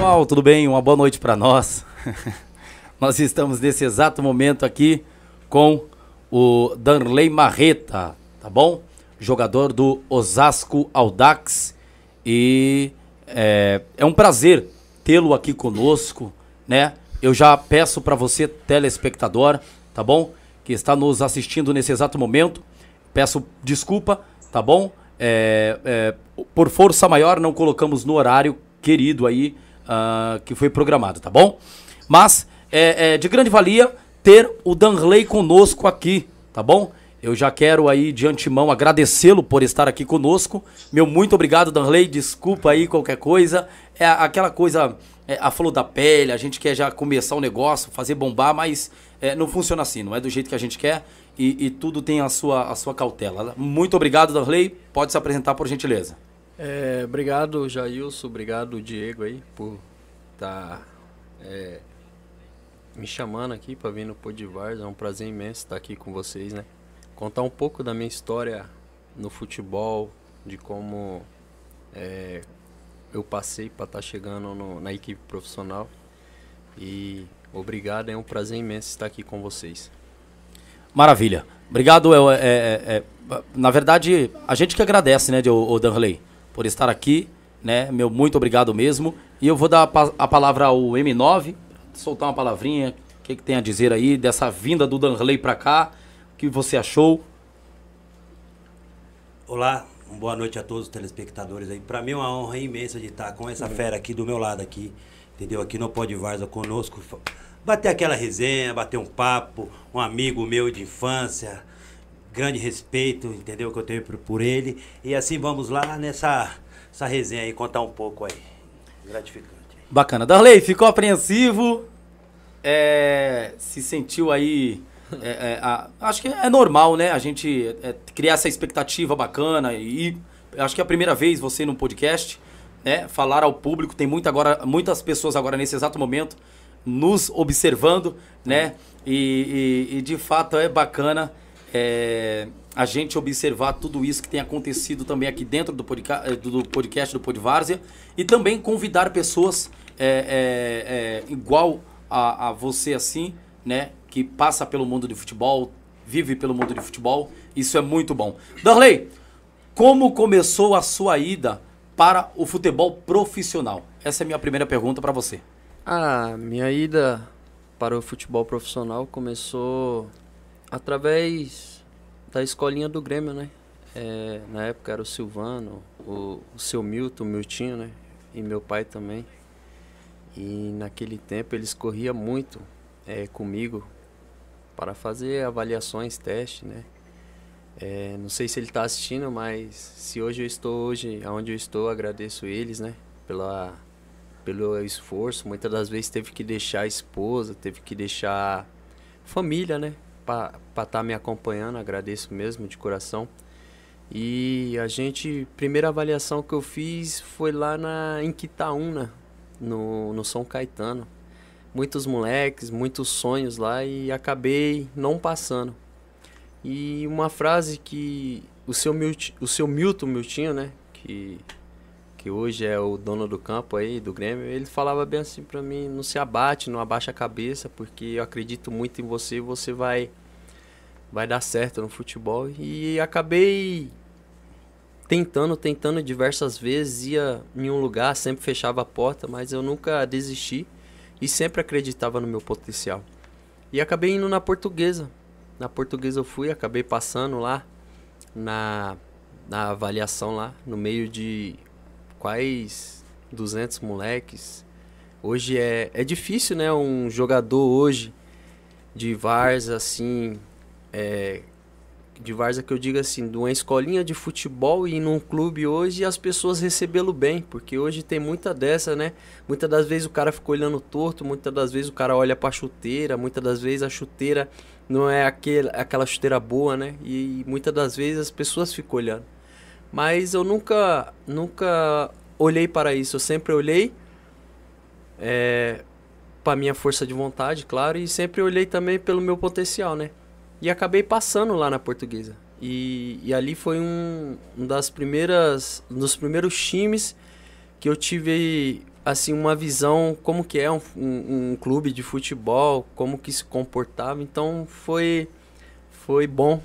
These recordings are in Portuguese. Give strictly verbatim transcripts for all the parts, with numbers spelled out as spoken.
pessoal, tudo bem? Uma boa noite para nós. Nós estamos nesse exato momento aqui com o Danley Marreta, tá bom? Jogador do Osasco Audax. E é, é um prazer tê-lo aqui conosco, né? Eu já peço para você, telespectador, tá bom? Que está nos assistindo nesse exato momento. Peço desculpa, tá bom? É, é, por força maior, não colocamos no horário querido aí, uh, que foi programado, tá bom? Mas é, é de grande valia ter o Danley conosco aqui, tá bom? Eu já quero aí de antemão agradecê-lo por estar aqui conosco. Meu muito obrigado, Danley. Desculpa aí qualquer coisa. É aquela coisa, é, a flor da pele, a gente quer já começar o negócio, fazer bombar, mas é, não funciona assim, não é do jeito que a gente quer e, e tudo tem a sua, a sua cautela. Muito obrigado, Danley. Pode se apresentar, por gentileza. É, obrigado, Jailson. Obrigado, Diego, aí, por estar tá, é, me chamando aqui para vir no Podivars. É um prazer imenso estar aqui com vocês, né? Contar um pouco da minha história no futebol, de como é, eu passei para estar tá chegando no, na equipe profissional. E obrigado, é um prazer imenso estar aqui com vocês. Maravilha. Obrigado. É, é, é, na verdade, a gente que agradece, né, o, o Danley, por estar aqui, né? Meu muito obrigado mesmo. E eu vou dar a, a palavra ao M nove, soltar uma palavrinha, o que, que tem a dizer aí dessa vinda do Danley para cá. O que você achou? Olá, boa noite a todos os telespectadores aí. Para mim é uma honra imensa de estar com essa fera aqui do meu lado aqui, entendeu? Aqui no Podivars conosco, bater aquela resenha, bater um papo, um amigo meu de infância, grande respeito, entendeu? Que eu tenho por, por ele. E assim vamos lá nessa essa resenha aí, contar um pouco aí. Gratificante. Bacana. Danley, ficou apreensivo, é, se sentiu aí... É, é, a, acho que é normal, né? A gente é, criar essa expectativa bacana e acho que é a primeira vez você no podcast, né? Falar ao público, tem muita agora, muitas pessoas agora nesse exato momento nos observando, né? E, e, e de fato é bacana é, a gente observar tudo isso que tem acontecido também aqui dentro do podcast do, podcast do Podvárzea e também convidar pessoas é, é, é, igual a, a você assim, né? Que passa pelo mundo de futebol, vive pelo mundo de futebol. Isso é muito bom. Danley, como começou a sua ida para o futebol profissional? Essa é a minha primeira pergunta para você. Ah, minha ida para o futebol profissional começou através da escolinha do Grêmio, né? É, na época era o Silvano, o, o seu Milton, o Miltinho, né? E meu pai também. E naquele tempo eles corriam muito é, comigo para fazer avaliações, testes, né? É, não sei se ele está assistindo, mas se hoje eu estou hoje, onde eu estou, agradeço eles, né? Pela, pelo esforço. Muitas das vezes teve que deixar a esposa, teve que deixar família, né? Para estar tá me acompanhando, agradeço mesmo de coração. E a gente, primeira avaliação que eu fiz foi lá na, em Quitaúna, no, no São Caetano. Muitos moleques, muitos sonhos lá e acabei não passando. E uma frase que o seu, Milt, o seu Milton Miltinho, né, que, que hoje é o dono do campo aí, do Grêmio, ele falava bem assim pra mim, não se abate, não abaixa a cabeça, porque eu acredito muito em você e você vai, vai dar certo no futebol. E acabei tentando, tentando diversas vezes, ia em um lugar, sempre fechava a porta, mas eu nunca desisti. E sempre acreditava no meu potencial. E acabei indo na Portuguesa. Na Portuguesa eu fui, acabei passando lá na, na avaliação lá, no meio de quase duzentos moleques. Hoje é, é difícil, né? Um jogador hoje de várzea, assim, é, de várzea que eu digo assim, de uma escolinha de futebol e num clube hoje, e as pessoas recebê-lo bem, porque hoje tem muita dessa, né? Muitas das vezes o cara fica olhando torto, muitas das vezes o cara olha pra chuteira, muitas das vezes a chuteira não é aquele, aquela chuteira boa, né? E muitas das vezes as pessoas ficam olhando. Mas eu nunca, nunca olhei para isso, eu sempre olhei é, para minha força de vontade, claro, e sempre olhei também pelo meu potencial, né? E acabei passando lá na Portuguesa. E, e ali foi um, um das primeiras, um dos primeiros times que eu tive assim, uma visão como que é um, um, um clube de futebol, como que se comportava. Então foi, foi bom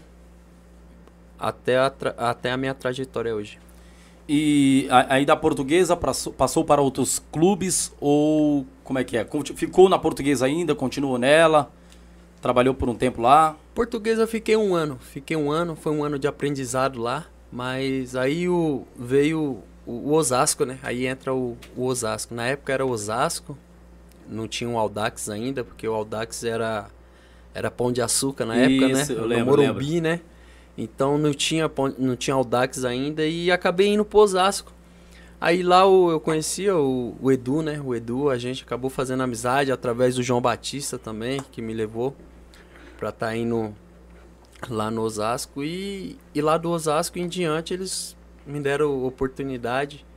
até a, tra- até a minha trajetória hoje. E a- aí da Portuguesa passou, passou para outros clubes ou como é que é? Conti- Ficou na Portuguesa ainda, continuou nela, trabalhou por um tempo lá? Portuguesa eu fiquei um ano, fiquei um ano, foi um ano de aprendizado lá, mas aí o, veio o, o Osasco, né? Aí entra o, o Osasco. Na época era o Osasco, não tinha o Audax ainda, porque o Audax era, era Pão de Açúcar na época, Isso, né? eu No lembro, Morumbi, né? Então não tinha, pão- não tinha Audax ainda e acabei indo pro Osasco. Aí lá o- eu conhecia o, o Edu, né? O Edu, a gente acabou fazendo amizade através do João Batista também, que me levou pra estar indo lá no Osasco. E, e lá do Osasco em diante eles me deram oportunidade.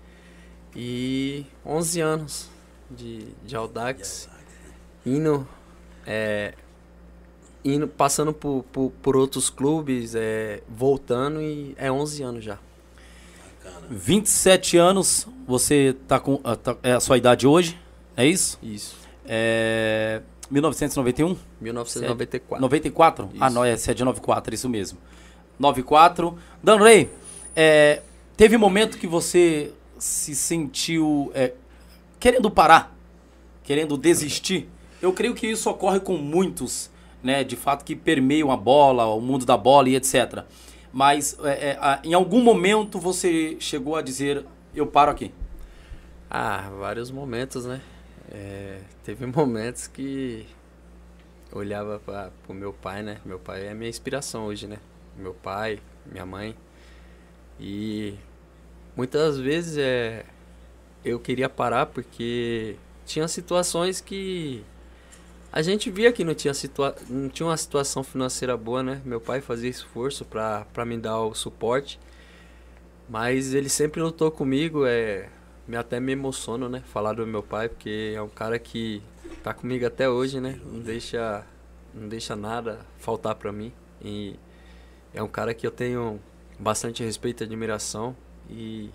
E onze anos de, de Audax, indo, é, indo, passando por, por, por outros clubes, é, voltando e é onze anos já. vinte e sete anos, você tá com ah, tá- é a sua idade hoje, é isso? Isso. É mil novecentos e noventa e um? mil novecentos e noventa e quatro. noventa e quatro? Ah, Isso. não, é, você é de noventa e quatro, isso mesmo. noventa e quatro. Danley, é, teve momento que você se sentiu é, querendo parar, querendo desistir? Eu creio que isso ocorre com muitos, né, de fato, que permeiam a bola, o mundo da bola e etcétera. Mas é, é, a- em algum momento você chegou a dizer, eu paro aqui. Ah, vários momentos, né? É, teve momentos que eu olhava para o meu pai, né? Meu pai é a minha inspiração hoje, né? Meu pai, minha mãe. E muitas vezes é, eu queria parar porque tinha situações que a gente via que não tinha, situa não tinha uma situação financeira boa, né? Meu pai fazia esforço para para me dar o suporte, mas ele sempre lutou comigo, é, me até me emociono, né? Falar do meu pai, porque é um cara que tá comigo até hoje, né? Não deixa, não deixa nada faltar para mim. E é um cara que eu tenho bastante respeito e admiração. E,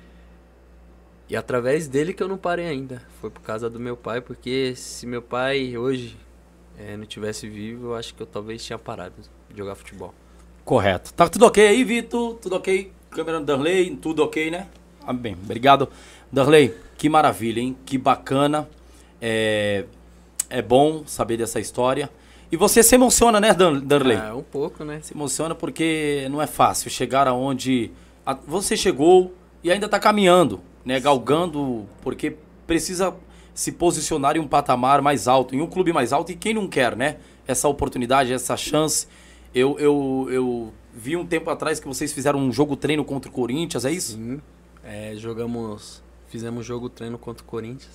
e através dele que eu não parei ainda. Foi por causa do meu pai, porque se meu pai hoje eh, não tivesse vivo, eu acho que eu talvez tinha parado de jogar futebol. Correto. Tá tudo ok aí, Vitor? Tudo ok? Câmera do Danley, tudo ok, né? Ah, bem, obrigado. Danley, que maravilha, hein? Que bacana. É, é bom saber dessa história. E você se emociona, né, Dan- Danley? Ah, um pouco, né? Se emociona porque não é fácil chegar aonde a- você chegou e ainda está caminhando, né? Galgando, porque precisa se posicionar em um patamar mais alto, em um clube mais alto. E quem não quer, né? Essa oportunidade, essa chance. Eu, eu, eu vi um tempo atrás que vocês fizeram um jogo treino contra o Corinthians, é isso? Sim. É, jogamos, fizemos jogo treino contra o Corinthians.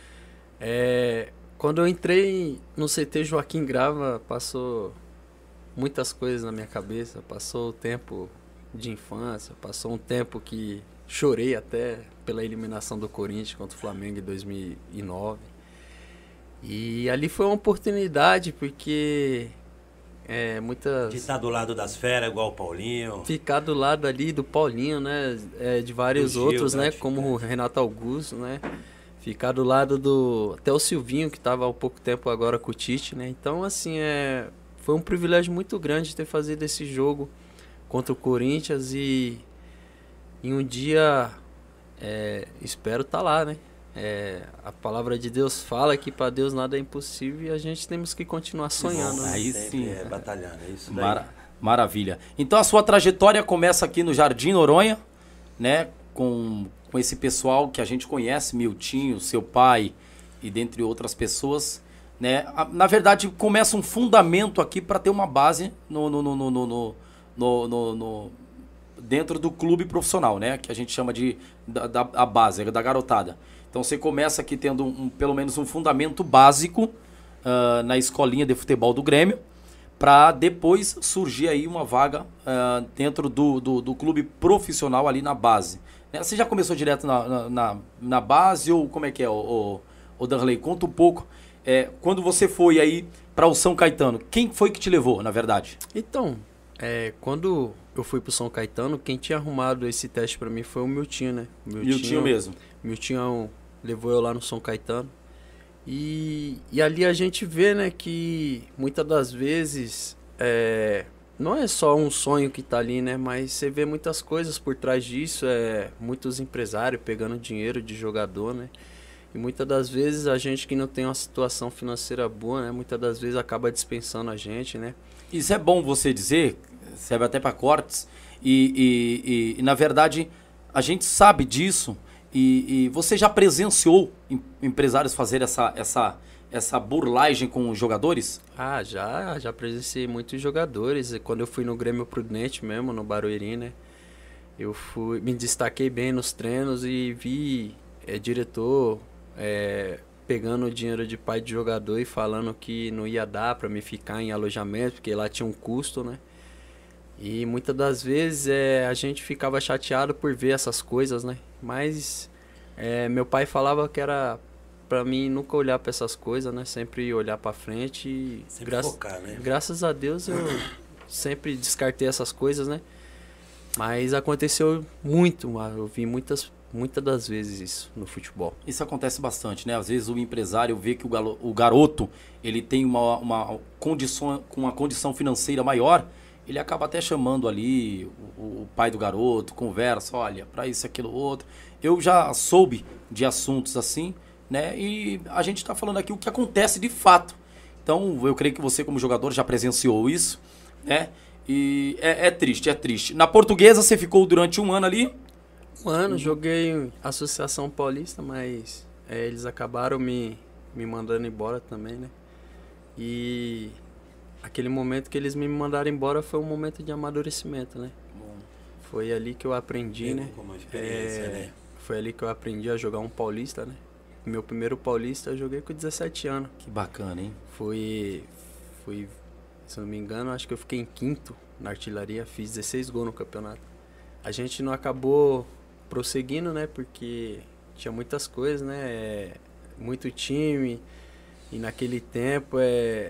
É, quando eu entrei no C T Joaquim Grava, passou muitas coisas na minha cabeça. Passou o tempo de infância, passou um tempo que chorei até pela eliminação do Corinthians contra o Flamengo em dois mil e nove. E ali foi uma oportunidade, porque é, muitas... De estar do lado das feras, igual o Paulinho. Ficar do lado ali do Paulinho, né? É, de vários Do Gil, outros, né? né? Como o Renato Augusto, né? Ficar do lado do... Até o Silvinho, que estava há pouco tempo agora com o Tite, né? Então, assim, é... foi um privilégio muito grande ter fazido esse jogo contra o Corinthians e... Em um dia... É... Espero estar lá, né? É... A palavra de Deus fala que para Deus nada é impossível e a gente temos que continuar sonhando, né? Aí Sempre sim. É, batalhando, é isso daí. Mara- maravilha. Então a sua trajetória começa aqui no Jardim Noronha, né? Com, com esse pessoal que a gente conhece, Miltinho, seu pai e dentre outras pessoas, né? A- Na verdade, começa um fundamento aqui para ter uma base no, no, no, no, no, no, no- no- no- dentro do clube profissional, né? Que a gente chama de da, da- a base, da garotada. Então você começa aqui tendo um, um- pelo menos um fundamento básico ah, na escolinha de futebol do Grêmio, para depois surgir aí uma vaga ah, dentro do, do, do clube profissional ali na base. Né? Você já começou direto na, na, na, na base ou como é que é, o, o, o Danley? Conta um pouco. É, quando você foi aí para o São Caetano, quem foi que te levou, na verdade? Então, é, quando eu fui pro São Caetano, quem tinha arrumado esse teste pra mim foi o Miltinho, né? Miltinho mesmo. Miltinho é um, levou eu lá no São Caetano. E, e ali a gente vê, né, que muitas das vezes é, não é só um sonho que tá ali, né, mas você vê muitas coisas por trás disso, é, muitos empresários pegando dinheiro de jogador, né, e muitas das vezes a gente que não tem uma situação financeira boa, né, muitas das vezes acaba dispensando a gente, né. Isso é bom você dizer, serve até para cortes, e, e, e, e na verdade a gente sabe disso. E, e você já presenciou em, empresários fazer essa, essa, essa burlagem com os jogadores? Ah, já, já presenciei muitos jogadores. E quando eu fui no Grêmio Prudente mesmo, no Barueri, né? Eu fui, me destaquei bem nos treinos e vi é, diretor é, pegando o dinheiro de pai de jogador e falando que não ia dar para me ficar em alojamento, porque lá tinha um custo, né? E muitas das vezes é, a gente ficava chateado por ver essas coisas, né? Mas é, meu pai falava que era pra mim nunca olhar pra essas coisas, né? Sempre olhar pra frente e... Sempre gra focar, né? Graças a Deus eu sempre descartei essas coisas, né? Mas aconteceu muito, eu vi muitas, muitas das vezes isso no futebol. Isso acontece bastante, né? Às vezes o empresário vê que o, galo, o garoto ele tem uma, uma condição, com uma condição financeira maior, ele acaba até chamando ali o, o pai do garoto, conversa, olha, para isso, aquilo, outro. Eu já soube de assuntos assim, né? E a gente está falando aqui o que acontece de fato. Então, eu creio que você como jogador já presenciou isso, né? E é, é triste, é triste. Na Portuguesa você ficou durante um ano ali? Um ano, joguei em Associação Paulista, mas é, eles acabaram me, me mandando embora também, né? E... aquele momento que eles me mandaram embora foi um momento de amadurecimento, né? Bom. Foi ali que eu aprendi, né? Como experiência, é, né? Foi ali que eu aprendi a jogar um paulista, né? Meu primeiro paulista eu joguei com dezessete anos. Que bacana, hein? Foi, foi, se não me engano, acho que eu fiquei em quinto na artilharia, fiz dezesseis gols no campeonato. A gente não acabou prosseguindo, né? Porque tinha muitas coisas, né? É, muito time, e naquele tempo é...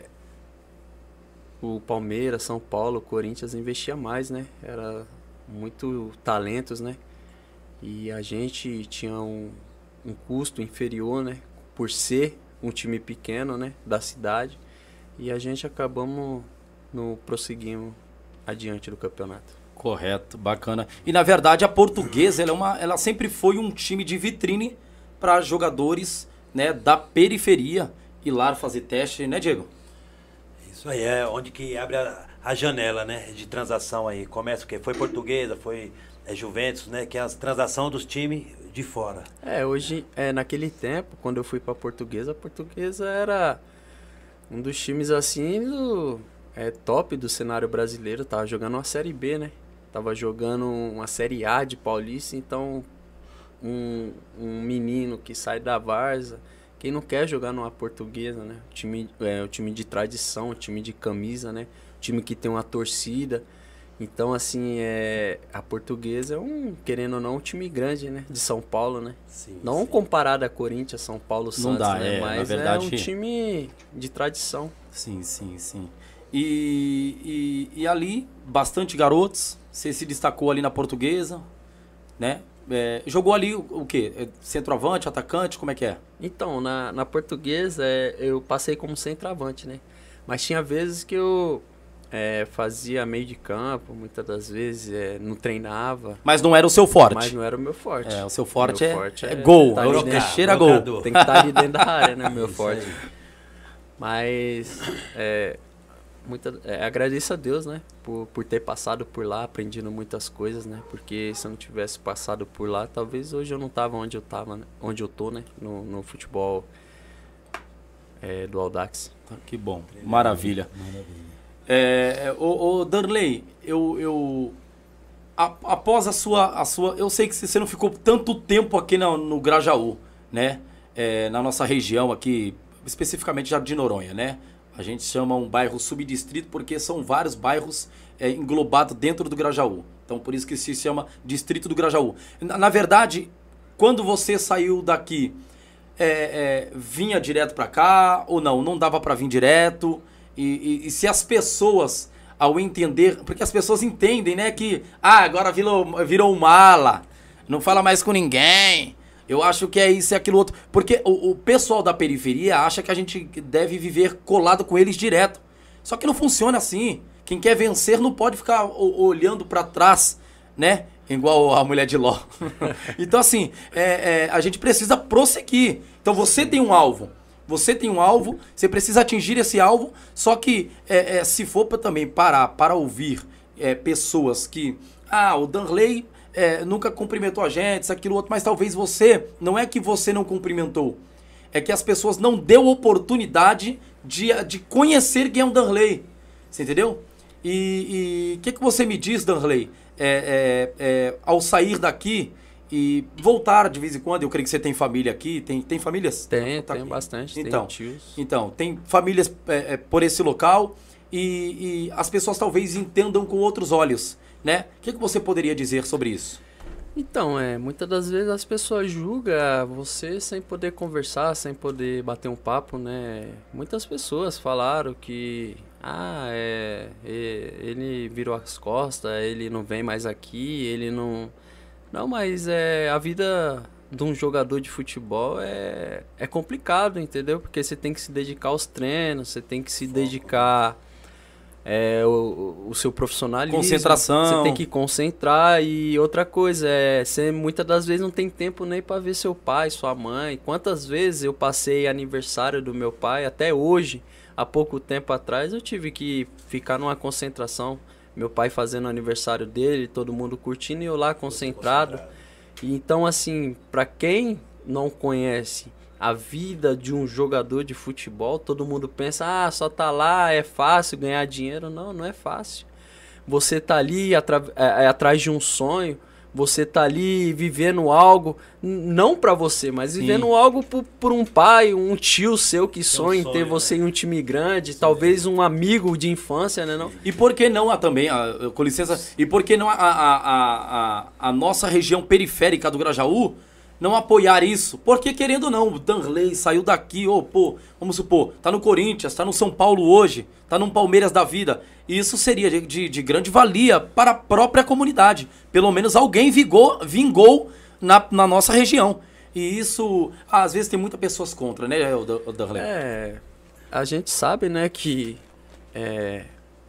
o Palmeiras, São Paulo, Corinthians investia mais, né? Era muito talentos, né? E a gente tinha um, um custo inferior, né? Por ser um time pequeno, né? Da cidade. E a gente acabamos no prosseguimos adiante do campeonato. Correto, bacana. E na verdade a Portuguesa, ela, é uma, ela sempre foi um time de vitrine para jogadores, né? Da periferia ir lá fazer teste, né, Diego? Isso aí é onde que abre a, a janela, né, de transação aí. Começa o quê? Foi Portuguesa, foi é, Juventus, né, que é a transação dos times de fora. É, hoje, é, naquele tempo, quando eu fui pra Portuguesa, a Portuguesa era um dos times, assim, do, é, top do cenário brasileiro. Tava jogando uma Série B, né? Tava jogando uma Série A de Paulista, então um, um menino que sai da várzea, quem não quer jogar numa Portuguesa, né? O time, é, o time de tradição, o time de camisa, né? O time que tem uma torcida. Então, assim, é, a Portuguesa é um, querendo ou não, um time grande, né? De São Paulo, né? Sim, não sim. comparado a Corinthians, São Paulo, Santos, Não dá, né? é, Mas na verdade... é um time de tradição. Sim, sim, sim. E, e, e ali, bastante garotos. Você se destacou ali na Portuguesa, né? É, jogou ali o, o quê? É, centroavante, atacante, como é que é? Então, na, na Portuguesa, é, eu passei como centroavante, né? Mas tinha vezes que eu é, fazia meio de campo, muitas das vezes é, não treinava. Mas não era o seu forte. Mas não era o meu forte. É, o seu forte, meu é, forte é, é gol, tá é ali o dentro. cheira gol. Trocador. Tem que estar ali dentro da área, né? Meu Isso forte. aí. Mas é, muita, é, agradeço a Deus, né? Por, por ter passado por lá, aprendido muitas coisas, né? Porque se eu não tivesse passado por lá, talvez hoje eu não tava onde eu tava, né? Onde eu tô, né? No, no futebol é, do Audax. Que bom, maravilha. Maravilha. É, ô, ô Darley, eu, eu a, após a sua, a sua, eu sei que você não ficou tanto tempo aqui no, no Grajaú, né? É, na nossa região aqui, especificamente Jardim Noronha, né? A gente chama um bairro subdistrito porque são vários bairros é, englobados dentro do Grajaú. Então por isso que se chama Distrito do Grajaú. Na, na verdade, quando você saiu daqui, é, é, vinha direto para cá ou não? Não dava para vir direto? E, e, e se as pessoas, ao entender... Porque as pessoas entendem, né? Que ah, agora virou, virou um mala, não fala mais com ninguém, Eu acho que é isso e aquilo outro. Porque o, o pessoal da periferia acha que a gente deve viver colado com eles direto. Só que não funciona assim. Quem quer vencer não pode ficar o, olhando pra trás, né? Igual a mulher de Ló. Então, assim, é, é, a gente precisa prosseguir. Então, você tem um alvo. Você tem um alvo, você precisa atingir esse alvo. Só que, é, é, se for pra também parar para ouvir é, pessoas que... Ah, o Danley é, nunca cumprimentou a gente, isso, aquilo, outro. Mas talvez você... Não é que você não cumprimentou. É que as pessoas não deu oportunidade de, de conhecer quem é o Danley. Você entendeu? E o que, que você me diz, Danley? É, é, é, ao sair daqui e voltar de vez em quando, eu creio que você tem família aqui, tem, tem famílias? Tem, tá tem aqui. bastante, então, tem tios. Então, tem famílias é, é, por esse local e, e as pessoas talvez entendam com outros olhos, né? O que, que você poderia dizer sobre isso? Então, é, muitas das vezes as pessoas julgam você sem poder conversar, sem poder bater um papo, né? Muitas pessoas falaram que... Ah, é, é, ele virou as costas, ele não vem mais aqui, ele não... Não, mas é, a vida de um jogador de futebol é, é complicado, entendeu? Porque você tem que se dedicar aos treinos, você tem que se dedicar é, o, o seu profissionalismo. Concentração. Você tem que concentrar e outra coisa, é, você muitas das vezes não tem tempo nem para ver seu pai, sua mãe. Quantas vezes eu passei aniversário do meu pai, até hoje... Há pouco tempo atrás eu tive que ficar numa concentração, meu pai fazendo o aniversário dele, todo mundo curtindo e eu lá concentrado. E então, assim, para quem não conhece a vida de um jogador de futebol, todo mundo pensa, ah, só tá lá, é fácil ganhar dinheiro. Não, não é fácil. Você tá ali atra- é, é, atrás de um sonho, você tá ali vivendo algo, não pra você, mas Sim. vivendo algo por, por um pai, um tio seu que sonha em sonho, ter né? você em um time grande, Sim. talvez um amigo de infância, né? Não? E por que não a, também, a, com licença, e por que não a, a, a, a, a nossa região periférica do Grajaú não apoiar isso? Porque querendo ou não, o Danley saiu daqui, ô, pô, vamos supor, tá no Corinthians, tá no São Paulo hoje, tá no Palmeiras da vida. E isso seria de, de, de grande valia para a própria comunidade. Pelo menos alguém vingou, vingou na, na nossa região. E isso, às vezes, tem muitas pessoas contra, né, o Danley? É, a gente sabe, né, que é,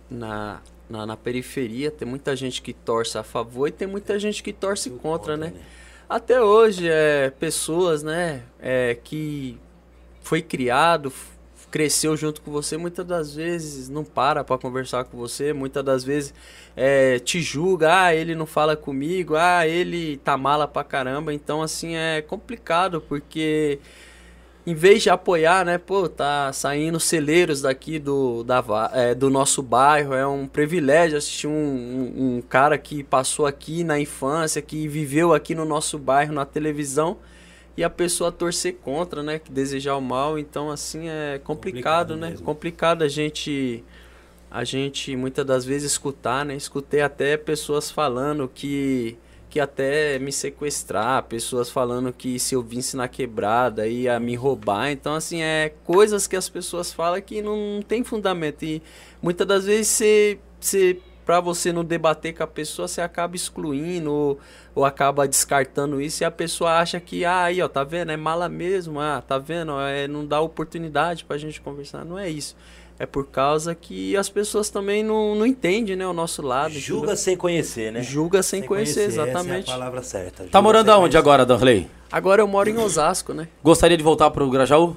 na, na, na periferia tem muita gente que torce a favor e tem muita gente que torce contra, né? Até hoje, é, pessoas, né, é, que foi criado, cresceu junto com você, muitas das vezes não para para conversar com você, muitas das vezes é, te julga, ah, ele não fala comigo, ah, ele tá mala pra caramba. Então, assim, é complicado, porque em vez de apoiar, né, pô, tá saindo celeiros daqui do, da, é, do nosso bairro, é um privilégio assistir um, um, um cara que passou aqui na infância, que viveu aqui no nosso bairro, na televisão, e a pessoa torcer contra, né, que desejar o mal. Então, assim, é complicado, complicado né, mesmo. Complicado a gente, a gente, muitas das vezes, escutar, né, escutei até pessoas falando que... que até me sequestrar, pessoas falando que se eu visse na quebrada ia me roubar. Então, assim, é coisas que as pessoas falam que não, não tem fundamento. E muitas das vezes, você, você, pra você não debater com a pessoa, você acaba excluindo ou, ou acaba descartando isso, e a pessoa acha que, ah, aí, ó, tá vendo? É mala mesmo, ah, tá vendo? É, não dá oportunidade pra gente conversar. Não é isso. É por causa que as pessoas também não, não entendem, né, o nosso lado. Julga entendeu? sem conhecer, né? Julga sem, sem conhecer, conhecer, exatamente. Essa é a palavra certa. Tá morando aonde agora, Danley? Agora eu moro em Osasco, né? Gostaria de voltar pro Grajaú?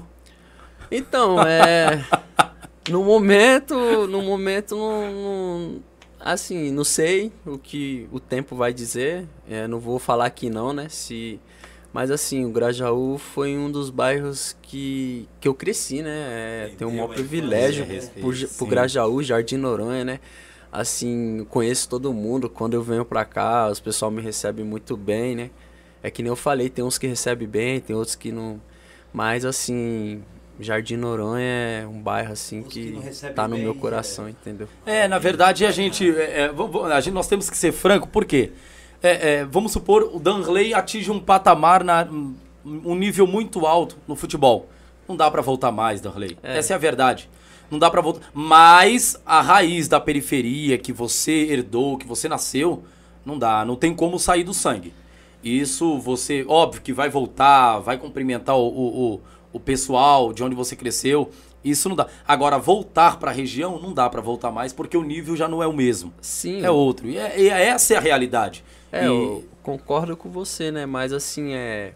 Então, é... no momento, no momento, não, não, assim, não sei o que o tempo vai dizer. É, não vou falar aqui não, né? Se... Mas assim, o Grajaú foi um dos bairros que, que eu cresci, né? É, tenho um maior privilégio por, por Grajaú, Jardim Noronha, né? Assim, conheço todo mundo. Quando eu venho pra cá, os pessoal me recebem muito bem, né? É que nem eu falei, tem uns que recebem bem, tem outros que não... Mas assim, Jardim Noronha é um bairro assim que, que tá no bem, meu coração, é. Entendeu? É, na verdade, a gente, é, a gente... Nós temos que ser franco, por quê? É, é, vamos supor, o Danley atinge um patamar, na, um nível muito alto no futebol. Não dá pra voltar mais, Danley. É. Essa é a verdade. Não dá pra voltar. Mas a raiz da periferia que você herdou, que você nasceu, não dá. Não tem como sair do sangue. Isso você, óbvio que vai voltar, vai cumprimentar o, o, o, o pessoal de onde você cresceu. Isso não dá. Agora, voltar para a região, não dá para voltar mais, porque o nível já não é o mesmo. Sim. É outro. E, é, e essa é a realidade. É, e... eu concordo com você, né? Mas assim, é,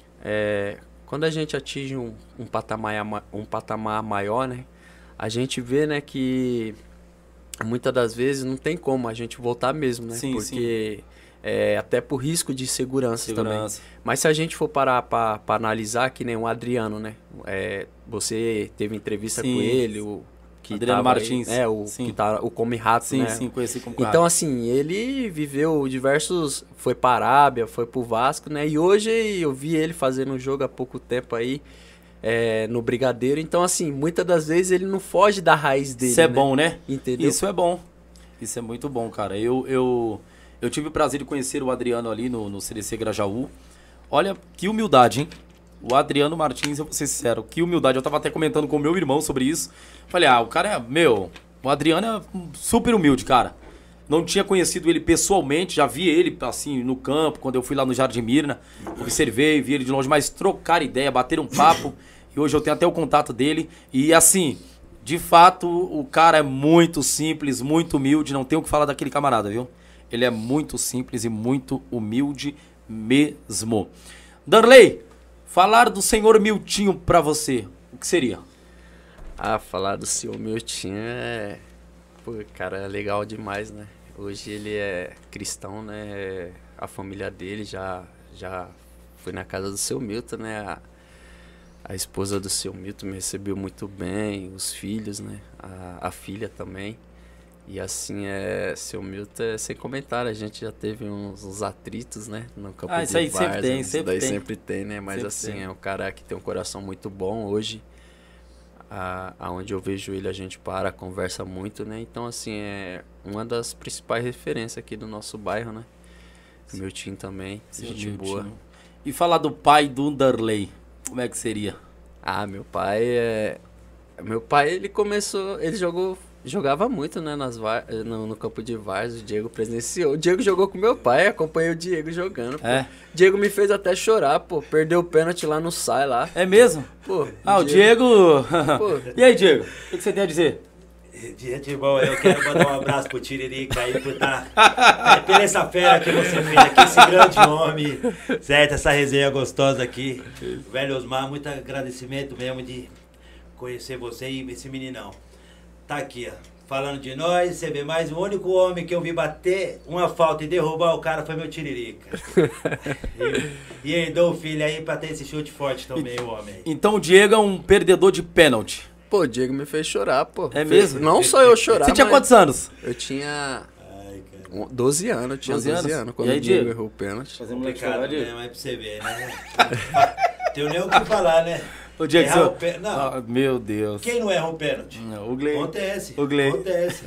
é quando a gente atinge um, um, patamar, um patamar maior, né? A gente vê, né, que muitas das vezes não tem como a gente voltar mesmo, né? Sim, porque sim. É, até por risco de segurança, segurança. também. Mas se a gente for parar para analisar, que nem o Adriano, né? É, você teve entrevista sim. com ele, o que Adriano Martins. Aí, é, o sim. que tá o Come Rato, sim, né? Sim, sim, conheci como Então, assim, ele viveu diversos... Foi para a Arábia, foi pro Vasco, né? E hoje eu vi ele fazendo um jogo há pouco tempo aí, é, no Brigadeiro. Então, assim, muitas das vezes ele não foge da raiz dele, Isso é né? bom, né? Entendeu? Isso é bom. Isso é muito bom, cara. Eu... eu... Eu tive o prazer de conhecer o Adriano ali no, no C D C Grajaú. Olha, que humildade, hein? O Adriano Martins, eu vou ser sincero, que humildade. Eu tava até comentando com o meu irmão sobre isso. Falei, ah, o cara é, meu, o Adriano é super humilde, cara. Não tinha conhecido ele pessoalmente, já vi ele, assim, no campo, quando eu fui lá no Jardim Mirna. Observei, vi ele de longe, mas trocar ideia, bater um papo. E hoje eu tenho até o contato dele. E assim, de fato, o cara é muito simples, muito humilde. Não tenho o que falar daquele camarada, viu? Ele é muito simples e muito humilde mesmo. Darley, falar do senhor Miltinho pra você, o que seria? Ah, falar do senhor Miltinho é... Pô, cara, é legal demais, né? Hoje ele é cristão, né? A família dele já, já foi na casa do seu Milton, né? A, a esposa do seu Milton me recebeu muito bem, os filhos, né? A, a filha também. E assim, é, seu Milton é sem comentário, a gente já teve uns, uns atritos, né, no campo ah, de isso aí Várzea, sempre tem, isso sempre daí tem. sempre tem, né, mas sempre assim, tem. É um cara que tem um coração muito bom hoje, a, aonde eu vejo ele, a gente para, conversa muito, né, então assim, é uma das principais referências aqui do nosso bairro, né, o Milton também, Seu gente Miltinho. boa. E falar do pai do Darley, como é que seria? Ah, meu pai é... Meu pai, ele começou, ele jogou... Jogava muito, né, nas var... no, no campo de Várzea, o Diego presenciou. O Diego jogou com meu pai, acompanhei o Diego jogando. É. Pô. Diego me fez até chorar, pô. Perdeu o pênalti lá no Sai lá. É mesmo? Pô. Ah, o Diego... Diego... E aí, Diego? O que você tem a dizer? Gente, bom, eu quero mandar um abraço pro Tiririca aí, por tá, é, por essa fera que você fez aqui, esse grande homem, certo? Essa resenha gostosa aqui. Velho Osmar, muito agradecimento mesmo de conhecer você e esse meninão. Tá aqui, ó. Falando de nós, você vê mais, o único homem que eu vi bater uma falta e derrubar o cara foi meu Tiririca. e, e herdou o filho aí pra ter esse chute forte também, o homem. Então o Diego é um perdedor de pênalti. Pô, o Diego me fez chorar, pô. É fez... mesmo? Não só eu chorar, Você tinha mas... quantos anos? Eu tinha... Ai, cara. doze anos, eu tinha doze, doze anos, quando aí, o Diego Diego? errou o pênalti. Fazer molecada, né? Mas pra você ver, né? Tenho nem o que falar, né? O Diego, Errar seu... o pê... Não. Ah, meu Deus. Quem não erra um pênalti? Não, o Gley. Acontece. O Gley. Acontece.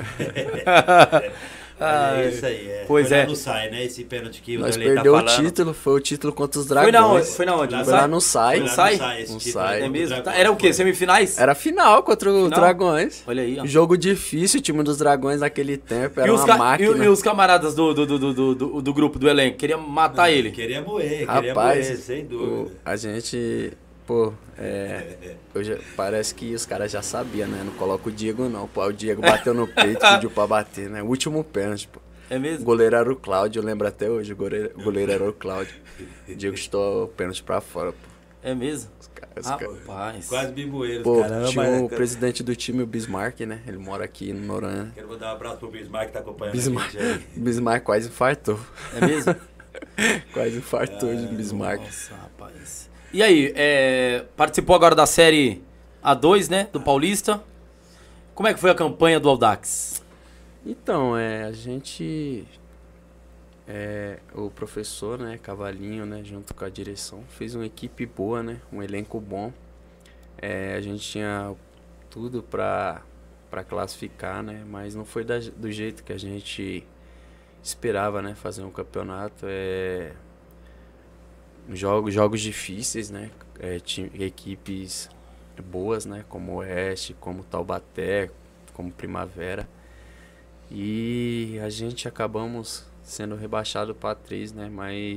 Ai, é isso aí. É. Pois foi é. lá no Sai, né? Esse pênalti que o Nós Darley tá perdeu o falando. título, foi o título contra os Foi Dragões. na onde? Foi na onde? Lá No Foi Sai? lá no Sai. Foi lá Sai? no Sai, esse No título Sai. aí É do mesmo? Dragões. Era o quê? Semifinais? Era final contra os Final? Dragões. Olha aí, ó. Jogo difícil, o time dos Dragões naquele tempo, era E os, uma ca- máquina. e, e os camaradas do, do, do, do, do, do grupo, do elenco, queriam matar Não, ele. Queria moer, queria Rapaz, moer, sem o- dúvida. a gente, pô, é, eu já- parece que os caras já sabiam, né? Não coloca o Diego não, pô. O Diego bateu no peito, pediu pra bater, né? O último pênalti, pô. É O mesmo? goleiro era o Cláudio, eu lembro até hoje, o goleiro, o goleiro era o Cláudio. O Diego chutou o pênalti pra fora, pô. É mesmo? Os caras, os caras- Rapaz. Quase bibueiros, Pô, caramba. tinha né, o cara? presidente do time, o Bismarck, né? Ele mora aqui no Noronha. Quero mandar um abraço pro Bismarck que tá acompanhando Bismarck, a gente aí. Bismarck quase infartou. É mesmo? Quase infartou de Bismarck. Nossa, rapaz. E aí, é, participou agora da série A dois, né? Do Paulista. Como é que foi a campanha do Audax? Então, é, a gente, é, o professor, né, Cavalinho, né, junto com a direção, fez uma equipe boa, né, um elenco bom. É, a gente tinha tudo para para classificar, né, mas não foi da, do jeito que a gente esperava, né, fazer um campeonato. É, jogos, jogos difíceis, né, é, ti- equipes boas, né, como o Oeste, como Taubaté, como Primavera. E a gente acabamos sendo rebaixado para três, né? Mas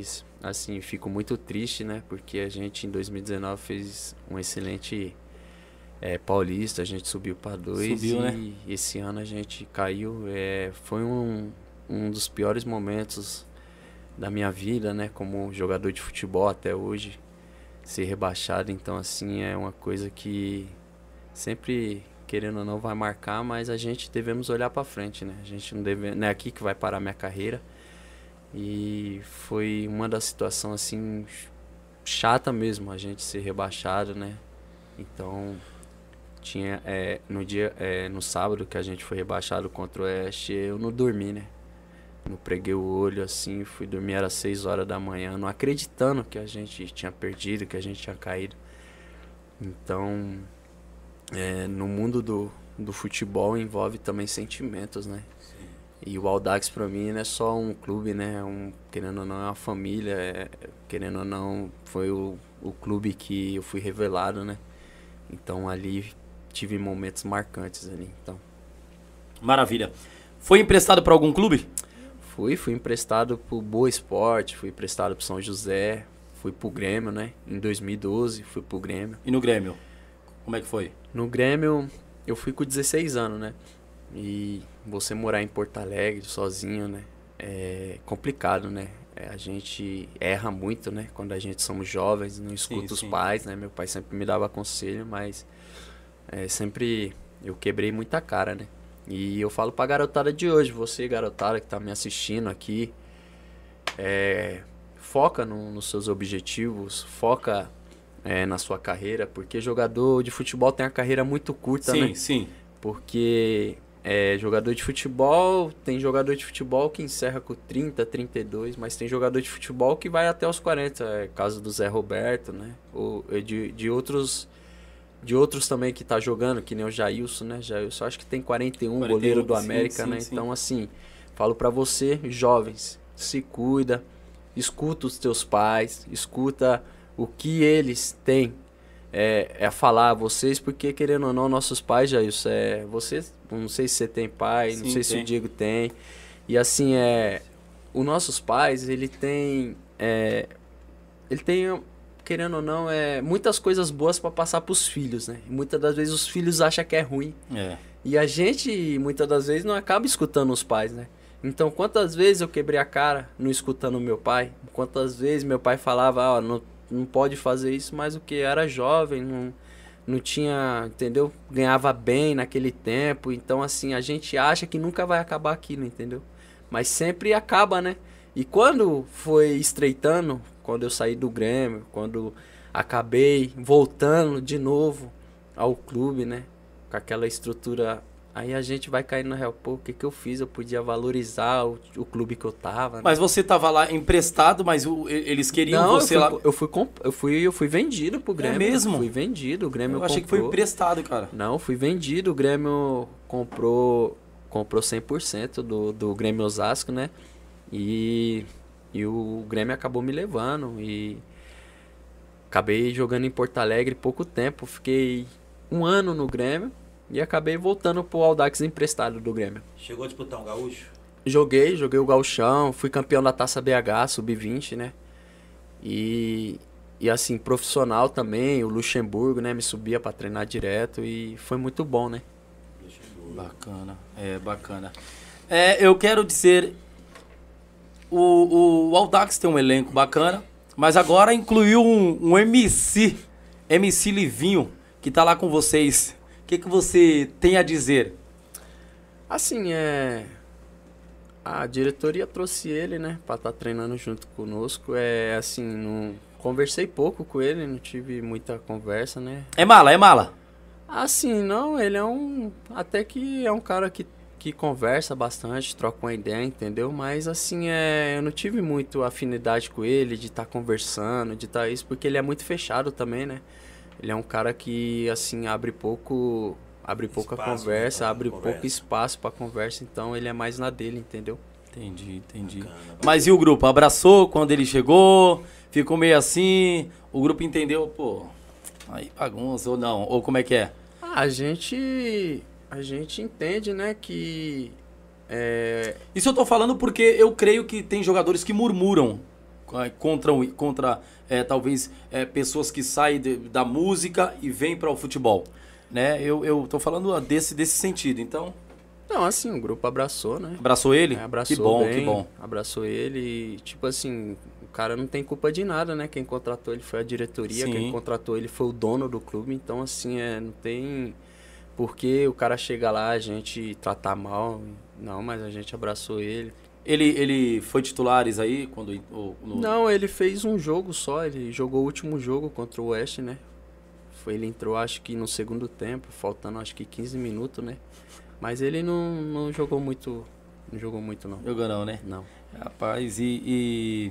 assim, fico muito triste, né? Porque a gente em dois mil e dezenove fez um excelente é, Paulista, a gente subiu para dois Subiu, e né? esse ano a gente caiu. É, foi um, um dos piores momentos da minha vida, né? Como jogador de futebol até hoje, ser rebaixado. Então, assim, é uma coisa que sempre, querendo ou não, vai marcar, mas a gente devemos olhar para frente, né? A gente não deve, não é aqui que vai parar minha carreira. E foi uma das situações assim chata mesmo, a gente ser rebaixado, né? Então tinha é, no dia é, no sábado que a gente foi rebaixado contra o Oeste, eu não dormi, né? Não preguei o olho assim, fui dormir era seis horas da manhã, não acreditando que a gente tinha perdido, que a gente tinha caído. Então é, no mundo do, do futebol envolve também sentimentos, né? E o Audax pra mim não é só um clube, né? É um, querendo ou não, é uma família. É, querendo ou não, foi o, o clube que eu fui revelado, né? Então ali tive momentos marcantes ali. Então. Maravilha. Foi emprestado para algum clube? Fui, fui emprestado pro Boa Esporte, fui emprestado pro São José, fui pro Grêmio, né? Em dois mil e doze fui pro Grêmio. E no Grêmio? Como é que foi? No Grêmio eu fui com dezesseis anos, né? E você morar em Porto Alegre sozinho, né? É complicado, né? É, a gente erra muito, né? Quando a gente somos jovens, não escuta Sim, os sim. pais, né? Meu pai sempre me dava conselho, mas é, sempre eu quebrei muita cara, né? E eu falo pra garotada de hoje, você garotada que tá me assistindo aqui, é, foca no, nos seus objetivos, foca é, na sua carreira, porque jogador de futebol tem uma carreira muito curta, Sim, né? sim. Porque é, jogador de futebol, tem jogador de futebol que encerra com trinta, trinta e dois, mas tem jogador de futebol que vai até os quarenta, é caso do Zé Roberto, né? Ou de, de outros de outros também que tá jogando, que nem o Jailson, né? Jailson acho que tem quarenta e um, quarenta e um, goleiro do sim, América, sim, né? sim. Então, assim, falo pra você, jovens, se cuida, escuta os teus pais, escuta o que eles têm É, é falar a vocês, porque querendo ou não, nossos pais, Jailson, é, você, não sei se você tem pai, Sim, não sei tem. se o Diego tem, e assim, é, os nossos pais, ele tem, é, ele tem, querendo ou não, é, muitas coisas boas para passar pros filhos, né, e muitas das vezes os filhos acham que é ruim, É. e a gente, muitas das vezes, não acaba escutando os pais, né. Então, quantas vezes eu quebrei a cara não escutando meu pai, quantas vezes meu pai falava, ó, não não pode fazer isso, mas o que era jovem, não, não tinha, entendeu? Ganhava bem naquele tempo, então assim, a gente acha que nunca vai acabar aquilo, entendeu? Mas sempre acaba, né? E quando foi estreitando, quando eu saí do Grêmio, quando acabei voltando de novo ao clube, né? Com aquela estrutura, aí a gente vai cair na real, pô, o que que eu fiz? Eu podia valorizar o, o clube que eu tava, né? Mas você tava lá emprestado, mas o- e- eles queriam Não, você eu lá... fui, eu fui, comp- eu fui, eu fui vendido pro Grêmio. mesmo? Fui vendido, o Grêmio Eu achei que foi comprou. emprestado, cara. Não, fui vendido, o Grêmio comprou, comprou cem por cento do, do Grêmio Osasco, né? E, e o Grêmio acabou me levando e acabei jogando em Porto Alegre pouco tempo, fiquei um ano no Grêmio e acabei voltando pro Audax emprestado do Grêmio. Chegou a disputar um gaúcho? Joguei, joguei o Gauchão, fui campeão da Taça B H, sub vinte, né? E, e assim, profissional também, o Luxemburgo, né? Me subia pra treinar direto e foi muito bom, né? Bacana, é bacana. É, eu quero dizer, o, o Audax tem um elenco bacana, mas agora incluiu um, um M C, M C Livinho, que tá lá com vocês. O que, que você tem a dizer? Assim, é... A diretoria trouxe ele, né? Pra estar treinando junto conosco. É, assim, não... Conversei pouco com ele, não tive muita conversa, né? É mala, é mala. Assim, não, ele é um... Até que é um cara que, que conversa bastante, troca uma ideia, entendeu? Mas, assim, é... eu não tive muito afinidade com ele, de estar conversando, de estar isso, porque ele é muito fechado também, né? Ele é um cara que, assim, abre pouco... Abre pouca Espaço, conversa, né, pra abre conversa. pouco espaço pra conversa, então ele é mais na dele, entendeu? Entendi, entendi. Bacana, bacana. Mas e o grupo? Abraçou quando ele chegou? Ficou meio assim? O grupo entendeu, pô, aí bagunça ou não? Ou como é que é? Ah, a gente... A gente entende, né, que... É, Isso eu tô falando porque eu creio que tem jogadores que murmuram contra, contra é, talvez é, pessoas que saem de, da música e vêm para o futebol, né? Eu, eu tô falando desse, desse sentido, então... Não, assim, o grupo abraçou, né? Abraçou ele? É, abraçou que bom, bem, que bom. Abraçou ele e, tipo assim, o cara não tem culpa de nada, né? Quem contratou ele foi a diretoria, Sim. quem contratou ele foi o dono do clube, então, assim, é, não tem por que o cara chegar lá, a gente tratar mal, não, mas a gente abraçou ele. Ele, ele foi titulares aí? quando ou, no... Não, ele fez um jogo só, ele jogou o último jogo contra o Oeste, né? Foi, ele entrou, acho que no segundo tempo, faltando acho que quinze minutos, né? Mas ele não, não jogou muito, não jogou muito não. Jogou não, né? Não. Rapaz, e, e,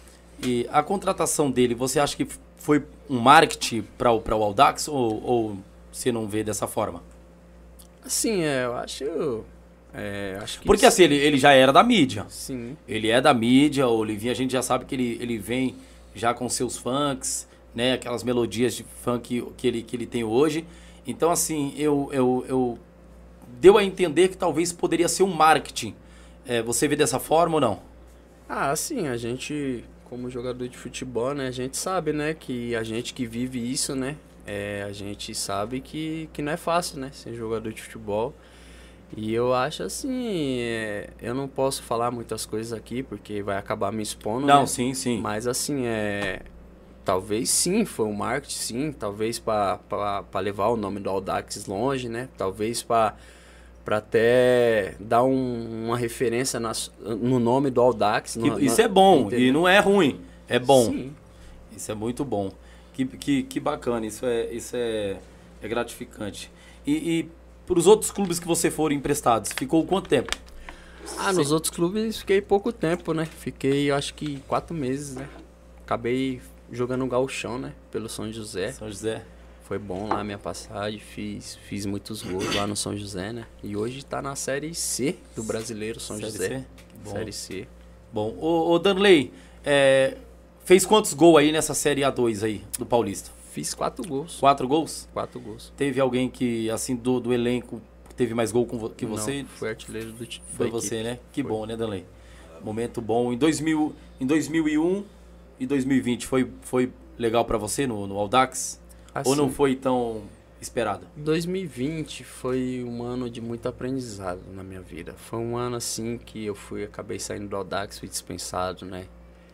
e a contratação dele, você acha que foi um marketing para o, para o Audax ou, ou você não vê dessa forma? Assim, é, eu acho... É, acho que Porque isso, assim, ele, ele já era da mídia. sim. Ele é da mídia, o Livinho, a gente já sabe que ele, ele vem já com seus funks, né? Aquelas melodias de funk que ele, que ele tem hoje. Então, assim, eu... eu, eu deu a entender que talvez poderia ser um marketing. É, você vê dessa forma ou não? Ah, sim, a gente, como jogador de futebol, né, a gente sabe, né, que a gente que vive isso, né, é, a gente sabe que, que não é fácil, né, ser jogador de futebol. E eu acho assim, é, eu não posso falar muitas coisas aqui, porque vai acabar me expondo, Não, né? sim, sim. Mas assim, é... Talvez sim, foi um marketing, sim. Talvez para levar o nome do Audax longe, né? Talvez para para até dar um, uma referência nas, no nome do Audax. Que, no, isso no, é bom, entendeu? e não é ruim, é bom. Sim. Isso é muito bom. Que, que, que bacana, isso é, isso é, é gratificante. E, e para os outros clubes que você foram emprestados, ficou quanto tempo? Ah, nos outros clubes fiquei pouco tempo, né? Fiquei, acho que quatro meses, né? Acabei jogando gauchão, né? Pelo São José. São José. Foi bom lá a minha passagem, fiz, fiz muitos gols lá no São José, né? E hoje tá na Série C do Brasileiro São Série José. C? Que bom. Série C. Bom, ô, ô Danley, é, fez quantos gols aí nessa Série A dois aí, do Paulista? Fiz quatro gols. Quatro gols? Quatro gols. Teve alguém que, assim, do, do elenco, teve mais gol com vo- que você? Não, foi artilheiro do time. Foi você, né? Que Foi. bom, né, Danley? Momento bom. Em, dois mil, em dois mil e um e dois mil e vinte, foi, foi legal pra você no, no Audax? Assim, Ou não foi tão esperado? dois mil e vinte foi um ano de muito aprendizado na minha vida. Foi um ano assim que eu fui, acabei saindo do Audax, fui dispensado, né?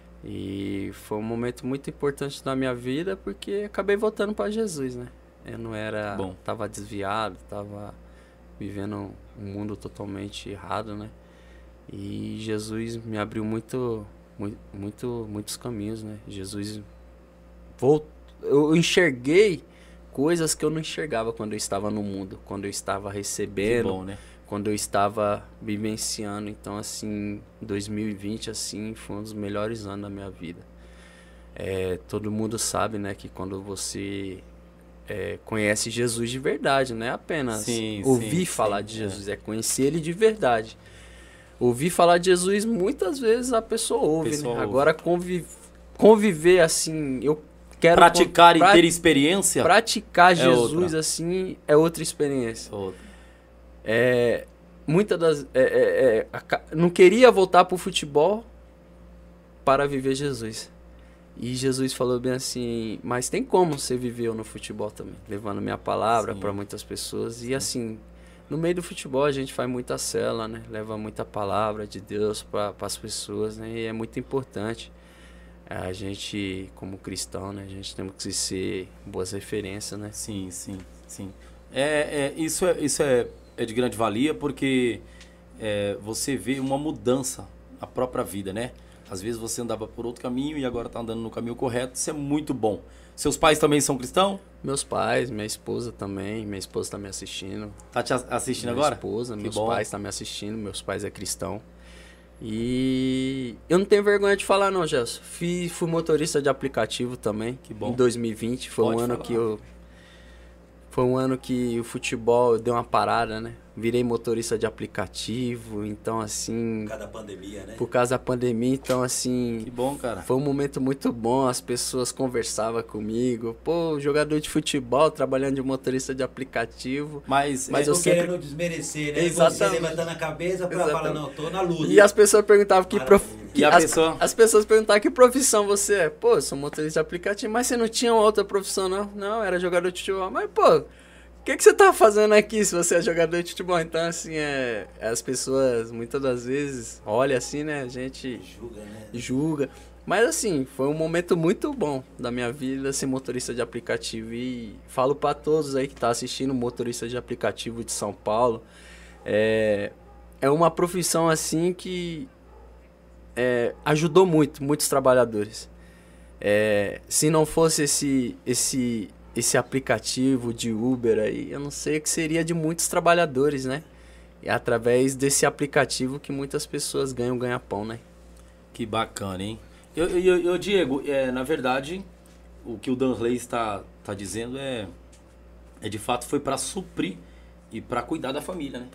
E foi um momento muito importante na minha vida porque acabei voltando para Jesus, né? Eu não era, Bom. tava desviado, tava vivendo um mundo totalmente errado, né? E Jesus me abriu muito, muito, muito muitos caminhos, né? Jesus voltou, eu enxerguei coisas que eu não enxergava quando eu estava no mundo, quando eu estava Que recebendo, bom, né? quando eu estava vivenciando. Então, assim, dois mil e vinte, assim, foi um dos melhores anos da minha vida. É, todo mundo sabe, né, que quando você é, conhece Jesus de verdade, não é apenas Sim, ouvir sim, falar sim, de Jesus, é. é conhecer ele de verdade. Ouvir falar de Jesus, muitas vezes a pessoa ouve, Pessoa né? ouve. Agora, conviv conviver, assim, eu quero... Praticar pra- e ter experiência? Praticar É Jesus, outra. assim, é outra experiência. Outra. É, muitas das... é, é, é, aca- não queria voltar pro futebol para viver Jesus. E Jesus falou bem assim, mas tem como você viver no futebol também, levando minha palavra Sim. para muitas pessoas. E assim, no meio do futebol a gente faz muita cela, né? Leva muita palavra de Deus para as pessoas, né? E é muito importante. A gente, como cristão, né? A gente tem que ser boas referências, né? Sim, sim, sim. É, é, isso é, isso é, é de grande valia porque é, você vê uma mudança na própria vida, né? Às vezes você andava por outro caminho e agora está andando no caminho correto. Isso é muito bom. Seus pais também são cristãos? Meus pais, minha esposa também. Minha esposa está me assistindo. Tá te a- assistindo Minha agora? esposa, Que meus bom. pais estão me assistindo. Meus pais é cristão. E eu não tenho vergonha de falar não, Gelson. Fui, fui motorista de aplicativo também. Que bom. Em dois mil e vinte foi Pode um ano falar. que eu foi um ano que o futebol deu uma parada, né? Virei motorista de aplicativo, então assim, Por causa da pandemia, né? por causa da pandemia, então assim, Que bom, cara. foi um momento muito bom, as pessoas conversavam comigo. Pô, jogador de futebol trabalhando de motorista de aplicativo. Mas, Mas é, eu Não sempre- querendo desmerecer, né? Exatamente. Você levantando a cabeça pra Exatamente. falar, não, tô na luta. E as pessoas perguntavam que, prof... Maravilha. E a as, pessoa... as pessoas perguntaram que profissão você é. Pô, eu sou motorista de aplicativo, mas você não tinha uma outra profissão, não? Não, era jogador de futebol. Mas, pô, o que, que você tá fazendo aqui se você é jogador de futebol? Então, assim, é, as pessoas, muitas das vezes, olham assim, né? A gente Julga, né? julga. Mas, assim, foi um momento muito bom da minha vida ser motorista de aplicativo. E falo pra todos aí que tá assistindo, motorista de aplicativo de São Paulo. É, é uma profissão, assim, que... É, ajudou muito, muitos trabalhadores. É, se não fosse esse, esse, esse aplicativo de Uber aí, eu não sei o que seria de muitos trabalhadores, né? É através desse aplicativo que muitas pessoas ganham ganha-pão, né? Que bacana, hein? Eu, eu, eu Diego, é, na verdade, o que o Danley está, está dizendo é, é de fato foi para suprir e para cuidar da família, né?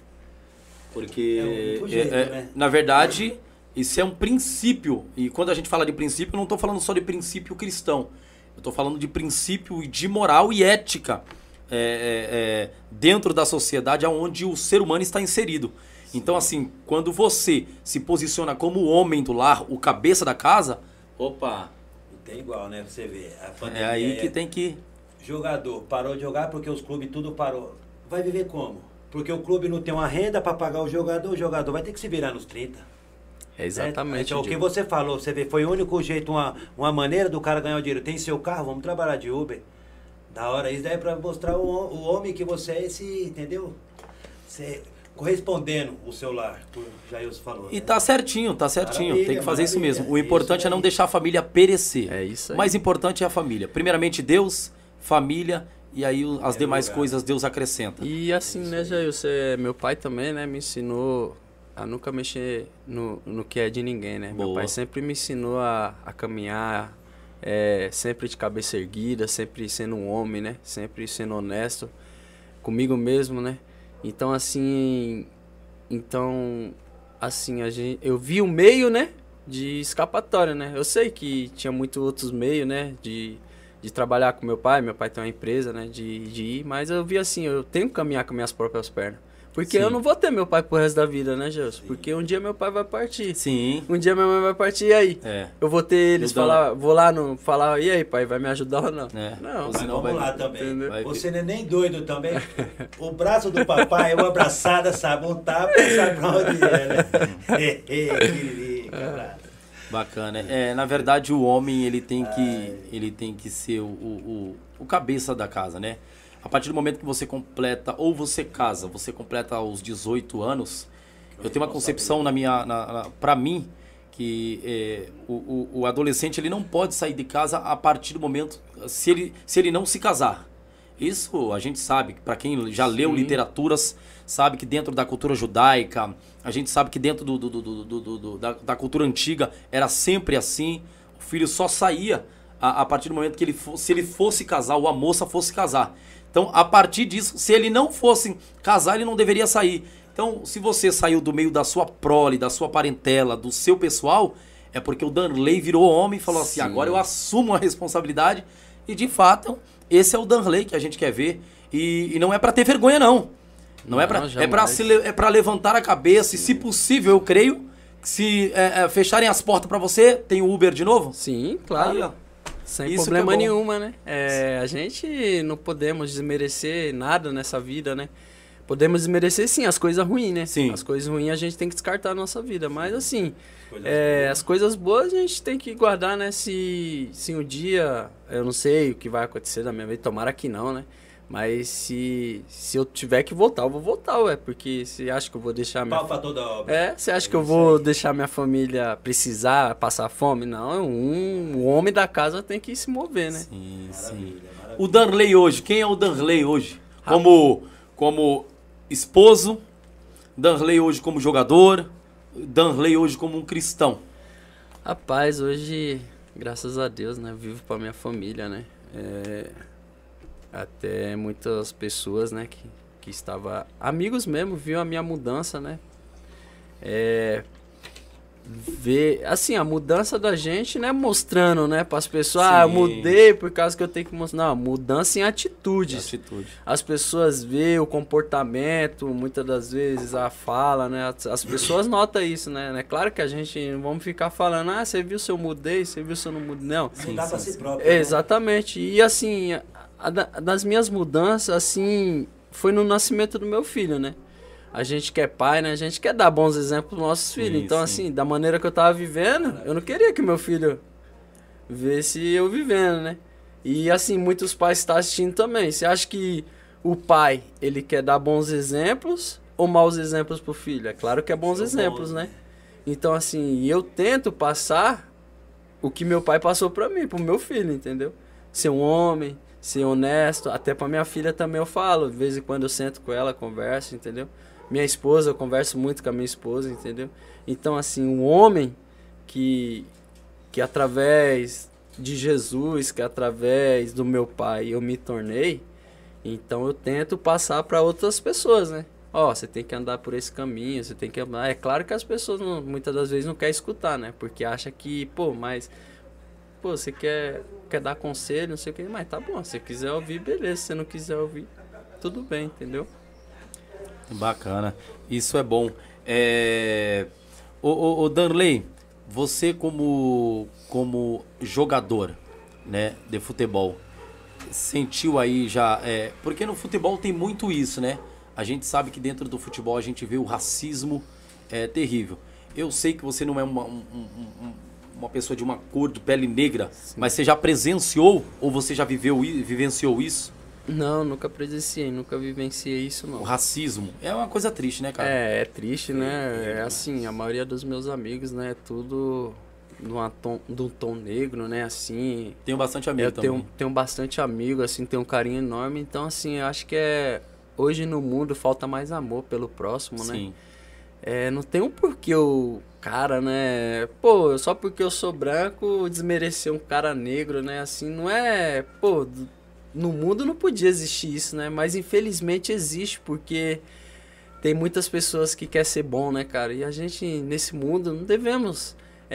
Porque, É o único jeito, é, é, né? na verdade... Isso é um princípio, e quando a gente fala de princípio, eu não estou falando só de princípio cristão. Eu estou falando de princípio de moral e ética é, é, é, dentro da sociedade onde o ser humano está inserido. Sim. Então, assim, quando você se posiciona como o homem do lar, o cabeça da casa, opa... Não tem igual, né? Você vê. A pandemia é aí que é... tem que... Jogador parou de jogar porque os clubes tudo parou. Vai viver como? Porque o clube não tem uma renda para pagar o jogador, o jogador vai ter que se virar nos trinta. É exatamente. Então, o que você falou, você vê, foi o único jeito, uma, uma maneira do cara ganhar o dinheiro. Tem seu carro, vamos trabalhar de Uber. Da hora, isso daí é pra mostrar o, o homem que você é, esse, entendeu? Você, correspondendo o seu lar, o Jailson falou. E né? tá certinho, tá certinho. Maravilha, tem que fazer maravilha. isso mesmo. O É importante isso é não aí. deixar a família perecer. É isso aí. O mais importante é a família. Primeiramente Deus, família, e aí o- as É demais lugar. coisas Deus acrescenta. E assim, né, Jair, você, meu pai também, né, me ensinou a nunca mexer no, no que é de ninguém, né? Meu Boa. pai sempre me ensinou a, a caminhar, é, sempre de cabeça erguida, sempre sendo um homem, né? Sempre sendo honesto comigo mesmo, né? Então, assim, então, assim, a gente, eu vi o meio, né, de escapatória, né? Eu sei que tinha muitos outros meios, né, de, de trabalhar com meu pai. Meu pai tem uma empresa, né, de, de ir, mas eu vi assim, eu tenho que caminhar com minhas próprias pernas. Porque Sim. eu não vou ter meu pai pro resto da vida, né, Gelson? Porque um dia meu pai vai partir. Sim. Um dia minha mãe vai partir, e aí? É. Eu vou ter eles Mudando. falar, vou lá no, falar, e aí, pai, vai me ajudar ou não? É. Não, Ou Mas senão vamos vai- lá também. entendeu? vai- Você não é nem doido também. O braço do papai é uma abraçada, sabe? Um tapa, sabe pra onde é, né? Querido, camarada. Bacana. É, na verdade, o homem ele tem que, ele tem que ser o, o, o, o cabeça da casa, né? A partir do momento que você completa, ou você casa, você completa os dezoito anos, eu tenho uma concepção na minha, na, na, pra mim, que é, o, o, o adolescente ele não pode sair de casa a partir do momento, se ele, se ele não se casar. Isso a gente sabe, para quem já leu Sim. literaturas, sabe que dentro da cultura judaica, a gente sabe que dentro do, do, do, do, do, do, da, da cultura antiga era sempre assim, o filho só saía a, a partir do momento que ele fosse, se ele fosse casar, ou a moça fosse casar. Então, a partir disso, se ele não fosse casar, ele não deveria sair. Então, se você saiu do meio da sua prole, da sua parentela, do seu pessoal, é porque o Danley virou homem e falou assim, Sim. agora eu assumo a responsabilidade. E, de fato, esse é o Danley que a gente quer ver. E, e não é pra ter vergonha, não. Não, Não, é pra, é jamais. pra, se le- é pra levantar a cabeça e, se possível, eu creio, que se é, é, fecharem as portas pra você, tem o Uber de novo? Sim, claro. Aí, ó. Sem Isso problema que é bom. nenhuma, né? É, a gente não podemos desmerecer nada nessa vida, né? Podemos desmerecer, sim, as coisas ruins, né? Sim. As coisas ruins a gente tem que descartar na nossa vida. Mas, assim, Coisas é, boas. as coisas boas a gente tem que guardar, né? Se, se um dia, eu não sei o que vai acontecer na minha vida, tomara que não, né? Mas se, se eu tiver que voltar, eu vou voltar, ué. Porque você acha que eu vou deixar minha... Pau pra toda obra. É, você acha É que eu isso vou aí. deixar minha família precisar passar fome? Não, um, o homem da casa tem que se mover, né? Sim, sim. Maravilha, maravilha. O Danley hoje, quem é o Danley hoje? Como, como esposo, Danley hoje como jogador, Danley hoje como um cristão. Rapaz, hoje, graças a Deus, né, eu vivo pra minha família, né? É, até muitas pessoas, né, que, que estavam... Amigos mesmo, viu a minha mudança, né? É, ver, assim, a mudança da gente, né, mostrando, né, para as pessoas, Sim. ah, eu mudei por causa que eu tenho que mostrar. Não, mudança em atitudes. Atitude. As pessoas veem o comportamento, muitas das vezes a fala, né, as, as pessoas notam isso, né, é claro que a gente não vamos ficar falando, ah, você viu se eu mudei, você viu se eu não mudei, não. Não dá pra si próprio. É, né? exatamente, e assim, a, a, das minhas mudanças, assim, foi no nascimento do meu filho, né. A gente que é pai, né? A gente quer dar bons exemplos pros nossos filhos. Sim, então, sim. assim, da maneira que eu tava vivendo, eu não queria que meu filho visse eu vivendo, né? E, assim, muitos pais estão assistindo também. Você acha que o pai, ele quer dar bons exemplos ou maus exemplos pro filho? É claro que é bons São exemplos, bons, né? né? Então, assim, eu tento passar o que meu pai passou pra mim, pro meu filho, entendeu? Ser um homem, ser honesto. Até pra minha filha também eu falo. De vez em quando eu sento com ela, converso, entendeu? Minha esposa, eu converso muito com a minha esposa, entendeu? Então, assim, um homem que, que através de Jesus, que através do meu pai eu me tornei, então eu tento passar para outras pessoas, né? Ó, você tem que andar por esse caminho, você tem que andar... É claro que as pessoas não, muitas das vezes não querem escutar, né? Porque acha que, pô, mas... Pô, você quer, quer dar conselho, não sei o que, mas tá bom, se você quiser ouvir, beleza. Se você não quiser ouvir, tudo bem, entendeu? Bacana, isso é bom. É... O, o, o Danley, você como, como jogador, né, de futebol, sentiu aí já... É... Porque no futebol tem muito isso, né? A gente sabe que dentro do futebol a gente vê o racismo é, terrível. Eu sei que você não é uma, um, um, uma pessoa de uma cor de pele negra, sim, mas você já presenciou ou você já viveu, vivenciou isso? Não, nunca presenciei, nunca vivenciei isso, não. O racismo é uma coisa triste, né, cara? É, é triste, né? É assim, a maioria dos meus amigos, né, é tudo de um tom, de um tom negro, né, assim. Tenho bastante amigo eu também. Tenho, tenho bastante amigo, assim, tenho um carinho enorme. Então, assim, eu acho que é... Hoje no mundo falta mais amor pelo próximo, né? Sim. É, não tem um porquê o cara, né? Pô, só porque eu sou branco, desmerecer um cara negro, né? Assim, não é... Pô... No mundo não podia existir isso, né? Mas infelizmente existe, porque tem muitas pessoas que querem ser bom, né, cara? E a gente, nesse mundo, não devemos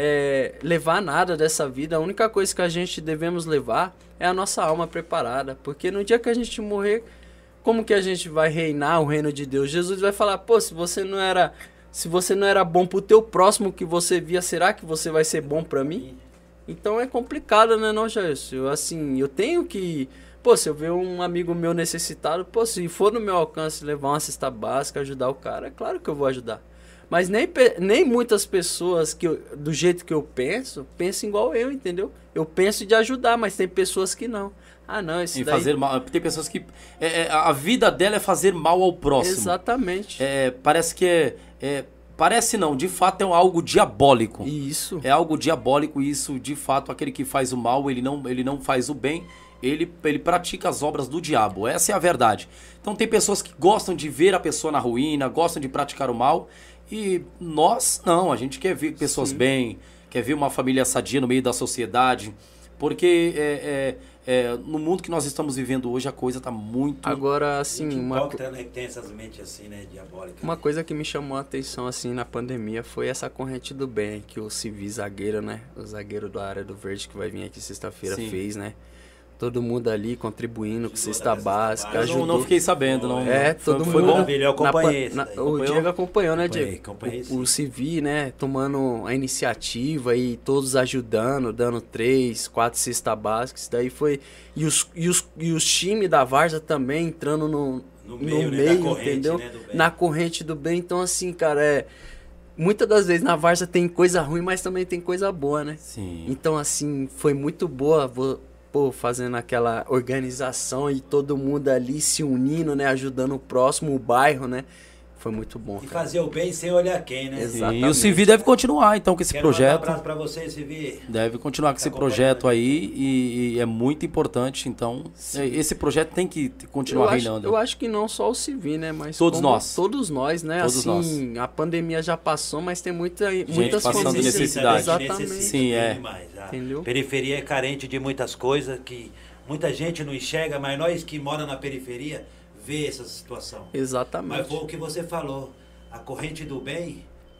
é, levar nada dessa vida. A única coisa que a gente devemos levar é a nossa alma preparada. Porque no dia que a gente morrer, como que a gente vai reinar o reino de Deus? Jesus vai falar, pô, se você não era, se você não era bom pro teu próximo que você via, será que você vai ser bom pra mim? Então é complicado, né, não, Jair? Eu, assim, eu tenho que... Pô, se eu ver um amigo meu necessitado, pô, se for no meu alcance levar uma cesta básica, ajudar o cara, é claro que eu vou ajudar. Mas nem, nem muitas pessoas, que eu, do jeito que eu penso, pensam igual eu, entendeu? Eu penso de ajudar, mas tem pessoas que não. Ah, não, esse em daí... fazer mal. Tem pessoas que... É, é, a vida dela é fazer mal ao próximo. Exatamente. É, parece que é, é... Parece não, de fato é algo diabólico. Isso. É algo diabólico e isso, de fato, aquele que faz o mal, ele não, ele não faz o bem. Ele, ele pratica as obras do diabo, essa é a verdade. Então tem pessoas que gostam de ver a pessoa na ruína, gostam de praticar o mal. E nós, não, a gente quer ver pessoas Sim. bem, quer ver uma família sadia no meio da sociedade. Porque é, é, é, no mundo que nós estamos vivendo hoje, a coisa está muito... Agora, assim... Uma... Co... Né, que tem essas mentes assim, né, diabólicas. Uma coisa que me chamou a atenção, assim, na pandemia foi essa corrente do bem que o Civi zagueiro, né? O zagueiro da área do verde que vai vir aqui sexta-feira fez, né? Todo mundo ali contribuindo com cesta básica, ajudou. Não, não fiquei sabendo, não. É, todo foi, mundo... Foi bom. Eu acompanhei na, na, O Diego acompanhou, né, Diego? Acompanhei, o o Civi, né, tomando a iniciativa e todos ajudando, dando três, quatro cesta básicas. Daí foi... E os, e os, e os times da Várzea também entrando no, no no meio, meio, né, corrente, entendeu? Né, na corrente do bem. Então, assim, cara, é... Muitas das vezes na Várzea tem coisa ruim, mas também tem coisa boa, né? Sim. Então, assim, foi muito boa... Vou, Pô, fazendo aquela organização e todo mundo ali se unindo, né? Ajudando o próximo, o bairro, né? Foi muito bom, E cara. fazer o bem sem olhar quem, né? Exatamente. E o Civi deve continuar, então, com esse Quero projeto. Um abraço pra você, Civi. Deve continuar com esse projeto aí e, e é muito importante, então. Sim. Esse projeto tem que continuar eu acho, reinando. Eu acho que não só o Civi, né? Mas todos nós. Todos nós, né? Todos assim, nós. A pandemia já passou, mas tem muita, Gente muitas passando famílias. necessidade. Exatamente. Sim, é. Demais, Entendeu? Periferia é carente de muitas coisas que muita gente não enxerga, mas nós que moramos na periferia vê essa situação. Exatamente. Mas foi o que você falou. A corrente do bem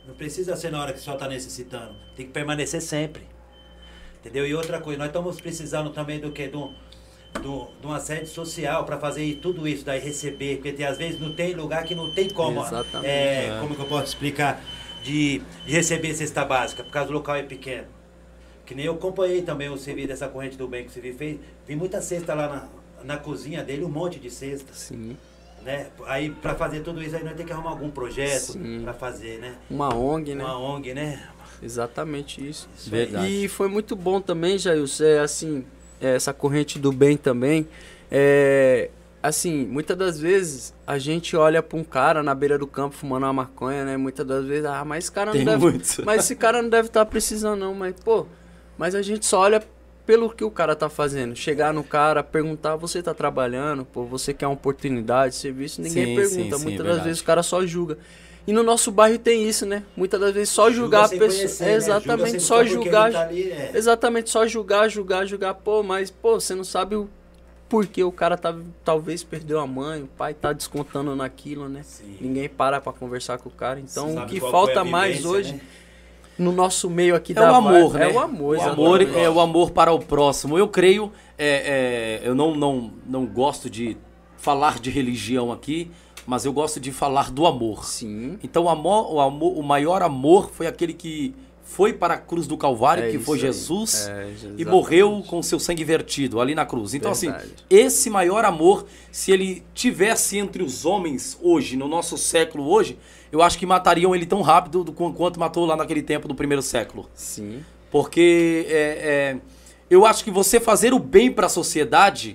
Não precisa ser na hora que só tá necessitando. Tem que permanecer sempre. Entendeu? E outra coisa, nós estamos precisando também do quê? Do, do, de uma sede social para fazer tudo isso, daí receber. Porque tem, às vezes não tem lugar que não tem como. Exatamente. É, É. Como que eu posso explicar? De, de receber cesta básica, por causa do local é pequeno. Que nem eu acompanhei também o serviço dessa corrente do bem que o Civi fez. Vi muita cesta lá na, na cozinha dele, um monte de cesta. Sim. Né? Aí para fazer tudo isso aí nós temos que arrumar algum projeto Sim. para fazer, né? Uma O N G, né? Uma O N G, né? Exatamente isso. Isso Verdade. E foi muito bom também, Jailson, é, assim, é, essa corrente do bem também. É, assim, muitas das vezes a gente olha para um cara na beira do campo fumando uma maconha, né? Muitas das vezes, ah, mas esse cara não Tem deve. muitos. Mas esse cara não deve estar precisando, não. Mas, pô, mas a gente só olha pelo que o cara tá fazendo. Chegar no cara, perguntar, você tá trabalhando, pô, você quer uma oportunidade, serviço, ninguém Sim, pergunta. sim, sim, muitas das verdade. vezes o cara só julga. E no nosso bairro tem isso, né? Muitas das vezes só Julga julgar a sem pessoa. conhecer, É, né? exatamente, Julga sem- só porque julgar. ele tá ali, é. Exatamente, só julgar, julgar, julgar. Pô, mas, pô, você não sabe o porquê o cara tá, talvez perdeu a mãe, o pai tá descontando naquilo, né? Sim. Ninguém para pra conversar com o cara. Então, Sim, o sabe que qual falta foi a mais vivência, hoje, né? no nosso meio aqui É da o amor, Var- né? É o amor, O amor exatamente. é o amor para o próximo. Eu creio, é, é, eu não, não, não gosto de falar de religião aqui, mas eu gosto de falar do amor. Sim. Então o, amor, o, amor, o maior amor foi aquele que foi para a cruz do Calvário, É que isso foi aí. Jesus, É, e exatamente. morreu com seu sangue vertido ali na cruz. Então Verdade. assim, esse maior amor, se ele tivesse entre os homens hoje, no nosso século hoje, eu acho que matariam ele tão rápido do, quanto matou lá naquele tempo do primeiro século. Sim. Porque é, é, eu acho que você fazer o bem para a sociedade,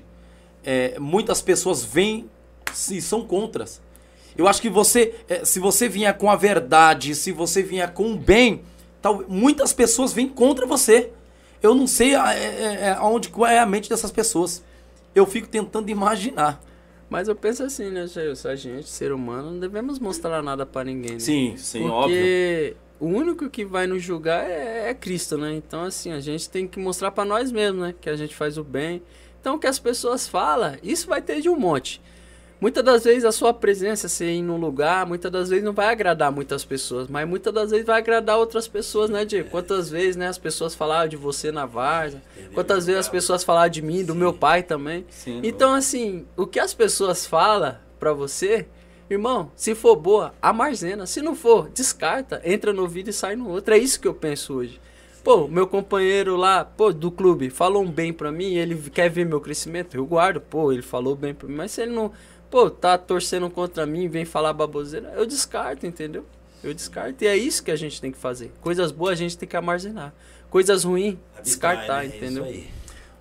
é, muitas pessoas vêm e são contras. Eu acho que você, é, se você vier com a verdade, se você vier com o bem, tal, muitas pessoas vêm contra você. Eu não sei a, é, é, aonde, qual é a mente dessas pessoas. Eu fico tentando imaginar. Mas eu penso assim, né, Jailson? A gente, ser humano, não devemos mostrar nada pra ninguém, né? Sim, sim, óbvio. Porque o único que vai nos julgar é, é Cristo, né? Então, assim, a gente tem que mostrar pra nós mesmos, né? Que a gente faz o bem. Então, o que as pessoas falam, isso vai ter de um monte. Muitas das vezes a sua presença, você ir num lugar, muitas das vezes não vai agradar muitas pessoas, mas muitas das vezes vai agradar outras pessoas, né, Diego? Quantas vezes, né, as pessoas falaram de você na Várzea, quantas vezes as pessoas falaram de mim, do meu pai também. Sim. Então, assim, o que as pessoas falam pra você, irmão, se for boa, armazena. Se não for, descarta, entra no ouvido e sai no outro. É isso que eu penso hoje. Pô, meu companheiro lá, pô, do clube, falou um bem pra mim, ele quer ver meu crescimento, eu guardo, pô, ele falou bem pra mim, mas se ele não, pô, tá torcendo contra mim, vem falar baboseira, eu descarto, entendeu? Eu descarto, e é isso que a gente tem que fazer. Coisas boas a gente tem que armazenar, coisas ruins, descartar, Né? É entendeu? isso aí.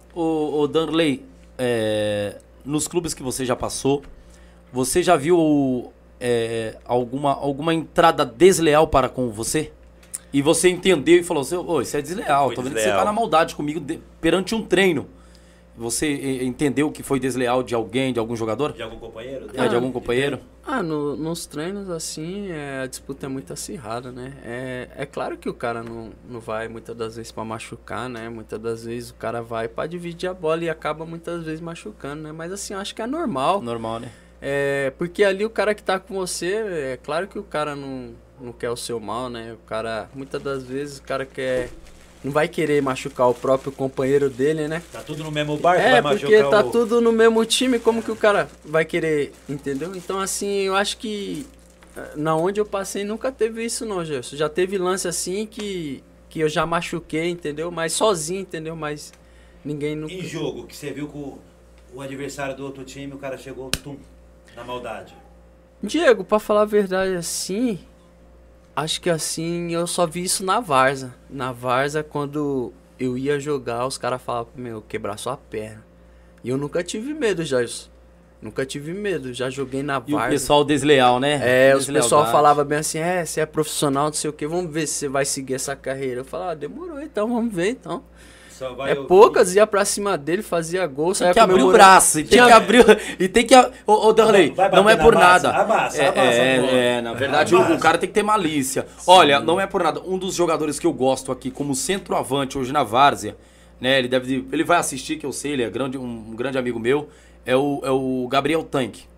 Ô, ô Danley, é, nos clubes que você já passou, você já viu é, alguma, alguma entrada desleal para com você? E você entendeu e falou assim, ô, isso é desleal, Foi tô vendo que desleal. você tá na maldade comigo de- perante um treino. Você eh, entendeu que foi desleal de alguém, de algum jogador? De algum companheiro? Ah, de algum companheiro? Ah, no- nos treinos, assim, é, a disputa é muito acirrada, né? É, é claro que o cara não, não vai muitas das vezes pra machucar, né? Muitas das vezes o cara vai pra dividir a bola e acaba muitas vezes machucando, né? Mas assim, eu acho que é normal. Normal, né? É, porque ali o cara que tá com você, é claro que o cara não, não quer o seu mal, né? O cara, muitas das vezes, o cara quer... Não vai querer machucar o próprio companheiro dele, né? Tá tudo no mesmo barco, É, vai porque machucar tá o... tudo no mesmo time, como que o cara vai querer, entendeu? Então, assim, eu acho que eh, na onde eu passei nunca teve isso não, Gerson. Já teve lance assim que, que eu já machuquei, entendeu? Mas sozinho, entendeu? Mas ninguém nunca... Em jogo, que você viu que o, o adversário do outro time, o cara chegou, tum, na maldade. Diego, pra falar a verdade assim, acho que assim, eu só vi isso na Várzea. Na Várzea, quando eu ia jogar, os caras falavam, meu, quebrar sua perna. E eu nunca tive medo, Jairson. Nunca tive medo, já joguei na E o Várzea. pessoal desleal, né? É, os pessoal Deslealdade. falava bem assim, é, você é profissional, não sei o que, vamos ver se você vai seguir essa carreira. Eu falava, ah, demorou então, vamos ver então. Só vai É ouvir. poucas, ia pra cima dele, fazia gol, Tem saia que abrir o comemorando. braço, e tem que abrir. E tem que. Ô, ô Danley, Vai bater não é na por massa, nada. amassa, é, amassa, é, pô. é, na verdade, o, Amassa. o cara tem que ter malícia. Olha, não é por nada. Um dos jogadores que eu gosto aqui, como centroavante hoje na Várzea, né? Ele deve. Ele vai assistir, que eu sei, ele é grande, um, um grande amigo meu. É o, é o Gabriel Tanque.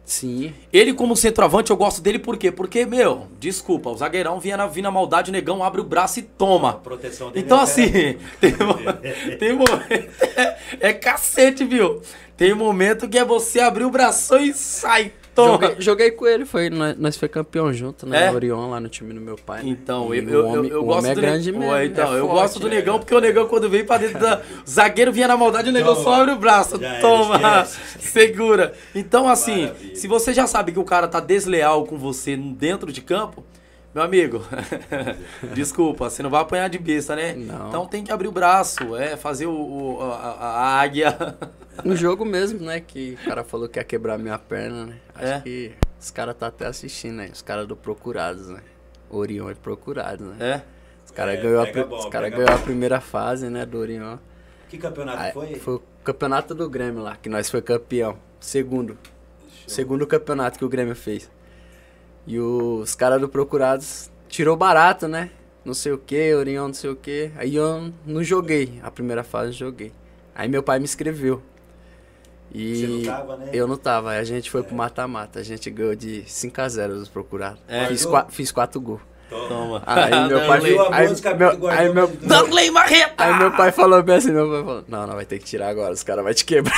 Sim. Ele como centroavante, eu gosto dele por quê? Porque, meu, desculpa, o zagueirão vinha na, vinha na maldade, o negão abre o braço e toma. A proteção dele Então é assim, tem, mo- tem momento, é, é cacete, viu? Tem momento que é você abrir o bração e sai, toma. Joguei, joguei com ele, foi, nós, nós foi campeão junto, né? É? Orion, lá no time do meu pai. Né? Então, E eu, o eu, homem, eu, eu o gosto homem é do grande ne- mesmo. Ué, então, é eu forte, gosto do né? negão, porque o negão, quando veio pra dentro da. O zagueiro vinha na maldade, o negão Toma. só abre o braço. Já era, Toma, esquece. segura. Então, assim, Maravilha. se você já sabe que o cara tá desleal com você dentro de campo, meu amigo, desculpa, você não vai apanhar de besta, né? Não. Então tem que abrir o braço, é, fazer o, o- a, a- a águia. No jogo mesmo, né? Que o cara falou que ia quebrar minha perna, né? Acho É? que os caras tá até assistindo, né? Os caras do Procurados, né? Orion e Procurados, né? É? Os caras É, ganhou, a, pega pri- bom, os cara pega ganhou a bom. primeira fase, né? Do Orion. Que campeonato Aí, foi? foi o campeonato do Grêmio lá, que nós foi campeão. Segundo. Segundo campeonato que o Grêmio fez. E os caras do Procurados tirou barato, né? Não sei o que, Orion não sei o que. Aí eu não joguei. A primeira fase eu joguei. Aí meu pai me inscreveu. E Você não tava, né? eu não tava. Aí a gente foi pro mata-mata. A gente ganhou de cinco a zero dos Procurados. É. Fiz, Guardou? qua- fiz quatro gols. Toma. Aí meu pai Danley. Viu a aí, música meu, que guardou aí, meu, do- do- Danley Marreta! aí meu pai falou bem assim, meu pai falou, não, não, vai ter que tirar agora, os caras vão te quebrar.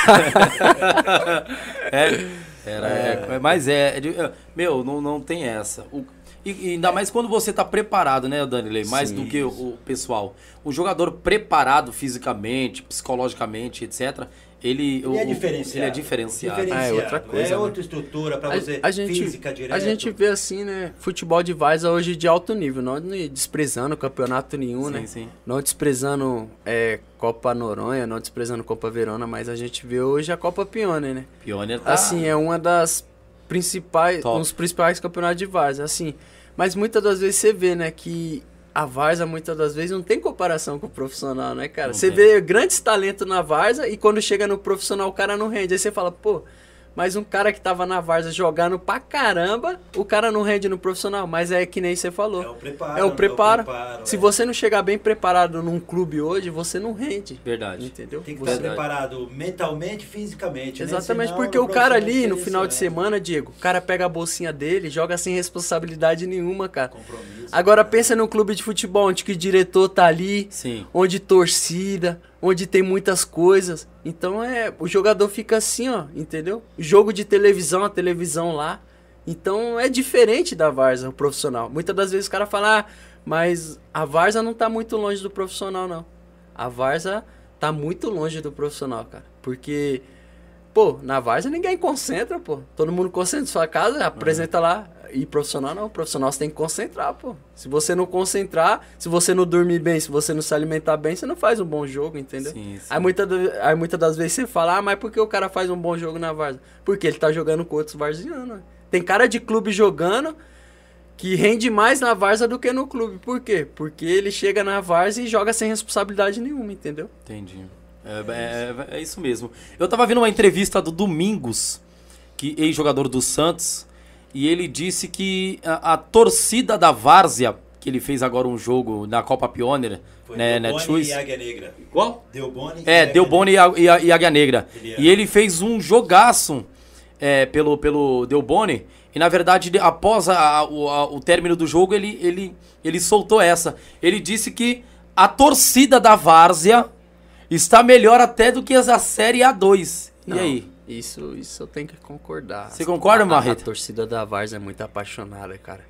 É, era, é, mas é, é de- é, meu, não, não tem essa. O- e, e ainda mais quando você tá preparado, né, Danilei? Mais Sim. do que o, o pessoal. O jogador preparado fisicamente, psicologicamente, etcétera. Ele, Ele o- é o- diferenciado. Ele é diferenciado. Ah, é outra coisa, É né? outra estrutura pra A, você, a gente, física direto. a gente vê assim, né, futebol de várzea hoje de alto nível, não desprezando campeonato nenhum, Sim, né? sim. Não desprezando é, Copa Noronha, não desprezando Copa Verona, mas a gente vê hoje a Copa Pioneer, né? Pioneer tá... Assim, é uma das principais, Top. um dos principais campeonatos de várzea, assim. Mas muitas das vezes você vê, né, que a várzea muitas das vezes não tem comparação com o profissional, né, cara? Não Você tem. vê grandes talentos na várzea e quando chega no profissional o cara não rende. Aí você fala, pô, mas um cara que tava na várzea jogando pra caramba, o cara não rende no profissional. Mas é que nem você falou. É o preparo. É o preparo. preparo, Se é. você não chegar bem preparado num clube hoje, você não rende. Verdade. Entendeu? Tem que Você- estar preparado mentalmente e fisicamente. né? Exatamente, Senão, porque no o cara ali, profissional no tem final isso, de né? semana, Diego, o cara pega a bolsinha dele, joga sem responsabilidade nenhuma, cara. Compromisso. Agora pensa num clube de futebol, onde que o diretor tá ali, Sim. onde torcida, onde tem muitas coisas. Então é, o jogador fica assim, ó, entendeu? Jogo de televisão, a televisão lá. Então é diferente da várzea, o profissional. Muitas das vezes o cara fala, ah, mas a várzea não tá muito longe do profissional, não. A várzea tá muito longe do profissional, cara. Porque, pô, na várzea ninguém concentra, pô. Todo mundo concentra em sua casa, apresenta lá. E profissional não, profissional você tem que concentrar, pô. Se você não concentrar, se você não dormir bem, se você não se alimentar bem, você não faz um bom jogo, entendeu? Sim, sim. Aí muitas aí muitas das vezes você fala, ah, mas por que o cara faz um bom jogo na várzea? Porque ele tá jogando com outros varzianos, né? Tem cara de clube jogando que rende mais na várzea do que no clube. Por quê? Porque ele chega na várzea e joga sem responsabilidade nenhuma, entendeu? Entendi. É, é- é isso mesmo. Eu tava vendo uma entrevista do Domingos, que ex-jogador do Santos, e ele disse que a, a torcida da Várzea, que ele fez agora um jogo na Copa Pioneer, Foi né, Delboni Netshoes. e Águia Negra. Qual? Delboni É, Águia Delboni e, Negra. a- e, a- e Águia Negra. Ele é. E ele fez um jogaço é, pelo, pelo Delboni. E na verdade, de- após a- a- o, a- o término do jogo, ele, ele, ele soltou essa. Ele disse que a torcida da Várzea está melhor até do que as da Série A dois. E Não, aí? Isso, isso eu tenho que concordar. Você concorda, A- a- Marreta? A torcida da Várzea é muito apaixonada, cara.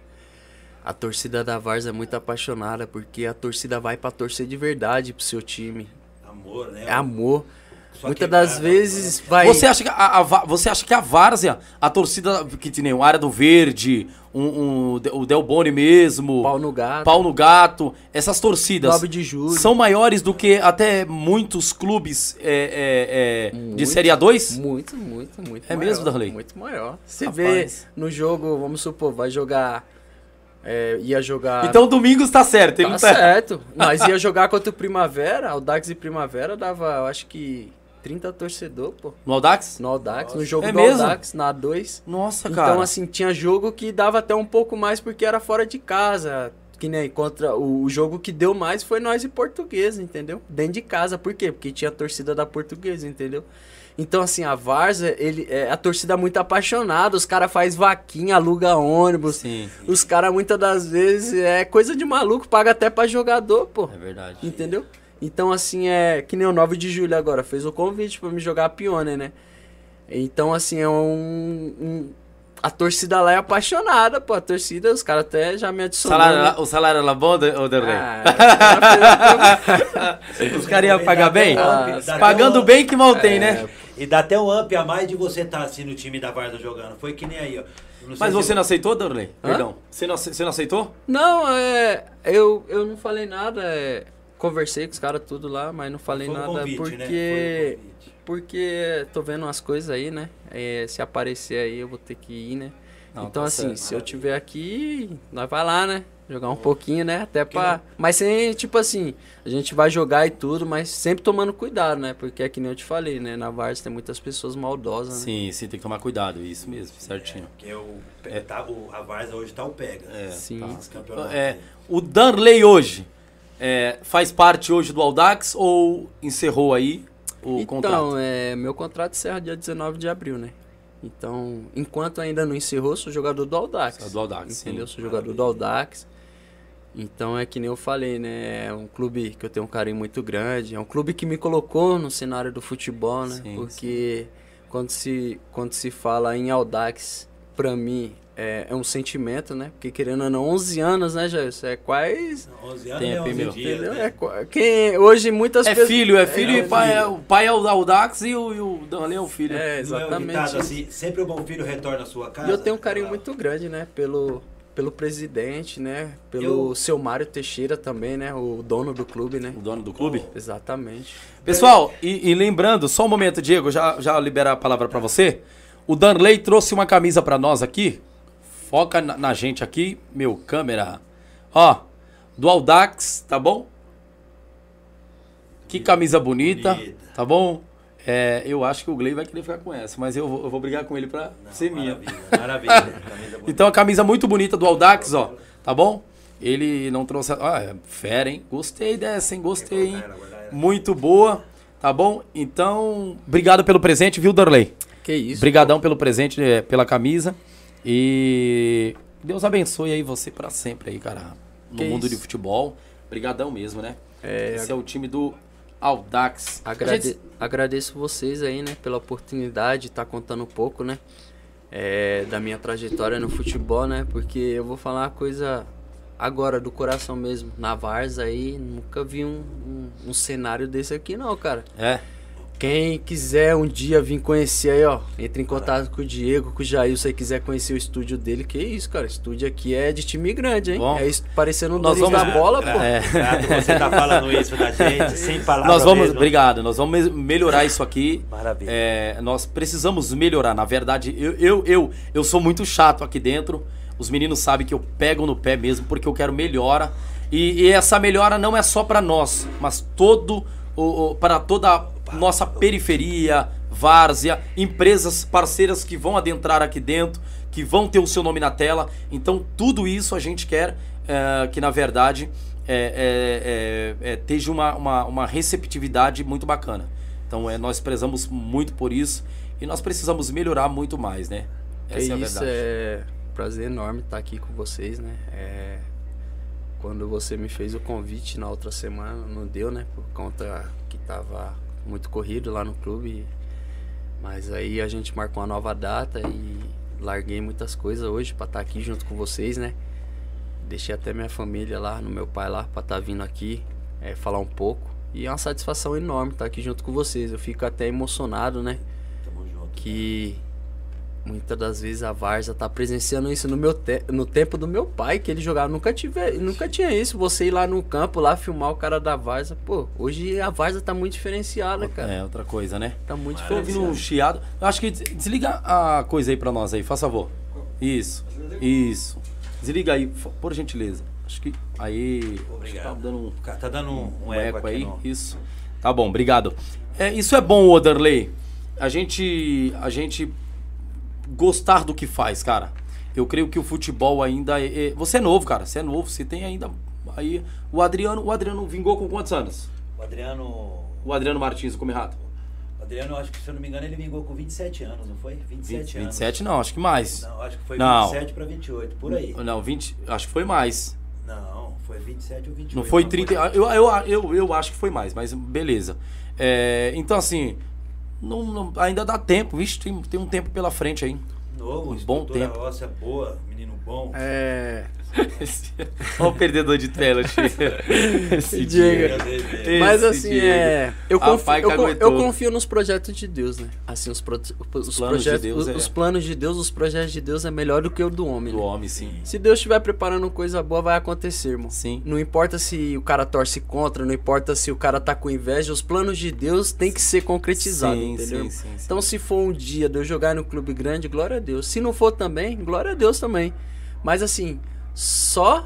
A torcida da Várzea é muito apaixonada porque a torcida vai pra torcer de verdade pro seu time. Amor, né? É amor. Só Muitas quebrada, das vezes vai... Você acha, que a, a Va- você acha que a Várzea, a torcida que tem o Área do Verde, um, um- o Delboni mesmo, Pau no gato. Pau no Gato, essas torcidas nove de julho. são maiores do que até muitos clubes é, é, é, de Muito, Série A dois? Muito, muito, muito É maior. mesmo, Darley? Muito maior. Você Rapaz. vê no jogo, vamos supor, vai jogar... é, ia jogar... Então o Domingos tá certo. ele Tá não tá- certo. Nós ia jogar contra o Primavera, o Dax e Primavera dava, eu acho que, trinta torcedor, pô. No Audax? No Audax, Nossa. no jogo É do mesmo? Audax, na A dois. Nossa, cara. Então, assim, tinha jogo que dava até um pouco mais porque era fora de casa. Que nem contra o, o jogo que deu mais foi nós e Portuguesa, entendeu? Dentro de casa. Por quê? Porque tinha a torcida da Portuguesa, entendeu? Então, assim, a Várzea, ele, é, a torcida é muito apaixonada, os caras fazem vaquinha, aluga ônibus. Sim. Os caras, muitas das vezes, é coisa de maluco, paga até pra jogador, pô. É verdade. Entendeu? Então, assim, é que nem o nove de julho agora, fez o convite pra me jogar a Pioneer, né? Então, assim, é um... um a torcida lá é apaixonada, pô. A torcida, os caras até já me adicionaram. Salário, né? O salário era bom, Derlei? Ah, Os caras iam pagar bem? Ah, Pagando um... bem que mal tem, né? E dá até um up a mais de você estar tá, assim no time da Várzea jogando. Foi que nem aí, ó. Não Mas você se... não aceitou, Derlei? Perdão. Você não, você não aceitou? Não, é... Eu, eu não falei nada, é... Conversei com os caras tudo lá, mas não falei Foi um nada convite, porque... Né? Foi um convite. Porque tô vendo umas coisas aí, né? É, se aparecer aí, eu vou ter que ir, né? Não, então, tá assim, certo, se maravilha. Eu tiver aqui, nós vai lá, né? Jogar um pouquinho, né? Até pra... Mas sem, tipo assim, a gente vai jogar e tudo, mas sempre tomando cuidado, né? Porque é que nem eu te falei, né? Na Várzea tem muitas pessoas maldosas, né? Sim, sim, tem que tomar cuidado, isso mesmo, certinho. É, porque o, é. tá, o, a Várzea hoje tá o pega. É, sim. Tá. É, o Darley hoje é, faz parte hoje do Audax ou encerrou aí o então, contrato? Então, é, meu contrato encerra dia dezenove de abril, né? Então, enquanto ainda não encerrou, sou jogador do Audax. É do Audax, entendeu? Sim. Sou jogador do Audax. Então, é que nem eu falei, né? É um clube que eu tenho um carinho muito grande. É um clube que me colocou no cenário do futebol, né? Sim, Porque sim. Quando, se, quando se fala em Audax, pra mim, é, é um sentimento, né? Porque querendo ou não, onze anos, né, Jair? É quase... onze anos tempo, é onze dias, né? é, quem, hoje muitas é pessoas... Filho, é filho, é, e pai, é, o pai é o Audax e o, e o Darley é o filho. É, exatamente. Não é um assim, sempre o bom filho retorna à sua casa. E eu tenho um carinho muito grande, né? Pelo, pelo presidente, né? Pelo eu... seu Mário Teixeira também, né? O dono do clube, né? O dono do clube? Oh, exatamente. Pessoal, e, e lembrando, só um momento, Diego, já, já liberar a palavra pra você. O Darley trouxe uma camisa pra nós aqui. Foca na, na gente aqui, meu, câmera. Ó, do Audax, tá bom? Que camisa bonita, bonita. Tá bom? É, eu acho que o Gley vai querer ficar com essa, mas eu vou, eu vou brigar com ele pra Não, ser minha. Maravilha, maravilha. Então a camisa muito bonita do Audax, ó, tá bom? Ele não trouxe... Ah, fera, hein? Gostei dessa, hein? Gostei, hein? Muito boa, tá bom? Então, obrigado pelo presente, viu, Darley? Que isso. Obrigadão pelo presente, pela camisa. E Deus abençoe aí você pra sempre aí, cara. No que mundo isso? de futebol. Obrigadão mesmo, né? É, Esse é o time do Audax. Agrade... Gente... Agradeço vocês aí, né? Pela oportunidade de estar tá contando um pouco, né? É, da minha trajetória no futebol, né? Porque eu vou falar uma coisa agora, do coração mesmo. Na Várzea aí, nunca vi um, um, um cenário desse aqui não, cara. É. Quem quiser um dia vir conhecer aí, ó, entre em contato com o Diego, com o Jair, se você quiser conhecer o estúdio dele, que isso, cara, o estúdio aqui é de time grande, hein? Bom, é isso, parecendo um dono da bola, pô. É. Você tá falando isso da gente, sem palavras. Nós vamos, mesmo. Obrigado, nós vamos melhorar isso aqui. Maravilha. É, nós precisamos melhorar, na verdade, eu, eu, eu, eu sou muito chato aqui dentro, os meninos sabem que eu pego no pé mesmo, porque eu quero melhora, e, e essa melhora não é só pra nós, mas todo, o, o, para toda a nossa periferia, várzea, empresas parceiras que vão adentrar aqui dentro, que vão ter o seu nome na tela. Então tudo isso a gente quer é, que na verdade é, é, é, é, esteja uma, uma, uma receptividade muito bacana. Então é, nós prezamos muito por isso e nós precisamos melhorar muito mais, né? Essa é, é a verdade. É um prazer enorme estar aqui com vocês, né? É... Quando você me fez o convite na outra semana, não deu, né? Por conta que tava muito corrido lá no clube, mas aí a gente marcou uma nova data e larguei muitas coisas hoje para estar aqui junto com vocês, né? Deixei até minha família lá, no meu pai lá, para estar vindo aqui é, falar um pouco, e é uma satisfação enorme estar aqui junto com vocês. Eu fico até emocionado, né? Tamo junto. Que muitas das vezes a Várzea tá presenciando isso no, meu te no tempo do meu pai, que ele jogava. Nunca, tive, nunca tinha isso. Você ir lá no campo, lá filmar o cara da Várzea. Pô, hoje a Várzea tá muito diferenciada, cara. É, outra coisa, né? Tá muito Tô ouvindo um chiado. Eu acho que desliga a coisa aí pra nós aí, faz favor. Isso, isso. Desliga aí, por gentileza. Acho que aí... Obrigado. Tá dando um, tá dando um, um, um eco, eco aí. no... Isso. Tá bom, obrigado. É, isso é bom, Oderley. A gente... A gente... gostar do que faz, cara. Eu creio que o futebol ainda é, é... Você é novo, cara. Você é novo. Você tem ainda... Aí, o Adriano... O Adriano vingou com quantos anos? O Adriano... O Adriano Martins, como errado. O Adriano, acho que, se eu não me engano, ele vingou com vinte e sete anos, não foi? vinte e sete vinte, anos. vinte e sete não, acho que mais. Não, acho que foi não. vinte e sete para vinte e oito, por aí. Não, vinte, acho que foi mais. Não, foi vinte e sete ou vinte e oito. Não foi trinta, eu, eu, eu, eu acho que foi mais, mas beleza. É, então assim, não, não, ainda dá tempo, vixe, tem, tem um tempo pela frente aí. Novo, um bom tempo. Óssea boa, menino bom. É... Olha o perdedor de pênalti. Esse Diego. Esse Mas assim, Diego. é. Eu confio, Rapaz, eu, con- eu caguetou. confio nos projetos de Deus, né? Assim, os, pro, os, planos projetos, de Deus os, é- os planos de Deus, os projetos de Deus é melhor do que o do homem. Do né? homem, sim. Se Deus estiver preparando coisa boa, vai acontecer, irmão. Sim. Não importa se o cara torce contra, não importa se o cara tá com inveja, os planos de Deus tem que ser concretizados, Sim, entendeu? sim, sim, sim. Então, se for um dia de eu jogar no clube grande, glória a Deus. Se não for também, glória a Deus também. Mas assim, só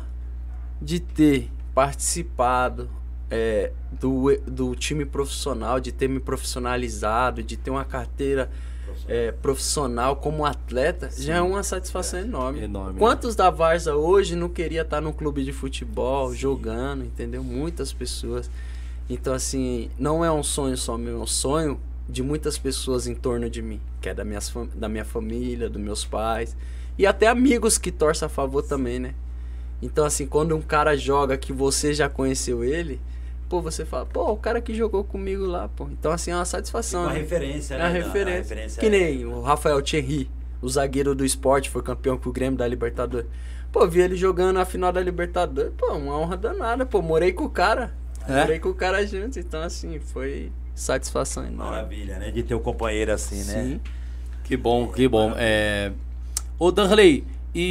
de ter participado é, do, do time profissional, de ter me profissionalizado, de ter uma carteira é, profissional como atleta, Sim. já é uma satisfação enorme. Enorme, Quantos da Varza hoje não queria estar num clube de futebol, Sim. jogando, entendeu? Muitas pessoas. Então, assim, não é um sonho só meu, é um sonho de muitas pessoas em torno de mim, que é da minha, da minha família, dos meus pais, e até amigos que torcem a favor também, né? Então, assim, quando um cara joga que você já conheceu ele, pô, você fala, pô, o cara que jogou comigo lá, pô. Então, assim, é uma satisfação. Uma né? referência, é né? uma Não, referência. a referência que é- nem o Rafael Thierry, o zagueiro do esporte, foi campeão com o Grêmio da Libertadores. Pô, vi ele jogando a final da Libertadores, pô, uma honra danada, pô, morei com o cara. É? Morei com o cara junto, então, assim, foi satisfação enorme. Maravilha, né? De ter um companheiro assim, né? Sim. Que bom, que bom. É... Ô, Danley,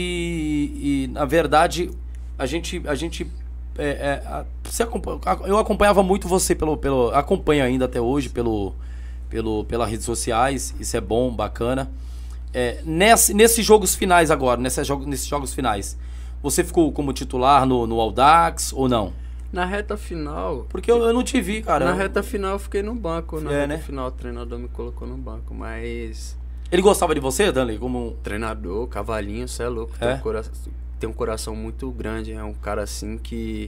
e, e na verdade, a gente. A gente é, é, a- você acompanha- eu acompanhava muito você pelo. pelo acompanho ainda até hoje pelo, pelo, pelas redes sociais. Isso é bom, bacana. É, nesse, nesses jogos finais agora, nessa jogo, nesses jogos finais, você ficou como titular no, no Audax ou não? Na reta final... Porque eu, eu não te vi, cara. Na Eu- reta final eu fiquei no banco. Na É, reta né? final o treinador me colocou no banco, mas... Ele gostava de você, Danley? Como. Treinador, cavalinho, você é louco. Tem, É? um cora- tem um coração muito grande. É um cara assim que.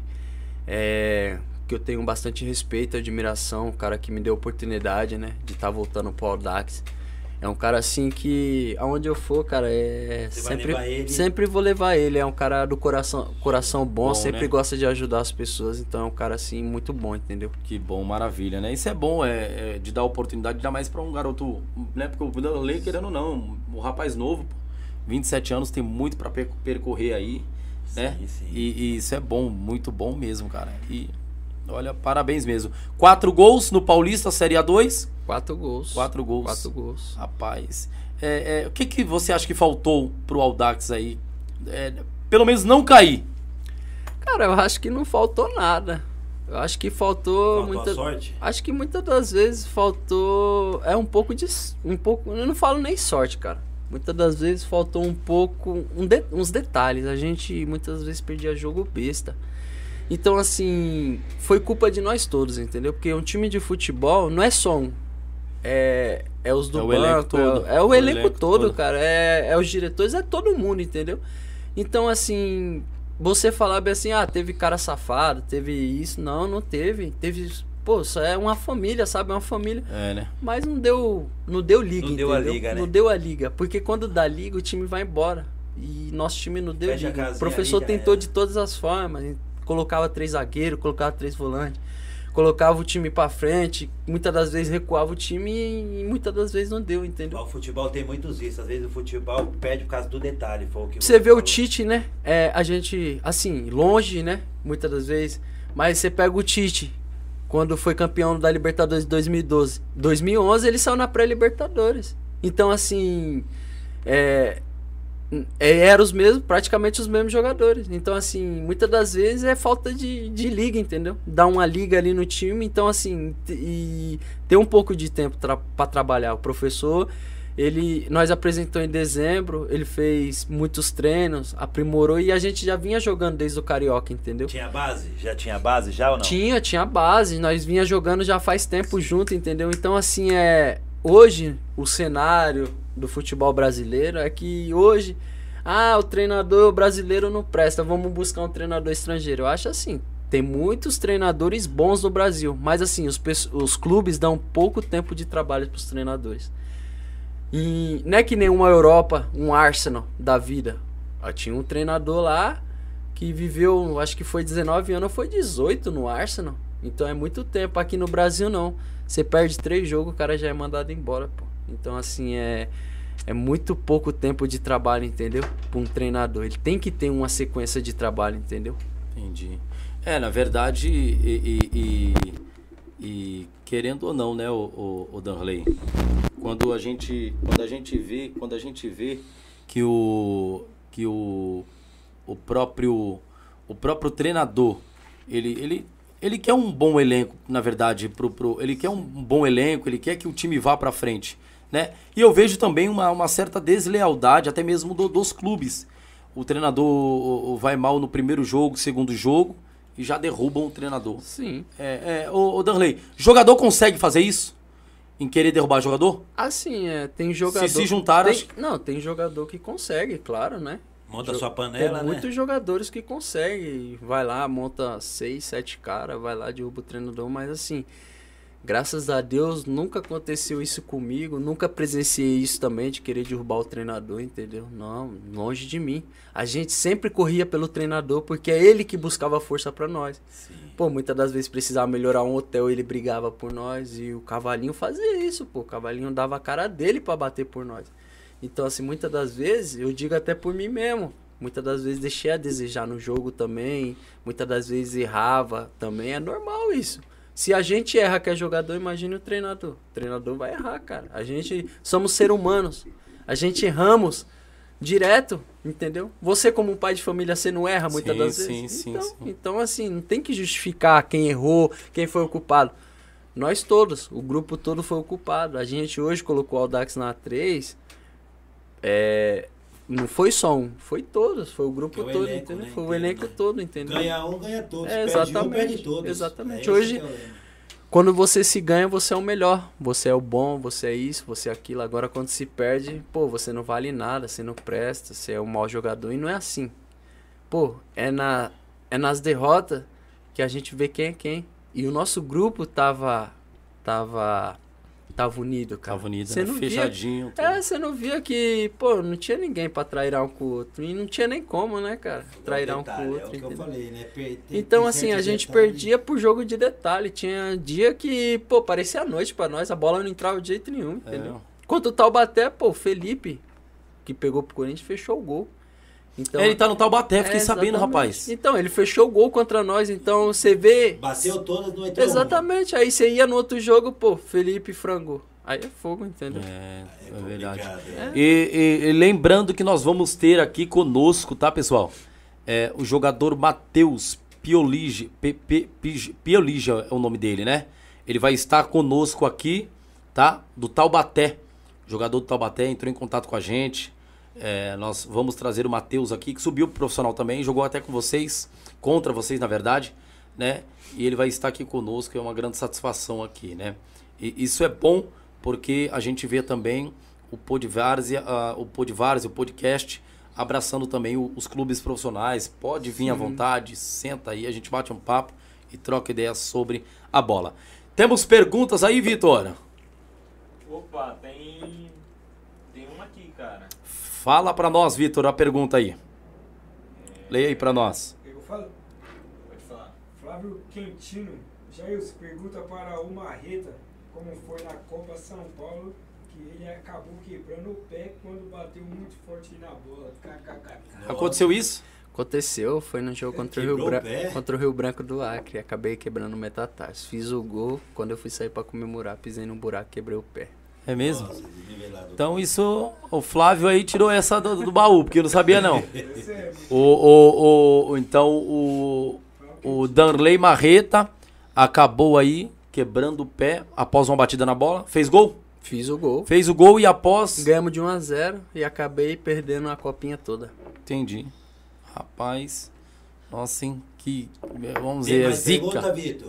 É, que eu tenho bastante respeito, admiração. Um cara que me deu oportunidade, né? De estar voltando pro Audax. É um cara assim que. Aonde eu for, cara, é. Você vai Sempre, levar ele? sempre vou levar ele. É um cara do coração, coração bom, Bom, sempre né? gosta de ajudar as pessoas. Então é um cara assim muito bom, entendeu? Que bom, maravilha, né? Isso é bom, é, é de dar oportunidade, ainda mais pra um garoto, né? Porque o Danley, querendo ou não, um rapaz novo, pô, vinte e sete anos, tem muito pra per- percorrer aí, né? Sim, sim. E, e isso é bom, muito bom mesmo, cara. E olha, parabéns mesmo. Quatro gols no Paulista Série A dois? Quatro gols. Quatro gols. Quatro gols. Rapaz, é, é, o que, que você acha que faltou pro Audax aí? É, pelo menos não cair. Cara, eu acho que não faltou nada. Eu acho que faltou, Faltou muita a sorte? Acho que muitas das vezes faltou é um pouco de um pouco, eu não falo nem sorte, cara. Muitas das vezes faltou um pouco um de- uns detalhes. A gente muitas vezes perdia jogo besta. Então assim, foi culpa de nós todos, entendeu? Porque um time de futebol não é só um. É, é os do É o elenco banco, todo. é, é o, O elenco, elenco todo, todo. cara. É, é os diretores, é todo mundo, entendeu? Então, assim, você falar bem assim, ah, teve cara safado, teve isso. Não, não teve. Teve, pô, isso é uma família, sabe? É uma família. É, né? Mas não deu, não deu liga, Não deu a entendeu? liga, né? Não deu a liga. Porque quando dá liga, o time vai embora. E nosso time não deu Fecha a liga. casinha O professor ali, já tentou era. de todas as formas. Colocava três zagueiros, colocava três volantes. Colocava o time pra frente. Muitas das vezes recuava o time e muitas das vezes não deu, entendeu? O futebol tem muitos isso. Às vezes o futebol perde por causa do detalhe. Foi o que Você vê o falou. Tite, né? É, a gente, assim, longe, né? Muitas das vezes. Mas você pega o Tite, quando foi campeão da Libertadores de dois mil e doze. dois mil e onze ele saiu na pré-Libertadores. Então, assim, é, é, eram os mesmos, praticamente os mesmos jogadores. Então, assim, muitas das vezes é falta de, de liga, entendeu? Dar uma liga ali no time. Então, assim, t- e ter um pouco de tempo tra- pra trabalhar. O professor, ele, nós apresentou em dezembro, ele fez muitos treinos, aprimorou e a gente já vinha jogando desde o Carioca, entendeu? Tinha base? Já tinha base já ou não? Tinha, tinha base, nós vinha jogando já faz tempo junto, entendeu? Então, assim, é hoje o cenário do futebol brasileiro é que hoje, ah, o treinador brasileiro não presta, vamos buscar um treinador estrangeiro. Eu acho assim, Tem muitos treinadores bons no Brasil, mas assim, os, os clubes dão pouco tempo de trabalho para os treinadores. E não é que nem uma Europa, um Arsenal da vida. Eu tinha um treinador lá que viveu, acho que foi dezenove anos, foi dezoito no Arsenal. Então é muito tempo. Aqui no Brasil não. Você perde três jogos, o cara já é mandado embora, pô. Então assim, é, é muito pouco tempo de trabalho, entendeu? Para um treinador. Ele tem que ter uma sequência de trabalho, entendeu? Entendi. É, na verdade, e, e, e, e querendo ou não, né, o, o, o Danley, quando a gente, quando a gente vê, quando a gente vê que o que o, o próprio o próprio treinador, ele, ele, ele quer um bom elenco, na verdade, pro, pro, ele quer um bom elenco, ele quer que o time vá para frente, né? E eu vejo também uma, uma certa deslealdade, até mesmo do, dos clubes. O treinador vai mal no primeiro jogo, segundo jogo, e já derrubam o treinador. Sim. É, é, ô, ô Danley, jogador consegue fazer isso? Em querer derrubar jogador? Assim, é, tem jogador... Se se juntar... Tem, acho... Não, tem jogador que consegue, claro, né? Monta Jo- sua panela, Tem né? muitos jogadores que conseguem. Vai lá, monta seis, sete caras, vai lá, derruba o treinador, mas assim... Graças a Deus, nunca aconteceu isso comigo, nunca presenciei isso também, de querer derrubar o treinador, entendeu? Não, longe de mim. A gente sempre corria pelo treinador, porque é ele que buscava força pra nós. Sim. Pô, muitas das vezes precisava melhorar um hotel, ele brigava por nós, e o Cavalinho fazia isso, pô. O Cavalinho dava a cara dele pra bater por nós. Então, assim, muitas das vezes, eu digo até por mim mesmo, muitas das vezes deixei a desejar no jogo também, muitas das vezes errava também, é normal isso. Se a gente erra que é jogador, imagine o treinador. O treinador vai errar, cara. A gente somos seres humanos. A gente erramos direto, entendeu? Você como um pai de família, você não erra muitas Sim, das sim, vezes? sim, então, sim. então, assim, não tem que justificar quem errou, quem foi o culpado. Nós todos, o grupo todo foi o culpado. A gente hoje colocou o Audax na A três, é... Não foi só um, foi todos, foi o grupo É o todo, elenco, entendeu? né, Foi o inteiro, elenco né? todo, entendeu? Ganha um, ganha todos. É, Perde um, exatamente, perde todos. exatamente. É esse Hoje- que é o lema. Quando você se ganha, você é o melhor. Você é o bom, você é isso, você é aquilo. Agora, quando se perde, pô, você não vale nada, você não presta, você é um mau jogador. E não é assim. Pô, é, na, é nas derrotas que a gente vê quem é quem. E o nosso grupo tava, tava, tava unido, cara. Tava unido, Você né? não via- Fechadinho. tudo. É, você não via que, pô, não tinha ninguém pra trairar um com o outro. E não tinha nem como, né, cara? Trairar um com Detalhe, o É outro. o que eu entendeu? falei, né? Per- tem- Então, tem assim, a certos gente detalhes. perdia por jogo de detalhe. Tinha dia que, pô, parecia a noite pra nós. A bola não entrava de jeito nenhum, entendeu? Quanto o Taubaté, pô, o Felipe, que pegou pro Corinthians, fechou o gol. Então, É, ele tá no Taubaté, fiquei é, sabendo, exatamente. rapaz. Então, ele fechou o gol contra nós. Então, você vê... Bateu todas, não entrou uma. Exatamente. Aí você ia no outro jogo, pô, Felipe frangou. Aí é fogo, entendeu? É, É é verdade. complicado, é. E, e- e lembrando que nós vamos ter aqui conosco, tá, pessoal? É, o jogador Matheus Pioligi, P- P- Pig- Pioligi é o nome dele, né? Ele vai estar conosco aqui, tá? Do Taubaté. O jogador do Taubaté entrou em contato com a gente. É, nós vamos trazer o Matheus aqui, que subiu pro profissional também, jogou até com vocês, contra vocês, na verdade, né? E ele vai estar aqui conosco, é uma grande satisfação aqui, né? E isso é bom porque a gente vê também o Podvárzea, uh, o Podvárzea, o podcast, abraçando também o- os clubes profissionais. Pode vir à vontade, senta aí, a gente bate um papo e troca ideias sobre a bola. Temos perguntas aí, Vitor? Opa, tem. Tem uma aqui, cara. Fala pra nós, Vitor, a pergunta aí. Leia aí pra nós. Eu falo, Pode falar. Flávio Quintino, Jailson, pergunta para o Marreta como foi na Copa São Paulo, que ele acabou quebrando o pé quando bateu muito forte na bola. KKK. Aconteceu isso? Aconteceu, foi no jogo contra o, Rio Quebrou o Branco, pé? contra o Rio Branco do Acre. Acabei quebrando o metatarso. Fiz o gol, quando eu fui sair pra comemorar, pisei num buraco, quebrei o pé. É mesmo? Nossa, desnivelado. Então isso, o Flávio aí tirou essa do, do baú, porque eu não sabia não. Esse é O, o, o, então o, o Danley Marreta acabou aí quebrando o pé após uma batida na bola. Fez gol? Fiz o gol, Fez o gol e após... ganhamos de um a zero e acabei perdendo a copinha toda. Entendi. Rapaz, nossa, hein, que, vamos Tem dizer, mais zica. pergunta, Vitor?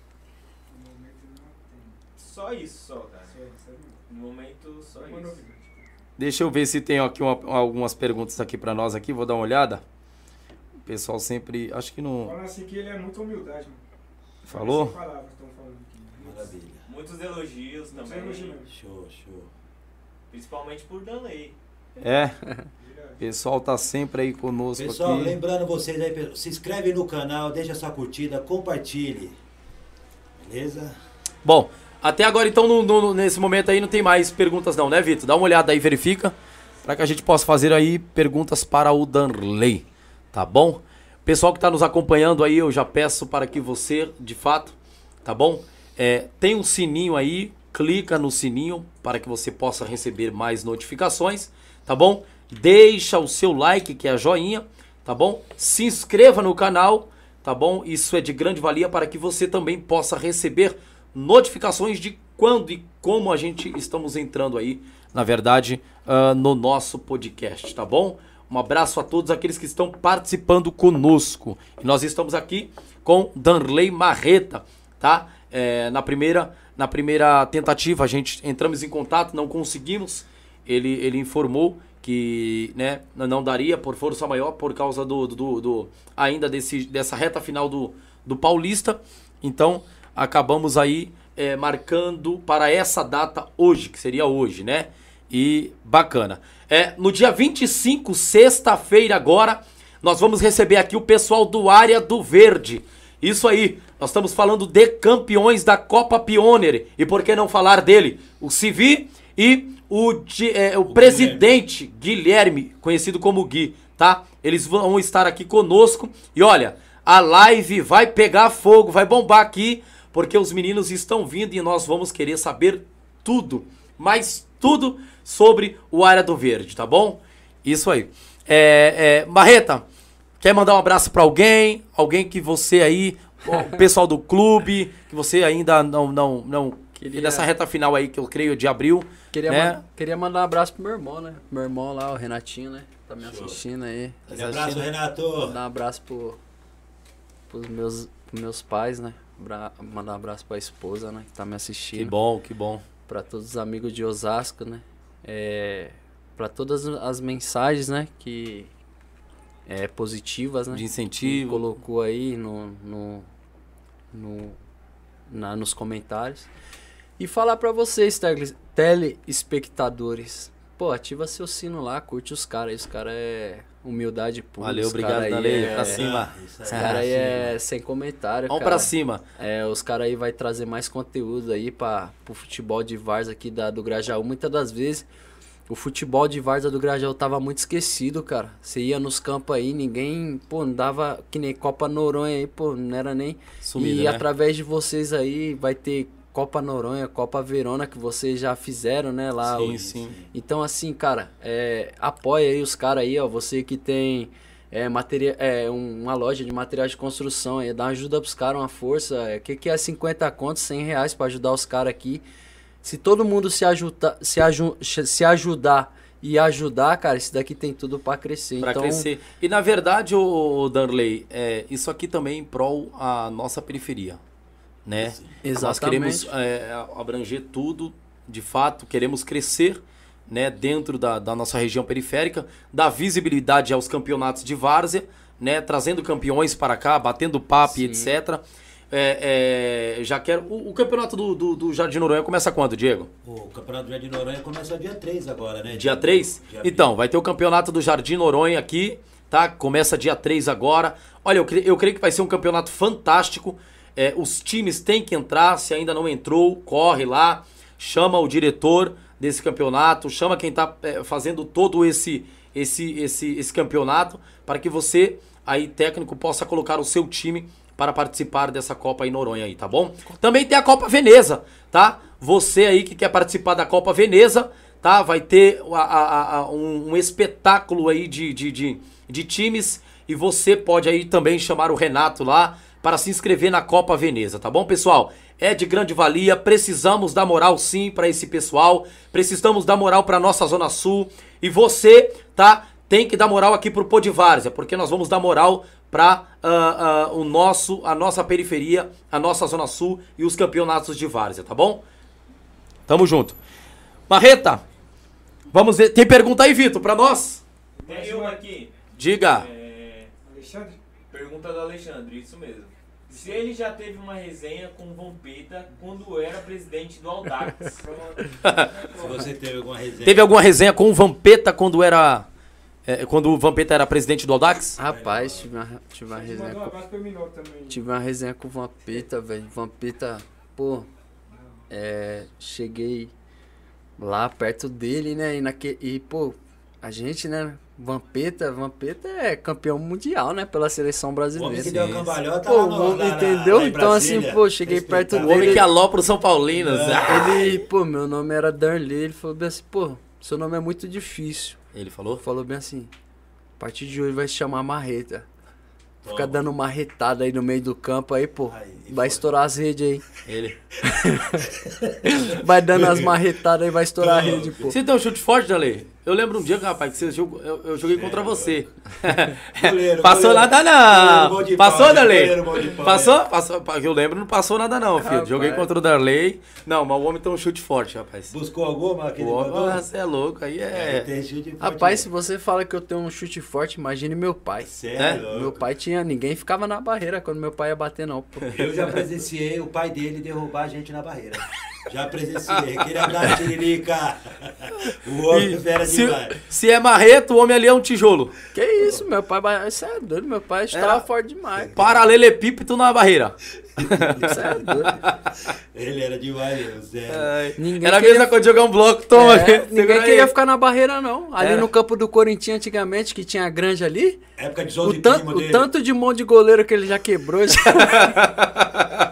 Só isso, só, cara. Só isso aí. No momento, só Uma isso. novidade. Deixa eu ver se tem aqui uma- algumas perguntas aqui pra nós aqui, vou dar uma olhada. pessoal sempre, acho que não... Falando assim que ele é muito humildade, mano. Falou? Sem palavras, estão falando aqui. Maravilha. Muitos elogios Muitos também. elogios. Show, show. Principalmente por Danley. É, Verdade. o pessoal tá sempre aí conosco Pessoal, aqui. lembrando vocês aí, pessoal, se inscreve no canal, deixa sua curtida, compartilhe. Beleza? Bom, até agora então, no- no- nesse momento aí não tem mais perguntas não, né, Vitor? Dá uma olhada aí, verifica, para que a gente possa fazer aí perguntas para o Danley, tá bom? Pessoal que está nos acompanhando aí, eu já peço para que você, de fato, tá bom? É, tem um sininho aí, clica no sininho para que você possa receber mais notificações, tá bom? Deixa o seu like, que é a joinha, tá bom? Se inscreva no canal, tá bom? Isso é de grande valia para que você também possa receber notificações de quando e como a gente estamos entrando aí, na verdade, ah, no nosso podcast, tá bom? Um abraço a todos aqueles que estão participando conosco. E nós estamos aqui com Danley Marreta, tá? É, na, primeira, na primeira tentativa a gente entramos em contato, não conseguimos. Ele, ele informou que, né, não daria por força maior por causa do, do, do ainda desse, dessa reta final do, do Paulista. Então acabamos aí é, marcando para essa data hoje, que seria hoje, né? E bacana. É, no dia vinte e cinco, sexta-feira agora, nós vamos receber aqui o pessoal do Área do Verde. Isso aí, nós estamos falando de campeões da Copa Pioneer. E por que não falar dele? O Civi e o, di- é, o, presidente Guilherme, conhecido como Gui, tá? Eles vão estar aqui conosco. E olha, a live vai pegar fogo, vai bombar aqui, porque os meninos estão vindo e nós vamos querer saber tudo, mas tudo sobre o Área do Verde, tá bom? Isso aí. É, é, Marreta, quer mandar um abraço pra alguém? Alguém que você aí, o pessoal do clube, que você ainda não, não, não, Queria- nessa reta final aí, que eu creio de abril, Queria, né? man- queria mandar um abraço pro meu irmão, né? Meu irmão lá, o Renatinho, né? Tá me assistindo aí. Um abraço, Renato. Mandar um abraço pro, pros meus, pros meus pais, né? Bra- mandar um abraço pra esposa, né? Que tá me assistindo. Que bom, que bom. Pra todos os amigos de Osasco, né? É, para todas as mensagens, né? Que é positivas, né? De Que incentivo. colocou aí no, no, no na, nos comentários. E falar pra vocês, tele- telespectadores, pô, ativa seu sino lá, curte os caras aí, os caras é humildade pura. Valeu, os obrigado, cara aí Danley. é- Pra cima. Isso Os aí. caras aí Ah, é sem comentário, Vamos cara. pra cima. É, os caras aí vai trazer mais conteúdo aí para pro futebol de várzea aqui da, do Grajaú. Muitas das vezes o futebol de várzea do Grajaú tava muito esquecido, cara. Você ia nos campos aí, ninguém, pô, não dava que nem Copa Noronha aí, pô, não era nem... Sumido, e né? através de vocês aí vai ter Copa Noronha, Copa Verona, que vocês já fizeram, né, lá. Sim, o- sim. Então, assim, cara, é, apoia aí os caras aí, ó. Você que tem é, materia, é, um- uma loja de materiais de construção aí, dá uma ajuda pros caras, uma força. O é, que, que é cinquenta contos, cem reais pra ajudar os caras aqui? Se todo mundo se, ajuda, se, aju, se ajudar e ajudar, cara, isso daqui tem tudo pra crescer. Pra então, crescer. E na verdade, o Danley, é, isso aqui também em prol a nossa periferia, né? Nós Exatamente. queremos é, abranger tudo, de fato, queremos crescer, né, dentro da, da nossa região periférica, dar visibilidade aos campeonatos de várzea, né, trazendo campeões para cá, batendo papo e Sim. etcétera. É, é, já quero. O, o campeonato do, do, do Jardim Noronha começa quando, Diego? O Campeonato do Jardim Noronha começa dia três agora, né? Dia três? Dia Então, vai ter o campeonato do Jardim Noronha aqui, tá? Começa dia três agora. Olha, eu, cre- eu creio que vai ser um campeonato fantástico. É, os times têm que entrar, se ainda não entrou, corre lá, chama o diretor desse campeonato, chama quem tá é, fazendo todo esse, esse, esse, esse campeonato, para que você, aí, técnico, possa colocar o seu time para participar dessa Copa em Noronha aí, tá bom? Também tem a Copa Veneza, tá? Você aí que quer participar da Copa Veneza, tá? Vai ter a- a- a- um, um espetáculo aí de, de, de, de times e você pode aí também chamar o Renato lá para se inscrever na Copa Veneza, tá bom, pessoal? É de grande valia, precisamos dar moral sim para esse pessoal, precisamos dar moral para nossa Zona Sul e você, tá? Tem que dar moral aqui pro Pô de Várzea, porque nós vamos dar moral para uh, uh, o nosso, a nossa periferia, a nossa Zona Sul e os campeonatos de várzea, tá bom? Tamo junto. Marreta, vamos ver. Tem pergunta aí, Vitor, pra nós? Tem uma aqui. Diga. É, Alexandre? Pergunta do Alexandre, isso mesmo. Se ele já teve uma resenha com o Vampeta quando era presidente do Audax. Se você teve alguma resenha. Teve alguma resenha com o Vampeta quando era... É, quando o Vampeta era presidente do Audax? Rapaz, tive uma, tive uma resenha Mandou um com... abraço pro Minor também. Tive uma resenha com o Vampeta, velho. Vampeta, pô, é, cheguei lá perto dele, né? E, naque, e, pô, a gente, né? Vampeta, Vampeta é campeão mundial, né? Pela seleção O homem que brasileira. deu a cambalhota Pô, lá o no, homem, lá na- entendeu? lá em Então, assim, Brasília. pô, cheguei perto Respeitável. O homem dele. que alopra o São Paulinos. Ah, Ele, pô, meu nome era Darley. Ele falou bem assim, pô, seu nome é muito difícil. Ele falou? Falou bem assim, a partir de hoje vai se chamar Marreta. Fica Toma. dando marretada aí no meio do campo aí, pô. Aí, e Vai foi. estourar as redes aí. Ele. Vai dando as marretadas aí, vai estourar a Toma. rede, pô. Você tem um chute forte, Dalei? Eu lembro um dia, rapaz, que você jogou, eu, eu joguei contra você. Goleiro, Passou goleiro. nada Goleiro, não. bom de Passou, pau, Darley? goleiro, bom de pau, Passou? Passou? Eu lembro, não passou nada não, filho. Rapaz. Joguei contra o Darley. Não, mas o homem tem um chute forte, rapaz. Buscou alguma que O ele homem, mandou? você é louco, aí É, é... tem chute forte Rapaz, se mesmo. você fala que eu tenho um chute forte, imagine meu pai. Cê é É? louco. Meu pai tinha... Ninguém ficava na barreira quando meu pai ia bater, não, pô. Eu já presenciei o pai dele derrubar a gente na barreira. Já presenciei. Aquele abraço, Tiririca. O homem E fera se, demais. se é marreto, o homem ali é um tijolo. Que isso, meu pai... ba- Isso é doido, meu pai estava forte demais. Paralelepípedo na barreira. Isso é doido. Ele era demais mesmo, sério. Ai, Ninguém Era a queria- mesma coisa de jogar um bloco, toma. É, segura ninguém aí. queria ficar na barreira, não. Ali Era. no campo do Corinthians, antigamente, que tinha a grande ali, Época de o, Zol de tan- primo o dele. tanto de mão de goleiro que ele já quebrou. já-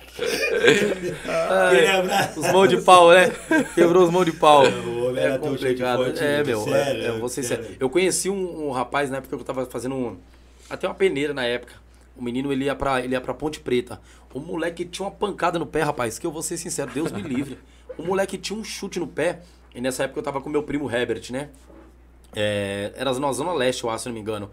Aquele abraço. Os mãos de pau, né? Quebrou os mãos de pau. O homem É era tão complicado. chute forte, É, meu, meu. sério, é, é, vou ser sério. sério. Eu conheci um, um rapaz na época que eu tava fazendo um. Até uma peneira na época. O menino ele ia, pra, ele ia pra Ponte Preta. O moleque tinha uma pancada no pé, rapaz, que eu vou ser sincero, Deus me livre. O moleque tinha um chute no pé. E nessa época eu tava com meu primo Herbert, né? É, era na Zona Leste, eu acho, se não me engano.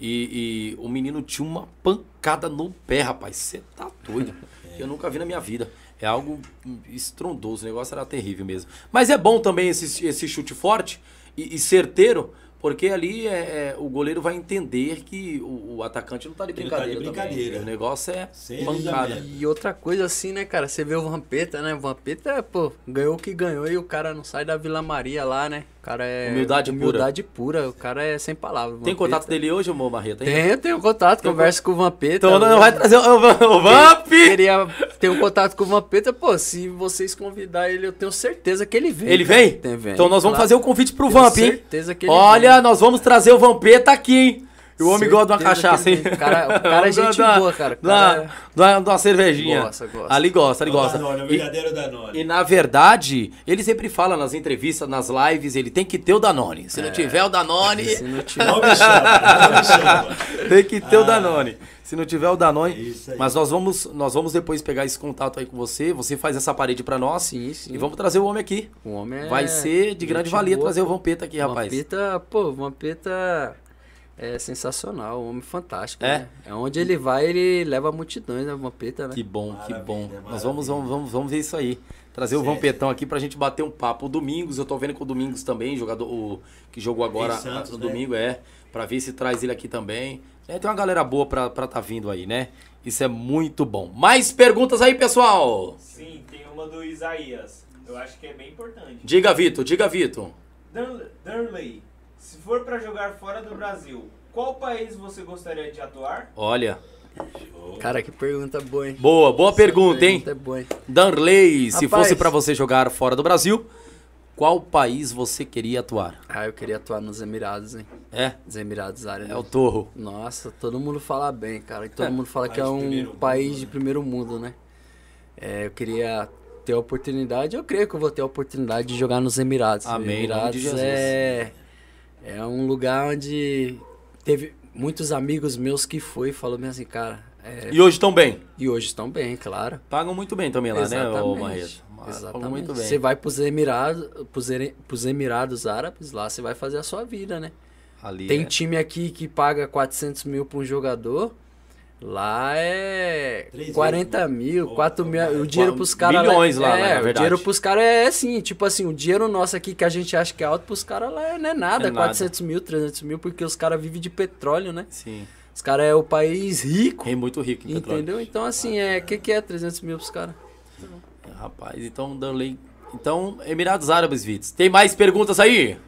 E, e o menino tinha uma pancada no pé, rapaz. Você tá doido. Eu nunca vi na minha vida. É algo estrondoso, o negócio era terrível mesmo. Mas é bom também esse, esse chute forte e, e certeiro, porque ali é, é, o goleiro vai entender que o, o atacante não tá de Ele tá de brincadeira, brincadeira. também. O negócio é Sem pancada. alisamento. E outra coisa assim, né, cara? Você vê o Vampeta, né? O Vampeta, pô, ganhou o que ganhou e o cara não sai da Vila Maria lá, né? O cara é... Humildade pura. Humildade pura. O cara é sem palavras. Tem Vampeta. contato dele hoje, amor Marreta? ainda? Tenho, tenho contato, Tem converso com o Vampeta. Então não vai trazer o, o, o Vamp! Queria ter um contato com o Vampeta, pô, se vocês convidar ele, eu tenho certeza que ele vem. Ele cara. vem? Tem, vem. Então nós vamos Claro. fazer o convite pro Tenho Vamp, hein? certeza que ele Olha, vem. nós vamos trazer o Vampeta aqui, hein? E o homem gosta de uma Certeza cachaça, que hein? ele vem. O cara- o cara é gente Gosta da- boa, cara. O da- cara é- da- da uma cervejinha. Gosta, gosta. Ali gosta, ali O gosta. Danone, o E- verdadeiro Danone. E na verdade, ele sempre fala nas entrevistas, nas lives, ele tem que ter o Danone. Se não tiver o Danone, Se não tiver... Não me chama, não me chama. tem que ter o Ah. Danone. Se não tiver o Danone, É isso aí. mas nós vamos, nós vamos depois pegar esse contato aí com você, você faz essa parede pra nós Sim, sim. e vamos trazer o homem aqui. O homem é... Vai ser de grande gente valia boa. trazer o Vampeta aqui, rapaz. Vampeta, pô, o Vampeta é sensacional, um homem fantástico, É? né? É onde ele vai, ele leva multidões, né, o Vampeta, né? Que bom, que Maravilha, bom. maravilha. Nós vamos, vamos, vamos, vamos ver isso aí. Trazer o Certo. Vampetão aqui pra gente bater um papo. O Domingos, eu tô vendo que o Domingos também, jogador o, que jogou agora Em Santos, no né? domingo, é. Pra ver se traz ele aqui também. É, tem uma galera boa pra, pra tá vindo aí, né? Isso é muito bom. Mais perguntas aí, pessoal? Sim, tem uma do Isaías. Eu acho que é bem importante. Diga, Vitor, diga, Vitor. Dan- Darley, se for pra jogar fora do Brasil, qual país você gostaria de atuar? Olha, Cara, que pergunta boa, hein? boa, boa pergunta, hein? Pergunta é boa, hein? Danley, se Rapaz. fosse pra você jogar fora do Brasil, qual país você queria atuar? Ah, eu queria atuar nos Emirados, hein? É? Os Emirados Árabes. É o Torro. Nossa, todo mundo fala bem, cara. E todo É, mundo fala que é país de um primeiro mundo, país né? de primeiro mundo, né? É, eu queria ter a oportunidade, eu creio que eu vou ter a oportunidade de jogar nos Emirados. Amém, em nome de Emirados Jesus. é, é um lugar onde teve muitos amigos meus que foi e falou bem assim, cara. é, E hoje estão bem? e hoje estão bem, claro. Pagam muito bem também lá, né, ô Marreto? Pagam Exatamente. muito bem. Você vai pros Emirados, pros, Ere- pros Emirados Árabes, lá você vai fazer a sua vida, né? Ali Tem é. time aqui que paga quatrocentos mil pra um jogador. Lá é Três quarenta vezes, mil, Pô, quatro pô, mil. pô, O dinheiro pros caras milhões lá, é, né, na o verdade. dinheiro pros caras é assim, tipo assim, o dinheiro nosso aqui que a gente acha que é alto, pros caras lá não é nada, É nada. quatrocentos mil, trezentos mil, porque os caras vivem de petróleo, né? Sim. Os caras é o país rico. É muito rico em petróleo. Entendeu? Então, assim, é, o que, que é trezentos mil pros caras? Rapaz, então, Danley... Então, Emirados Árabes, Vitz. Tem mais perguntas aí?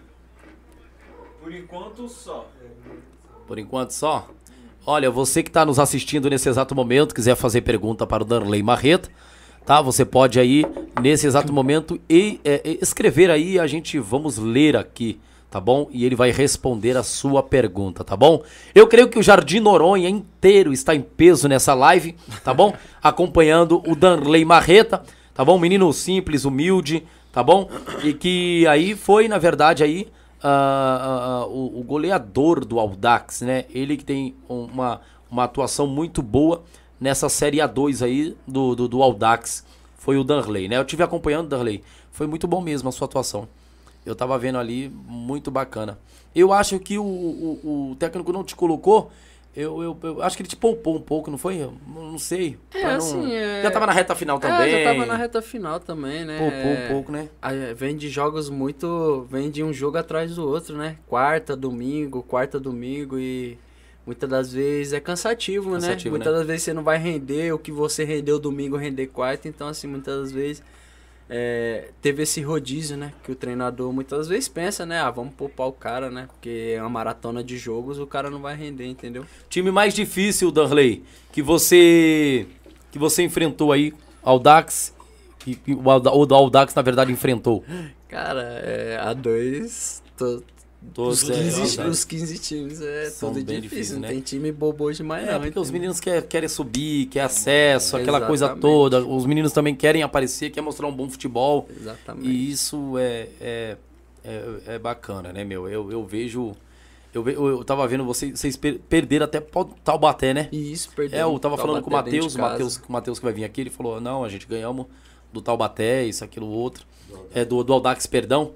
Por enquanto, só. Por enquanto, só? Olha, você que está nos assistindo nesse exato momento, quiser fazer pergunta para o Danley Marreta, tá? Você pode aí, nesse exato momento, e, é, escrever aí, a gente vamos ler aqui, tá bom? E ele vai responder a sua pergunta, tá bom? Eu creio que o Jardim Noronha inteiro está em peso nessa live, tá bom? Acompanhando o Danley Marreta, tá bom? Menino simples, humilde, tá bom? E que aí foi, na verdade, aí... Uh, uh, uh, o, o goleador do Audax, né? Ele que tem uma, uma atuação muito boa nessa Série A dois aí do, do, do Audax. Foi o Danley, né? Eu estive acompanhando o Danley. Foi muito bom mesmo a sua atuação. Eu tava vendo ali, muito bacana. Eu acho que o, o, o técnico não te colocou. Eu, eu, eu acho que ele te poupou um pouco, não foi? Eu não sei. É, não... assim, é... Já tava na reta final também. É, já tava na reta final também, né? Poupou é... um pouco, né? Aí, vem de jogos muito... Vem de um jogo atrás do outro, né? Quarta, domingo, quarta, domingo e... Muitas das vezes é cansativo, cansativo né? Muitas né? das vezes você não vai render o que você rendeu domingo, render quarta. Então, assim, muitas das vezes... É, teve esse rodízio, né? Que o treinador muitas vezes pensa, né? Ah, vamos poupar o cara, né? Porque é uma maratona de jogos, o cara não vai render, entendeu? Time mais difícil, Danley, que você que você enfrentou aí, Audax, que, que o Audax na verdade enfrentou. Cara, é, a dois, to, Todos, os, quinze, é, os quinze times é são tudo bem difícil, difíceis, não né? tem time bobo hoje mais É, não. porque os entendeu? meninos quer, querem subir, quer acesso, aquela Exatamente. coisa toda. Os meninos também querem aparecer, querem mostrar um bom futebol. Exatamente. E isso é, é, é, é bacana, né, meu? Eu, eu vejo... Eu, ve- eu, eu tava vendo vocês, vocês per- perderam até pro Taubaté, né? E isso, perdeu. É, eu tava falando com o Taubaté Matheus, dentro o de Matheus, casa. o Matheus que vai vir aqui, ele falou, não, a gente ganhamos do Taubaté, isso, aquilo, outro. É, do, do Audax, perdão.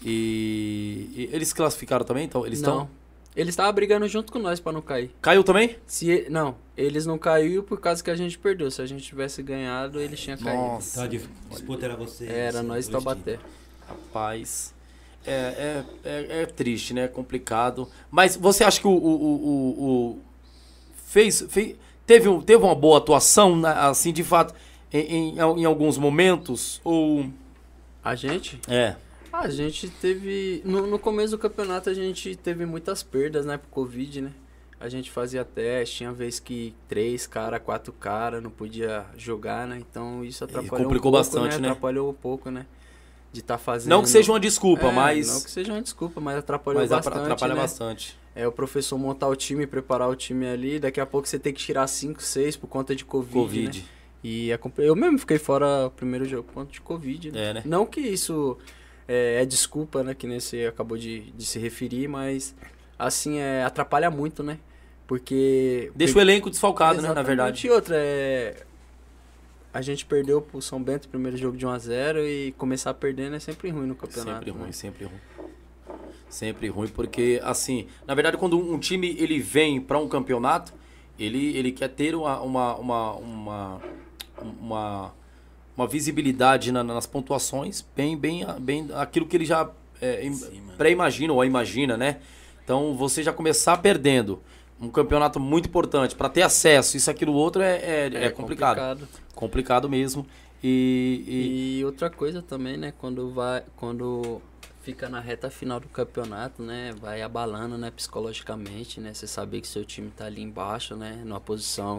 E, e eles classificaram também, então? Eles estão... Não. Eles estavam brigando junto com nós pra não cair. Caiu também? Se, e- não, eles não caíram por causa que a gente perdeu. Se a gente tivesse ganhado, eles tinham caído. Nossa. Então a dif- disputa era você. Era você, nós e dois Taubaté. Rapaz, é, é, é, é triste, né? É complicado. Mas você acha que o... o, o, o fez, fez, teve, um, teve uma boa atuação, né, assim, de fato, em, em, em alguns momentos? Ou... A gente? É. A gente teve... No, no começo do campeonato a gente teve muitas perdas, né? Por Covid, né? A gente fazia teste, tinha vez que três cara, quatro cara, não podia jogar, né? Então isso atrapalhou complicou um pouco, bastante, né? Atrapalhou um pouco, né? De estar fazendo... Não que seja uma desculpa, É, mas... Não que seja uma desculpa, mas atrapalhou Mas bastante, atrapalha né? bastante. É o professor montar o time, preparar o time ali, daqui a pouco você tem que tirar cinco, seis por conta de Covid, Covid. né? E é compli- eu mesmo fiquei fora o primeiro jogo por conta de Covid, né? É, né? Não que isso é, é desculpa, né? Que nem você acabou de, de se referir, mas assim, é, atrapalha muito, né? Porque... Deixa o elenco desfalcado, né? Na Exatamente. verdade. E outra, é... A gente perdeu pro São Bento o primeiro jogo de um a zero e começar perdendo é sempre ruim no campeonato. Sempre ruim, né? sempre ruim. Sempre ruim, porque, assim, na verdade, quando um time ele vem para um campeonato, ele, ele quer ter uma, uma, uma, uma, uma, uma visibilidade na- nas pontuações, bem, bem, bem aquilo que ele já é, im- pré-imagina ou imagina, né? Então, você já começar perdendo um campeonato muito importante para ter acesso, isso, aquilo, outro, é, é, é complicado. complicado. Complicado mesmo. E, e- E outra coisa também, né, quando vai, quando fica na reta final do campeonato, né, vai abalando, né, psicologicamente, né, você saber que seu time tá ali embaixo, né, numa posição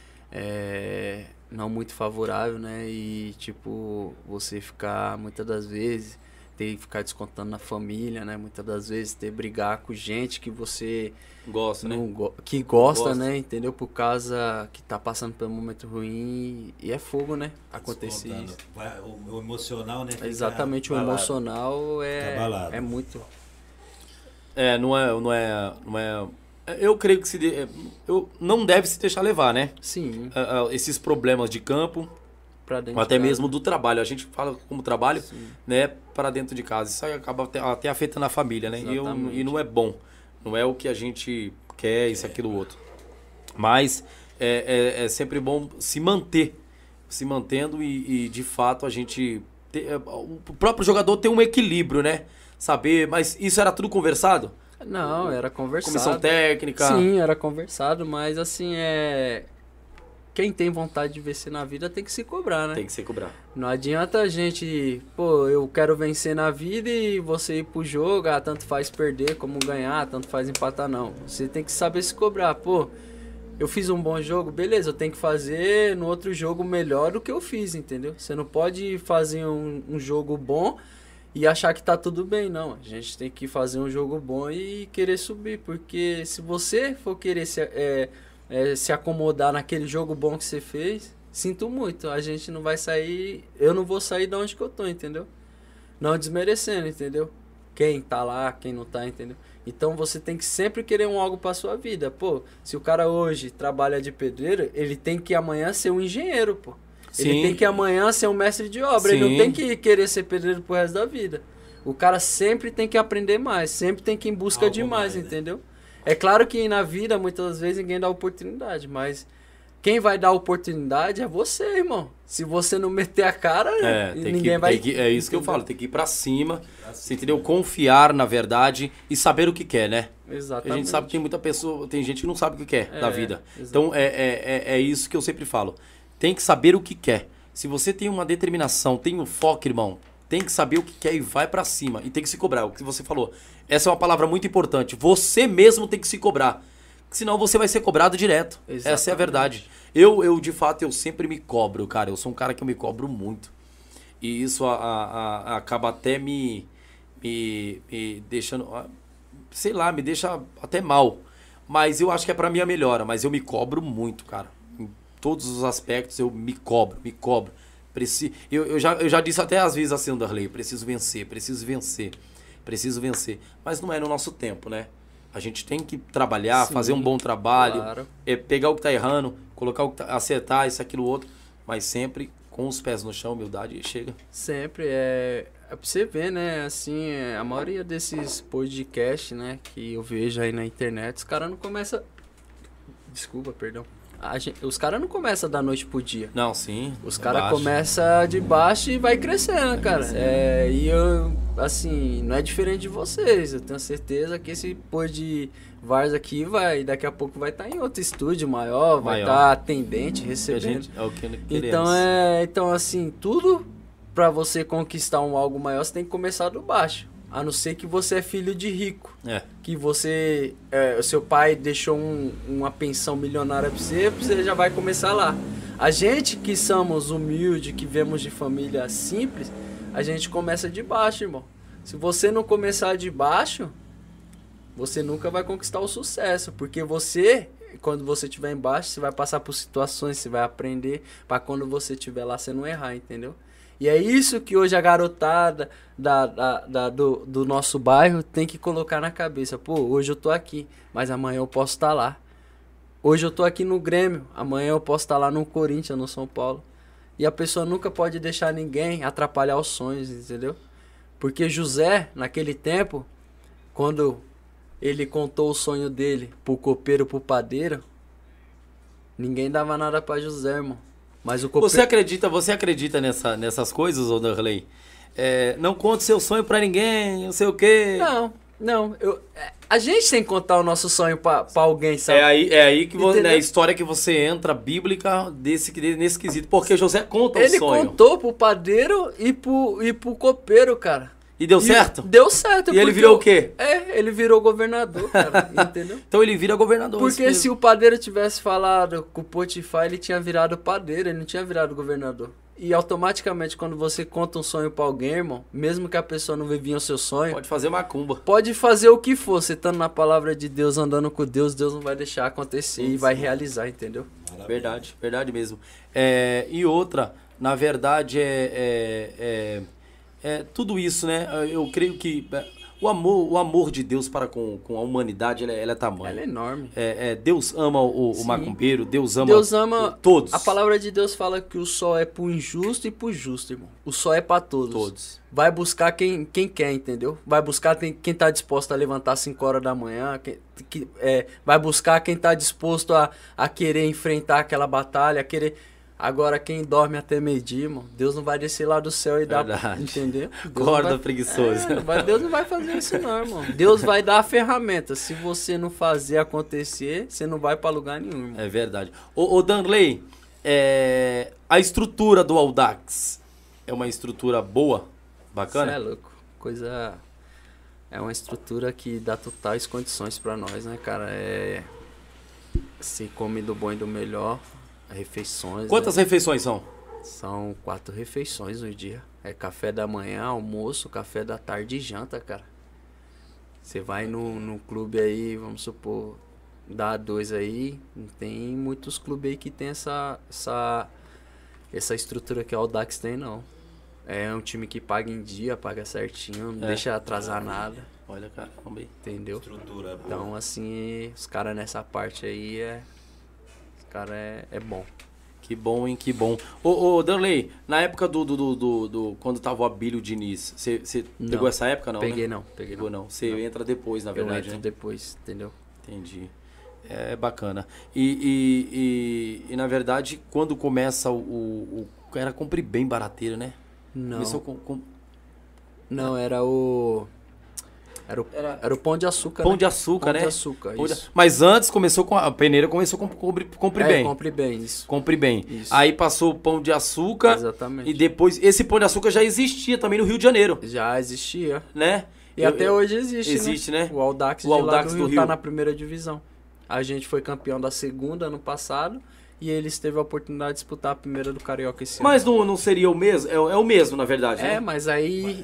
é, não muito favorável, né, e tipo, você ficar muitas das vezes, ter que ficar descontando na família, né, muitas das vezes ter brigar com gente que você gosta, né? não go- que gosta, Gosta. né, entendeu? Por causa que tá passando por um momento ruim e é fogo, né? Acontecer Descontando. isso. Vai- o, o emocional, né? fica Exatamente, o abalado. emocional é, Fica abalado. é muito. É, não é, não é, não é. Eu creio que se de- eu não deve se deixar levar, né? Sim, Ah, ah, esses problemas de campo, pra dentro ou até de casa. mesmo do trabalho. A gente fala como trabalho, Sim. né, para dentro de casa. Isso aí acaba até, até afetando a família, né? E, eu- Exatamente. e não é bom. Não é o que a gente quer, isso, aquilo, outro. Mas é, é, é sempre bom se manter, se mantendo e, e, de fato a gente ter, é, o próprio jogador ter um equilíbrio, né? Saber, mas isso era tudo conversado Não, era conversado. Comissão técnica? Sim, era conversado, mas assim, é... Quem tem vontade de vencer na vida tem que se cobrar, né? Tem que se cobrar. Não adianta a gente, pô, eu quero vencer na vida e você ir pro jogo, ah, tanto faz perder como ganhar, tanto faz empatar, não. Você tem que saber se cobrar, pô, eu fiz um bom jogo, beleza, eu tenho que fazer no outro jogo melhor do que eu fiz, entendeu? Você não pode fazer um, um jogo bom e achar que tá tudo bem, não. A gente tem que fazer um jogo bom e querer subir, porque se você for querer se... É, É, se acomodar naquele jogo bom que você fez, sinto muito, a gente não vai sair, eu não vou sair de onde que eu tô, entendeu? Não desmerecendo, entendeu? Quem tá lá, quem não tá, entendeu? Então você tem que sempre querer um algo pra sua vida, pô, se o cara hoje trabalha de pedreiro, ele tem que amanhã ser um engenheiro, pô. Sim. Ele tem que amanhã ser um mestre de obra, Sim. ele não tem que querer ser pedreiro pro resto da vida. O cara sempre tem que aprender mais, sempre tem que ir em busca Algo de mais, mais, né? entendeu? É claro que na vida, muitas vezes, ninguém dá oportunidade, mas quem vai dar oportunidade é você, irmão. Se você não meter a cara, É, tem ninguém que, vai... tem que- é isso que eu falo, tem que ir pra cima, você entendeu? Confiar na verdade e saber o que quer, né? Exatamente. A gente sabe que tem muita pessoa, tem gente que não sabe o que quer É, da vida. exato. Então é, é, é, é isso que eu sempre falo. Tem que saber o que quer. Se você tem uma determinação, tem um foco, irmão, tem que saber o que quer e vai pra cima. E tem que se cobrar, o que você falou. Essa é uma palavra muito importante. Você mesmo tem que se cobrar. Senão você vai ser cobrado direto. Essa é a Exatamente. verdade. Eu, eu, de fato, eu sempre me cobro, cara. Eu sou um cara que eu me cobro muito. E isso a, a- a- acaba até me, me, me deixando... ah, sei lá, me deixa até mal. Mas eu acho que é pra minha melhora. Mas eu me cobro muito, cara. Em todos os aspectos eu me cobro, me cobro. Preci... Eu, eu, já, eu já disse até às vezes assim, Darley, preciso vencer, preciso vencer, preciso vencer. Mas não é no nosso tempo, né? A gente tem que trabalhar, Sim, fazer um bom trabalho, claro. é, pegar o que tá errando, colocar o que tá, acertar isso, aquilo, outro, mas sempre com os pés no chão, humildade, e chega. Sempre, é... É pra você ver, né, assim, é, a maioria desses podcasts, né, que eu vejo aí na internet, os caras não começam... Desculpa, perdão. A gente- Os caras não começam da noite pro dia. Não, sim. Os é caras baixo. começam de baixo e vai crescendo, cara. É, e eu, assim, não é diferente de vocês. Eu tenho certeza que esse pôr de Vars aqui vai, daqui a pouco vai estar em outro estúdio maior, vai Maior. estar atendente, Que a recebendo. gente, é o que queremos. Então, é, então, assim, tudo pra você conquistar um algo maior, você tem que começar do baixo. A não ser que você é filho de rico. É. Que você, é, o seu pai deixou um- uma pensão milionária pra você, você já vai começar lá. A gente que somos humildes, que vemos de família simples, a gente começa de baixo, irmão. Se você não começar de baixo, você nunca vai conquistar o sucesso, porque você, quando você estiver embaixo, você vai passar por situações, você vai aprender para quando você estiver lá você não errar, entendeu? E é isso que hoje a garotada da, da, da- do, do nosso bairro tem que colocar na cabeça. Pô, hoje eu tô aqui, mas amanhã eu posso estar lá. Hoje eu tô aqui no Grêmio, amanhã eu posso estar lá no Corinthians, no São Paulo. E a pessoa nunca pode deixar ninguém atrapalhar os sonhos, entendeu? Porque José, naquele tempo, quando ele contou o sonho dele pro copeiro, pro padeiro, ninguém dava nada pra José, irmão. Mas o copeiro... Você acredita, você acredita nessa, nessas coisas, ô Darley? É, não conte seu sonho pra ninguém, não sei o quê. Não, não. Eu, é, a gente tem que contar o nosso sonho pra, pra alguém, sabe? É aí, é aí que você, Entendeu? né, a história que você entra, bíblica, desse, nesse quesito. Porque José conta o Ele sonho. contou pro padeiro e pro, e pro copeiro, cara. E deu E certo? Deu certo. E ele porque virou eu- o quê? É, ele virou governador, cara. Entendeu? Então ele vira governador. isso Porque mesmo. se o padeiro tivesse falado com o Potifar, ele tinha virado padeiro, ele não tinha virado governador. E automaticamente, quando você conta um sonho pra alguém, irmão, mesmo que a pessoa não vivia o seu sonho, Pode fazer macumba. pode fazer o que for, você estando na palavra de Deus, andando com Deus, Deus não vai deixar acontecer e vai realizar, entendeu? Verdade, verdade mesmo. É, e outra, na verdade, é, é, é, é tudo isso, né? Eu creio que é, o amor, o amor de Deus para com, com a humanidade, ela, é- ela é tamanho. Ela é enorme. É, é, Deus ama o, o Sim. macumbeiro, Deus ama, Deus ama o- todos. A palavra de Deus fala que o sol é pro injusto e pro justo, irmão. O sol é pra todos. Todos. Vai buscar quem, quem quer, entendeu? Vai buscar quem, quem tá disposto a levantar cinco horas da manhã. Quem, que, é, vai buscar quem tá disposto a, a querer enfrentar aquela batalha, a querer... Agora, quem dorme até meio-dia, irmão, Deus não vai descer lá do céu e dar... Verdade. Entendeu? Deus Acorda vai, preguiçoso. É, não vai- Deus não vai fazer isso não, irmão. Deus vai dar a ferramenta. Se você não fazer acontecer, você não vai pra lugar nenhum, irmão. É verdade. Ô, ô Danley, é, a estrutura do Audax é uma estrutura boa? Bacana? Cê é louco. Coisa... É uma estrutura que dá totais condições pra nós, né, cara? É... Se come do bom e do melhor, refeições. Quantas né? refeições são? São quatro refeições no dia. É café da manhã, almoço, café da tarde e janta, cara. Você vai no, no clube aí, vamos supor, dá dois aí. Não tem muitos clubes aí que tem essa, essa, essa estrutura que o Audax tem, não. É um time que paga em dia, paga certinho, não É. deixa atrasar nada, Olha, caramba aí. entendeu? Estrutura boa. Então, assim, os caras nessa parte aí é. Os caras é, é bom. Que bom, hein? Que bom. Ô, ô Danley, na época do, do, do, do, do- quando tava o Abílio Diniz, você Não. pegou essa época, não, peguei né? não, peguei Pegou não. não. Você entra depois, na Eu verdade, entro né? depois, entendeu? Entendi. É bacana. E, e, e, e, na verdade, quando começa o, o, o- Era compre bem barateiro, né? Não, Começou com, com não era o... Era o, Era- era o pão de açúcar, pão né? de açúcar, Pão né? de açúcar, Pão de- isso. Mas antes começou com a, a peneira começou com compre, compre É, bem. compre bem, isso. Compre bem. Isso. Aí passou o pão de açúcar Exatamente. e depois esse pão de açúcar já existia também no Rio de Janeiro, Já existia. né? E Eu- até eu- hoje existe, existe, né? O Audax, O de lá Audax do do Rio, tá Rio. na primeira divisão. A gente foi campeão da segunda ano passado e eles teve a oportunidade de disputar a primeira do Carioca esse ano. Mas não, não seria o mesmo? É, o- é o mesmo, na verdade, É, né? mas aí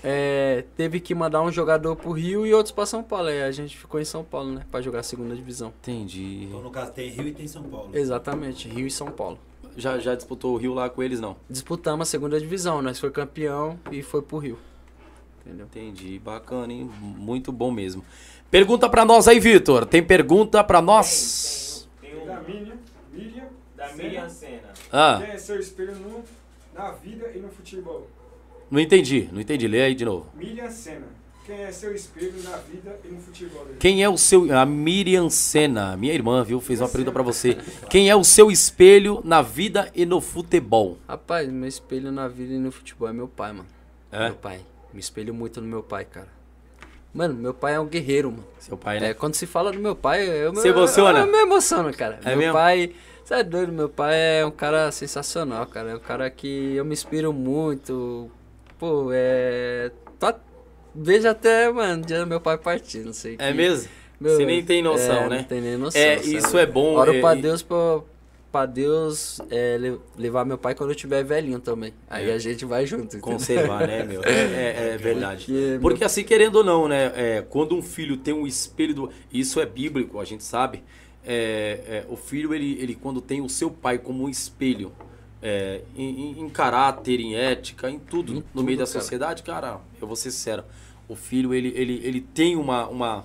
é, teve que mandar um jogador pro Rio e outros pra São Paulo. Aí a gente ficou em São Paulo, né? Pra jogar a segunda divisão. Entendi. Então, no caso, tem Rio e tem São Paulo. Exatamente, Rio e São Paulo. Já, já disputou o Rio lá com eles, não? Disputamos a segunda divisão, nós foi campeão e foi pro Rio. Entendeu? Entendi. Bacana, hein? Muito bom mesmo. Pergunta pra nós aí, Vitor. Tem pergunta pra nós? Tem, tem Da um Miriam, Miriam, da Miriam Senna. Ah, quem é seu espelho no, na vida e no futebol? não entendi. Não entendi. Lê aí de novo. Miriam Senna, quem é seu espelho na vida e no futebol? Quem é o seu... A Miriam Senna, minha irmã, viu? Fez uma pergunta pra você. Quem é o seu espelho na vida e no futebol? Rapaz, meu espelho na vida e no futebol é meu pai, mano. É? Meu pai. Me espelho muito no meu pai, cara. Mano, meu pai é um guerreiro, mano. Seu pai, né? É, quando se fala do meu pai, eu, Você emociona? Eu, eu me emociono, cara. É meu mesmo? pai, você é doido, meu pai é um cara sensacional, cara. É um cara que eu me inspiro muito. Pô, é. Tá, vejo até, mano, dia do meu pai partir, não sei. É que- mesmo? Meu, Você nem tem noção, é, né? Não tem nem noção. É, sabe? isso é bom. Oro é, pra e- Deus, pra, pra Deus é, le- levar meu pai quando eu tiver velhinho também. Aí É. a gente vai junto. entendeu? Conservar, né, meu? É, é- é verdade. Porque, Porque assim, querendo ou não, né? é, quando um filho tem um espelho do... Isso é bíblico, a gente sabe. É, é, o filho, ele, ele quando tem o seu pai como um espelho, é, em, em- em caráter, em ética, em tudo, Em no tudo, meio da cara. sociedade, cara, eu vou ser sincero. O filho, ele, ele, ele tem uma, uma,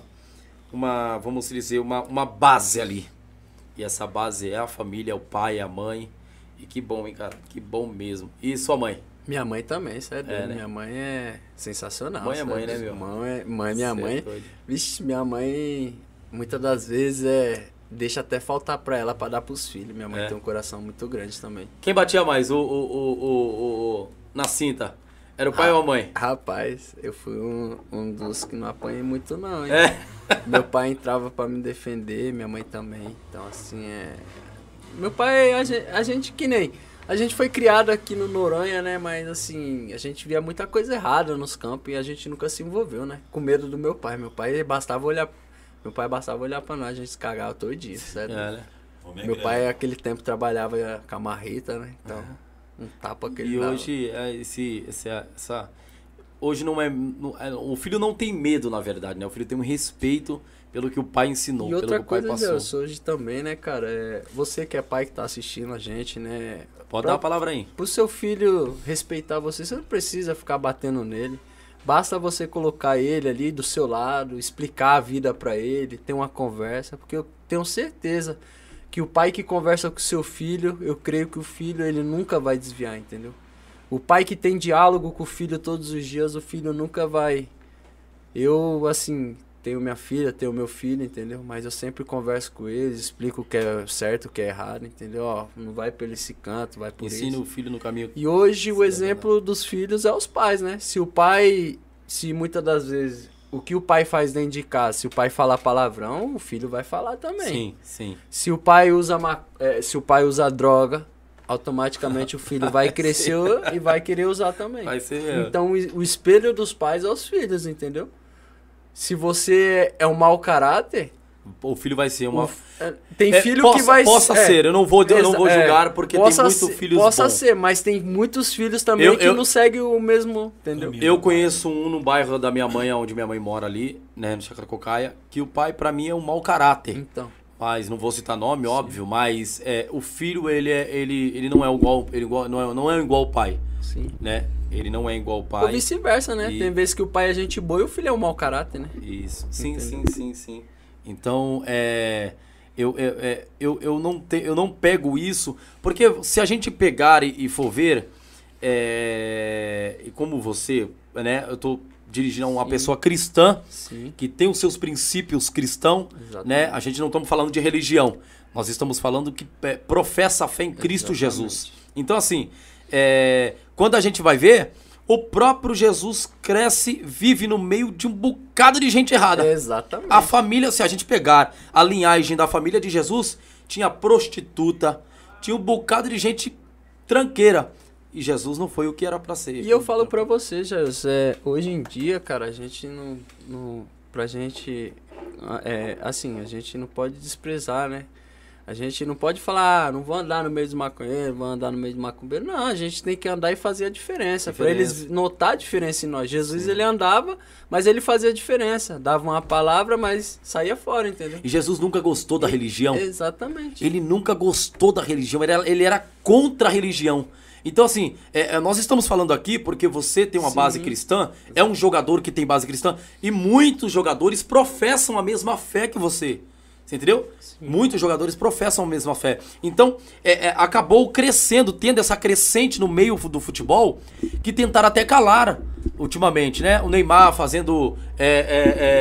uma, vamos dizer, uma, uma base ali. E essa base é a família, é o pai, é a mãe. E que bom, hein, cara? Que bom mesmo. E sua mãe? Minha mãe também, sério. É, né? Minha mãe é sensacional. Mãe é sério. mãe, né, meu? Mãe, mãe minha Cê é mãe. doido. Vixe, minha mãe, muitas das vezes, é. Deixa até faltar pra ela pra dar pros filhos. Minha mãe É. tem um coração muito grande também. Quem batia mais? O, o, o, o, o- o- na cinta? Era o pai ou a mãe? Rapaz, eu fui um, um dos que não apanhei muito, não, hein? É. Meu pai entrava pra me defender, minha mãe também. Então, assim, é. Meu pai, a gente, a gente que nem. A gente foi criado aqui no Noronha, né? Mas, assim, a gente via muita coisa errada nos campos e a gente nunca se envolveu, né? Com medo do meu pai. Meu pai bastava olhar. Meu pai bastava olhar pra nós, a gente se cagava todo dia, sério. É, né? Homem é Meu grande. pai, naquele tempo, trabalhava com a marreta, né? Então, um tapa que ele E dava. hoje, é, esse, esse, essa... Hoje não é, não é- o filho não tem medo, na verdade, né? O filho tem um respeito pelo que o pai ensinou, E pelo outra que o pai coisa, passou. Deus, hoje também, né, cara? É, você que é pai que tá assistindo a gente, né? Pode pra- dar a palavra aí. Pro seu filho respeitar você, você não precisa ficar batendo nele. Basta você colocar ele ali do seu lado, explicar a vida pra ele, ter uma conversa, porque eu tenho certeza que o pai que conversa com o seu filho, eu creio que o filho ele nunca vai desviar, entendeu? O pai que tem diálogo com o filho todos os dias, o filho nunca vai. Eu, assim, tenho minha filha, tenho meu filho, entendeu? Mas eu sempre converso com eles, explico o que é certo, o que é errado, entendeu? Ó, não vai por esse canto, vai por isso. Ensina o filho no caminho. E hoje o Sim, exemplo dos filhos é os pais, né? Se o pai, se muitas das vezes, o que o pai faz dentro de casa, se o pai falar palavrão, o filho vai falar também. Sim, sim. Se o pai usa, ma- é, se o pai usa droga, automaticamente o filho vai crescer e vai querer usar também. Vai ser... Então o o espelho dos pais é os filhos, entendeu? Se você é um mau caráter, O filho vai ser uma... o f- é, tem É, filho possa, que vai Possa é, ser, eu não vou, eu não vou exa- julgar é, porque possa tem muito ser- filhos Possa bons. ser, mas tem muitos filhos também Eu- que eu- não seguem o mesmo, entendeu? Eu conheço um no bairro da minha mãe, onde minha mãe mora ali, né, no Chacracocaia, que o pai pra mim é um mau caráter. Então, Mas não vou citar nome, óbvio, mas é, o filho ele é, ele, ele não é igual, ele igual não é, não é igual ao pai, sim. né? Ele não é igual ao Ou pai. vice-versa, né? E- Tem vezes que o pai é gente boa e o filho é um mau caráter, né? Isso. Sim, Entendeu? sim, sim, sim. Então, é, eu, eu, é, eu, eu, não te, eu não pego isso, porque se a gente pegar e, e for ver, é, e como você, né, eu tô dirigindo a uma Sim. pessoa cristã, Sim. que tem os seus princípios cristãos, Exatamente. né? A gente não estamos falando de religião, nós estamos falando que é, professa a fé em Cristo Exatamente. Jesus. Então, assim, é, quando a gente vai ver, o próprio Jesus cresce, vive no meio de um bocado de gente errada. Exatamente. A família, se a gente pegar a linhagem da família de Jesus, tinha prostituta, tinha um bocado de gente tranqueira. E Jesus não foi o que era pra ser. E eu falo pra você, Jair, é, hoje em dia, cara, a gente não, não pra gente, é, assim, a gente não pode desprezar, né? A gente não pode falar, ah, não vou andar no meio dos maconheiros, vou andar no meio do macumbeiro. Não, a gente tem que andar e fazer a diferença, pra Diferença. eles notar a diferença em nós. Jesus, ele andava, mas ele fazia a diferença. Dava uma palavra, mas saía fora, entendeu? E Jesus nunca gostou da religião. Exatamente. Ele nunca gostou da religião, ele era, ele era contra a religião. Então, assim, é, é, nós estamos falando aqui porque você tem uma Sim. base cristã, é um jogador que tem base cristã, e muitos jogadores professam a mesma fé que você. Você entendeu? Muitos jogadores professam a mesma fé. Então, é, é, acabou crescendo, tendo essa crescente no meio do futebol, que tentaram até calar ultimamente, né? O Neymar fazendo... é, é,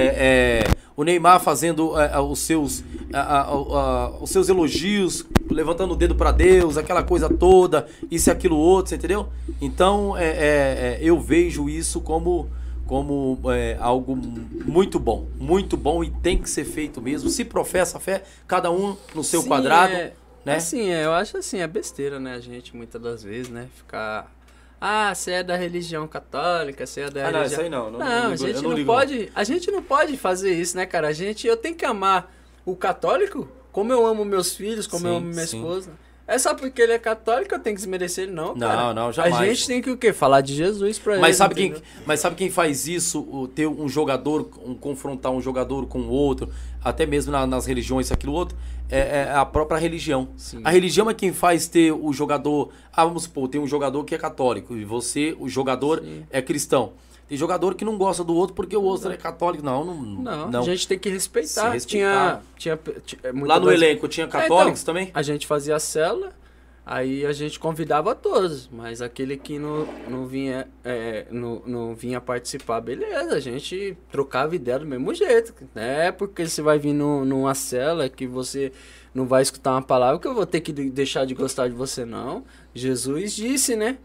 é, é, o Neymar fazendo é, os, seus, a, a, a, os seus elogios, levantando o dedo pra Deus, aquela coisa toda, isso e aquilo outro, você entendeu? Então, é, é, é, eu vejo isso como... como é, algo muito bom, muito bom e tem que ser feito mesmo. Se professa a fé, cada um no seu Sim, quadrado, é, né? Assim, é, eu acho assim, é besteira, né? A gente, muitas das vezes, né? Ficar... Ah, você é da religião católica, você é da Ah, não, religião... isso aí não. Não, Não, não a ligo- gente eu não, ligo, pode... A gente não pode fazer isso, né, cara? A gente... Eu tenho que amar o católico como eu amo meus filhos, como eu Sim, amo minha sim. esposa. É só porque ele é católico eu tenho que desmerecer ele, não, Não, cara. não, jamais. A gente tem que o quê? Falar de Jesus pra ele, Mas sabe, quem, entendeu? mas sabe quem faz isso? O, ter um jogador, um, confrontar um jogador com o outro, até mesmo na- nas religiões, isso, aquilo outro, é, é a própria religião. Sim. A religião é quem faz ter o jogador. Ah, vamos supor, tem um jogador que é católico e você, o jogador, Sim. é cristão. Tem jogador que não gosta do outro porque o outro é católico. Não, não. Não, não. a gente tem que respeitar. Se respeitar. Tinha, tinha, tinha muita Lá no coisa- elenco tinha É, católicos então, também? A gente fazia a célula, aí a gente convidava todos, mas aquele que não, não, vinha, é, não, não vinha participar, beleza, a gente trocava ideia do mesmo jeito. Não é porque você vai vir no, numa célula que você não vai escutar uma palavra que eu vou ter que de- deixar de gostar de você, não. Jesus disse, né?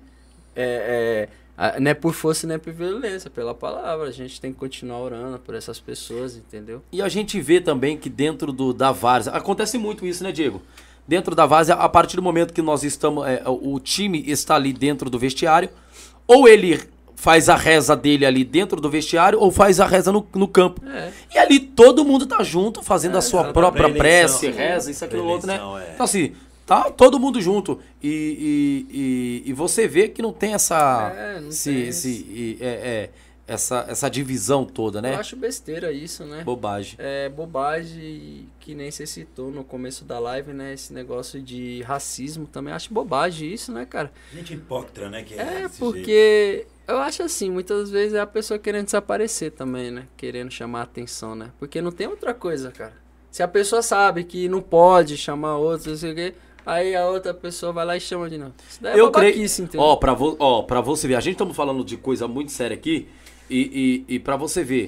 É, é, a- não é por força nem por violência, pela palavra. A gente tem que continuar orando por essas pessoas, entendeu? E a gente vê também que dentro do, da várzea, acontece muito isso, né, Diego? Dentro da várzea, a partir do momento que nós estamos, é, o time está ali dentro do vestiário, ou ele faz a reza dele ali dentro do vestiário, ou faz a reza no, no campo. É. E ali todo mundo tá junto, fazendo a sua exato. própria Pra eleição, prece, sim. reza, isso, aquilo, Pra outro, né? eleição, é. Então assim, tá todo mundo junto. E, e, e, e você vê que não tem essa... É, não esse, tem esse, e- é, é, essa, essa divisão toda, né? Eu acho besteira isso, né? Bobagem. É bobagem que nem você citou no começo da live, né? Esse negócio de racismo também. Acho bobagem isso, né, cara? Gente hipócrita, né? Que É desse jeito. porque eu acho assim, muitas vezes é a pessoa querendo desaparecer também, né? Querendo chamar a atenção, né? Porque não tem outra coisa, cara. Se a pessoa sabe que não pode chamar outros, não sei o quê, aí a outra pessoa vai lá e chama de novo. Isso daí é Eu creio. babaquice, entendeu? Ó, pra, vo, ó, pra você ver, a gente estamos falando de coisa muito séria aqui, e, e, e pra você ver,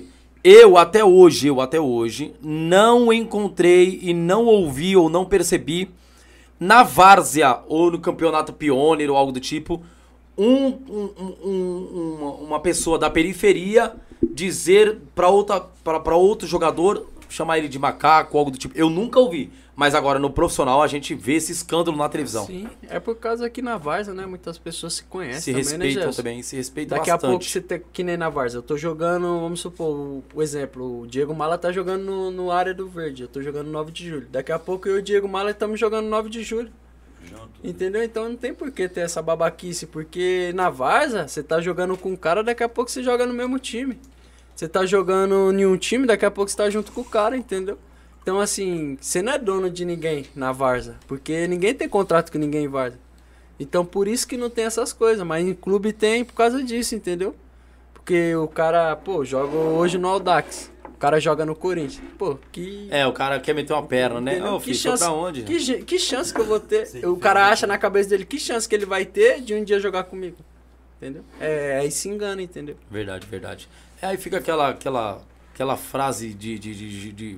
Eu, até hoje, eu até hoje, não encontrei e não ouvi ou não percebi na várzea ou no campeonato Pioneer ou algo do tipo, um, um, um, uma, uma pessoa da periferia dizer pra, outra, pra, pra outro jogador, chamar ele de macaco ou algo do tipo. Eu nunca ouvi. Mas agora no profissional a gente vê esse escândalo na televisão. Sim, é por causa que na várzea, né, muitas pessoas se conhecem Se também, respeitam né, Gerson? também, se respeitam Daqui bastante. a pouco você tem, que nem na várzea, eu tô jogando, vamos supor, o, o exemplo, o Diego Mala tá jogando no, no área do verde, eu tô jogando nove de julho. Daqui a pouco eu e o Diego Mala estamos jogando nove de julho. Junto. Entendeu? Então não tem por que ter essa babaquice, porque na várzea você tá jogando com um cara, daqui a pouco você joga no mesmo time. Você tá jogando em um time, daqui a pouco você tá junto com o cara, entendeu? Então, assim, você não é dono de ninguém na várzea, porque ninguém tem contrato com ninguém em várzea. Então, por isso que não tem essas coisas, mas em clube tem por causa disso, entendeu? Porque o cara, pô, joga hoje no Audax, o cara joga no Corinthians. Pô, que... É, o cara quer meter uma perna, né? Entendeu? Ô, que filho, chance, foi pra onde? Que, ge- que chance que eu vou ter? Sim, o cara acha na cabeça dele que chance que ele vai ter de um dia jogar comigo. Entendeu? É, aí se engana, entendeu? Verdade, verdade. É, aí fica aquela, aquela, aquela frase de, de, de, de, de,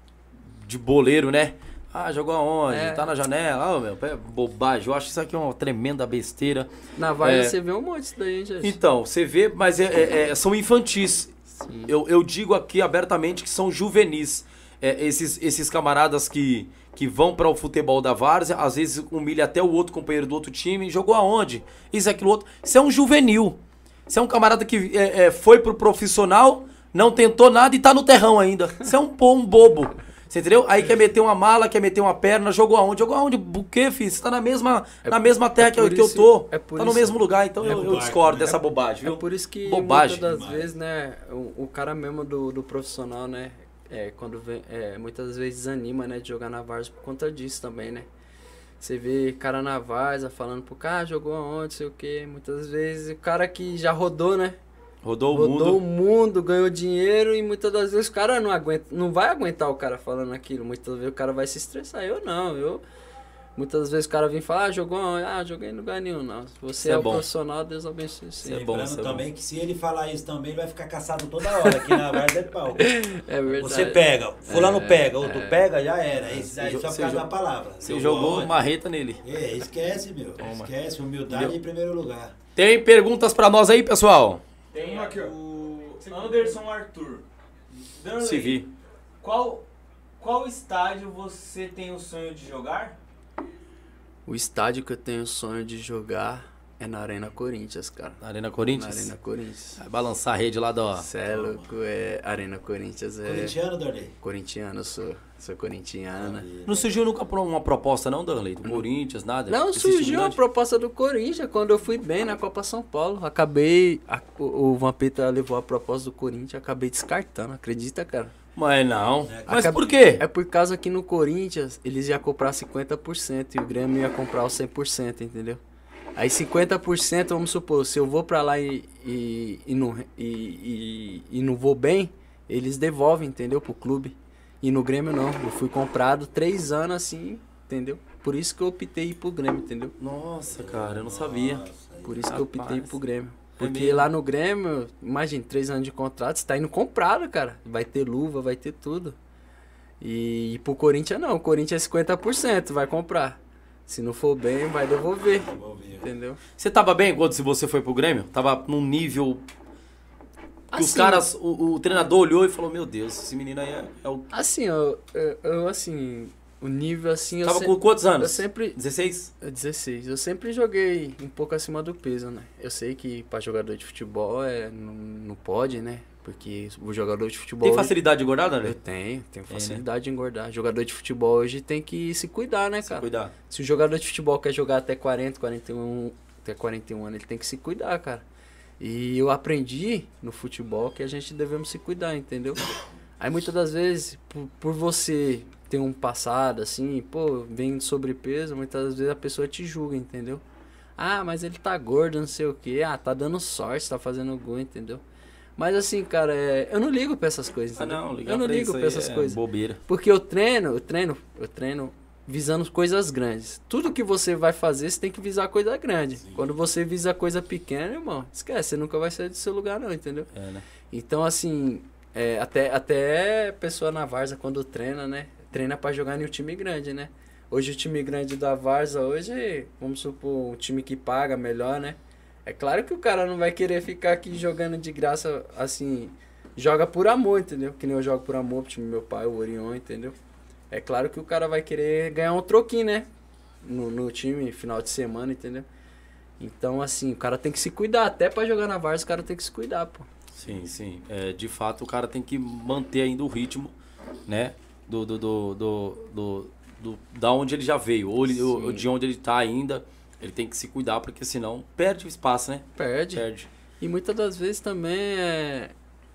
de boleiro, né? Ah, jogou aonde? É. Tá na janela. Ah, meu, é bobagem. Eu acho isso aqui uma tremenda besteira. Na várzea É. você vê um monte disso daí, hein, gente? Então, você vê, mas é, é- é- são infantis. Sim. Eu, eu digo aqui abertamente que são juvenis. É, esses, esses camaradas que, que vão para o futebol da várzea, às vezes humilha até o outro companheiro do outro time. Jogou aonde? Isso, aquilo, outro. Isso é um juvenil. Isso é um camarada que é, é, foi pro profissional, não tentou nada e tá no terrão ainda. Isso é um, pô, um bobo. Você entendeu? Aí quer meter uma mala, quer meter uma perna, jogou aonde? Jogou aonde? O quê, filho? Você tá na mesma, É- na mesma terra é que, eu- por que eu isso- tô. é por Tá no isso- mesmo lugar, então É eu, eu bobagem, discordo né? dessa bobagem, viu? É por isso que Bobagem. muitas das Demais. vezes, né, o, o cara mesmo do, do profissional, né, é, quando vem, é, muitas vezes desanima, né, de jogar na várzea por conta disso também, né. Você vê cara na várzea falando pro cara, jogou aonde, sei o quê. Muitas vezes o cara que já rodou, né, Rodou o rodou o mundo. mundo, ganhou dinheiro e muitas das vezes o cara não aguenta, não vai aguentar o cara falando aquilo. Muitas vezes o cara vai se estressar. Eu não, eu... Muitas vezes o cara vem falar, ah, jogou aonde? Ah, joguei em lugar nenhum, não. Se você Isso é é, o bom. profissional, Deus abençoe você. Isso é bom, Lembrando isso é também bom. que se ele falar isso também, ele vai ficar caçado toda hora aqui na Várzea de Pau. É verdade. Você pega, fulano É, pega, outro é. pega, já era. Esse daí Você só jo- por causa você da palavra. Você jogou aonde? marreta nele. É, esquece, meu. Toma. Esquece, humildade em primeiro lugar. Tem perguntas pra nós aí, pessoal? Tem Vamos aqui, ó. o Anderson Arthur. Danley, Se vi. Qual, qual estádio você tem o sonho de jogar? O estádio que eu tenho sonho de jogar é na Arena Corinthians, cara. Na Arena Na Corinthians? Arena Corinthians. Vai balançar a rede lá da... Cê é louco, é Arena Corinthians, é... Corintiano, Darley? Corintiano, eu sou. Sou corintiana. Não surgiu nunca pro- uma proposta não, Darley? Do Corinthians, nada? Não, Esse time surgiu a grande? proposta do Corinthians quando eu fui bem na Copa São Paulo. Acabei. a- o, o Vampeta levou a proposta do Corinthians, acabei descartando, acredita, cara? Mas não. É, Mas Acab- por quê? É por causa que no Corinthians eles iam comprar cinquenta por cento e o Grêmio ia comprar os cem por cento, entendeu? Aí cinquenta por cento, vamos supor, se eu vou pra lá e, e, e, não, e, e, e não vou bem, eles devolvem, entendeu? Pro clube. E no Grêmio não, eu fui comprado três anos assim, entendeu? Por isso que eu optei ir pro Grêmio, entendeu? Nossa, cara, eu não sabia. Por isso que eu optei Rapaz. pro Grêmio. Porque mesmo? lá no Grêmio, imagina, três anos de contrato, você tá indo comprado, cara. Vai ter luva, vai ter tudo. E, e pro Corinthians não, o Corinthians é cinquenta por cento, vai comprar. Se não for bem, vai devolver. Vou ver. Entendeu? Você tava bem quando se você foi pro Grêmio? Tava num nível que os Assim, caras, o, o treinador olhou e falou, meu Deus, esse menino aí é, é o... Assim, eu, eu, eu, assim, o nível assim... eu Tava se- com quantos anos? Eu sempre... dezesseis? dezesseis. Eu sempre joguei um pouco acima do peso, né? Eu sei que pra jogador de futebol é, não, não pode, né? Porque o jogador de futebol... Tem hoje- facilidade de engordar, Eu Darley? tenho, tenho né? facilidade de engordar. Jogador de futebol hoje tem que se cuidar, né, Se cara? cuidar. Se o jogador de futebol quer jogar até quarenta, quarenta e um, até quarenta e um anos, ele tem que se cuidar, cara. E eu aprendi no futebol que a gente devemos se cuidar, entendeu? Aí muitas das vezes, por, por você ter um passado assim, pô, vem de sobrepeso, muitas vezes a pessoa te julga, entendeu? Ah, mas ele tá gordo, não sei o quê. Ah, tá dando sorte, tá fazendo gol, entendeu? Mas assim, cara, é, eu não ligo pra essas coisas, Ah, entendeu? não, ligar eu não pra ligo isso pra aí essas é coisas. bobeira. Porque eu treino, eu treino, eu treino visando coisas grandes. Tudo que você vai fazer, você tem que visar coisa grande. Quando você visa coisa pequena, irmão, esquece, você nunca vai sair do seu lugar não, entendeu? É, né? Então, assim, É, até, até pessoa na Várzea quando treina, né? Treina pra jogar em um time grande, né? Hoje o time grande da Várzea, hoje, vamos supor, um time que paga melhor, né? É claro que o cara não vai querer ficar aqui jogando de graça, assim, joga por amor, entendeu? Que nem eu jogo por amor pro time do meu pai, o Orion, entendeu? É claro que o cara vai querer ganhar um troquinho, né? No, no time, final de semana, entendeu? Então, assim, o cara tem que se cuidar. Até pra jogar na Várzea, o cara tem que se cuidar, pô. Sim, sim. É, de fato, o cara tem que manter ainda o ritmo, né? Do, do, do, do, do, do- da onde ele já veio, ou, ele- ou de onde ele tá ainda. Ele tem que se cuidar, porque senão perde o espaço, né? Perde. Perde. E muitas das vezes também é...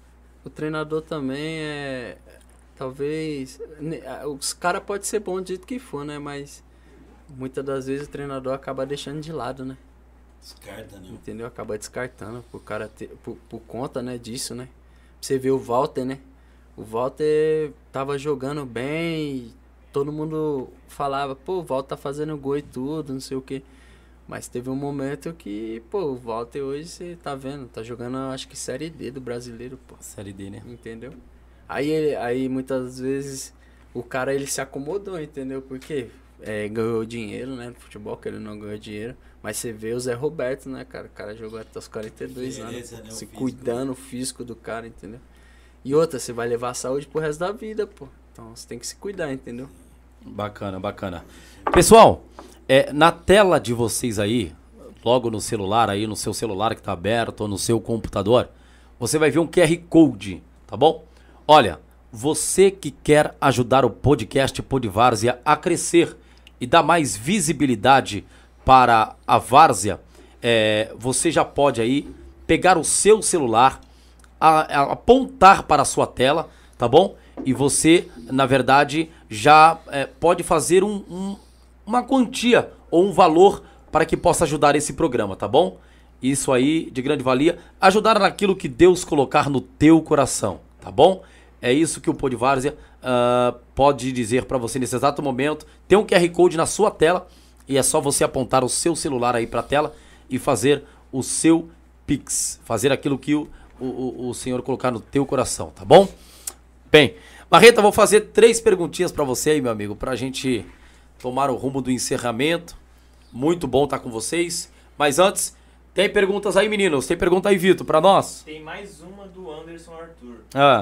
O treinador também é... Talvez... ne- a- Os caras podem ser bom do jeito que for, né? Mas muitas das vezes o treinador acaba deixando de lado, né? Descarta, né? Entendeu? Acaba descartando por, cara ter, por, por conta, né, disso, né? Você vê o Walter, né? O Walter tava jogando bem e todo mundo falava, pô, o Walter tá fazendo gol e tudo, não sei o quê. Mas teve um momento que, pô, o Walter hoje, você tá vendo, tá jogando, acho que Série D do Brasileiro, pô. Série D, né? Entendeu? Aí, ele- aí muitas vezes o cara ele se acomodou, entendeu? Porque é, ganhou dinheiro, né? No futebol, que ele não ganhou dinheiro. Mas você vê o Zé Roberto, né, cara? O cara jogou até os quarenta e dois anos. Diferença, né? O Se físico. cuidando o físico do cara, entendeu? E outra, você vai levar a saúde pro resto da vida, pô. Então você tem que se cuidar, entendeu? Bacana, bacana. Pessoal, é, na tela de vocês aí, logo no celular aí, no seu celular que tá aberto, ou no seu computador, você vai ver um Q R Code, tá bom? Olha, você que quer ajudar o podcast Podvárzea a crescer e dar mais visibilidade para a Várzea, é, você já pode aí pegar o seu celular, a- a- apontar para a sua tela, tá bom? E você, na verdade, já é, pode fazer um- um- uma quantia ou um valor para que possa ajudar esse programa, tá bom? Isso aí, de grande valia. Ajudar naquilo que Deus colocar no teu coração, tá bom? É isso que o Podvárzea ah, pode dizer para você nesse exato momento. Tem um Q R Code na sua tela e é só você apontar o seu celular aí para a tela e fazer o seu Pix. Fazer aquilo que o, o, o- o Senhor colocar no teu coração, tá bom? Bem, Marreta, vou fazer três perguntinhas para você aí, meu amigo, pra gente tomar o rumo do encerramento. Muito bom estar com vocês. Mas antes, tem perguntas aí, meninos? Tem pergunta aí, Vitor, pra nós? Tem mais uma do Anderson Arthur. Ah,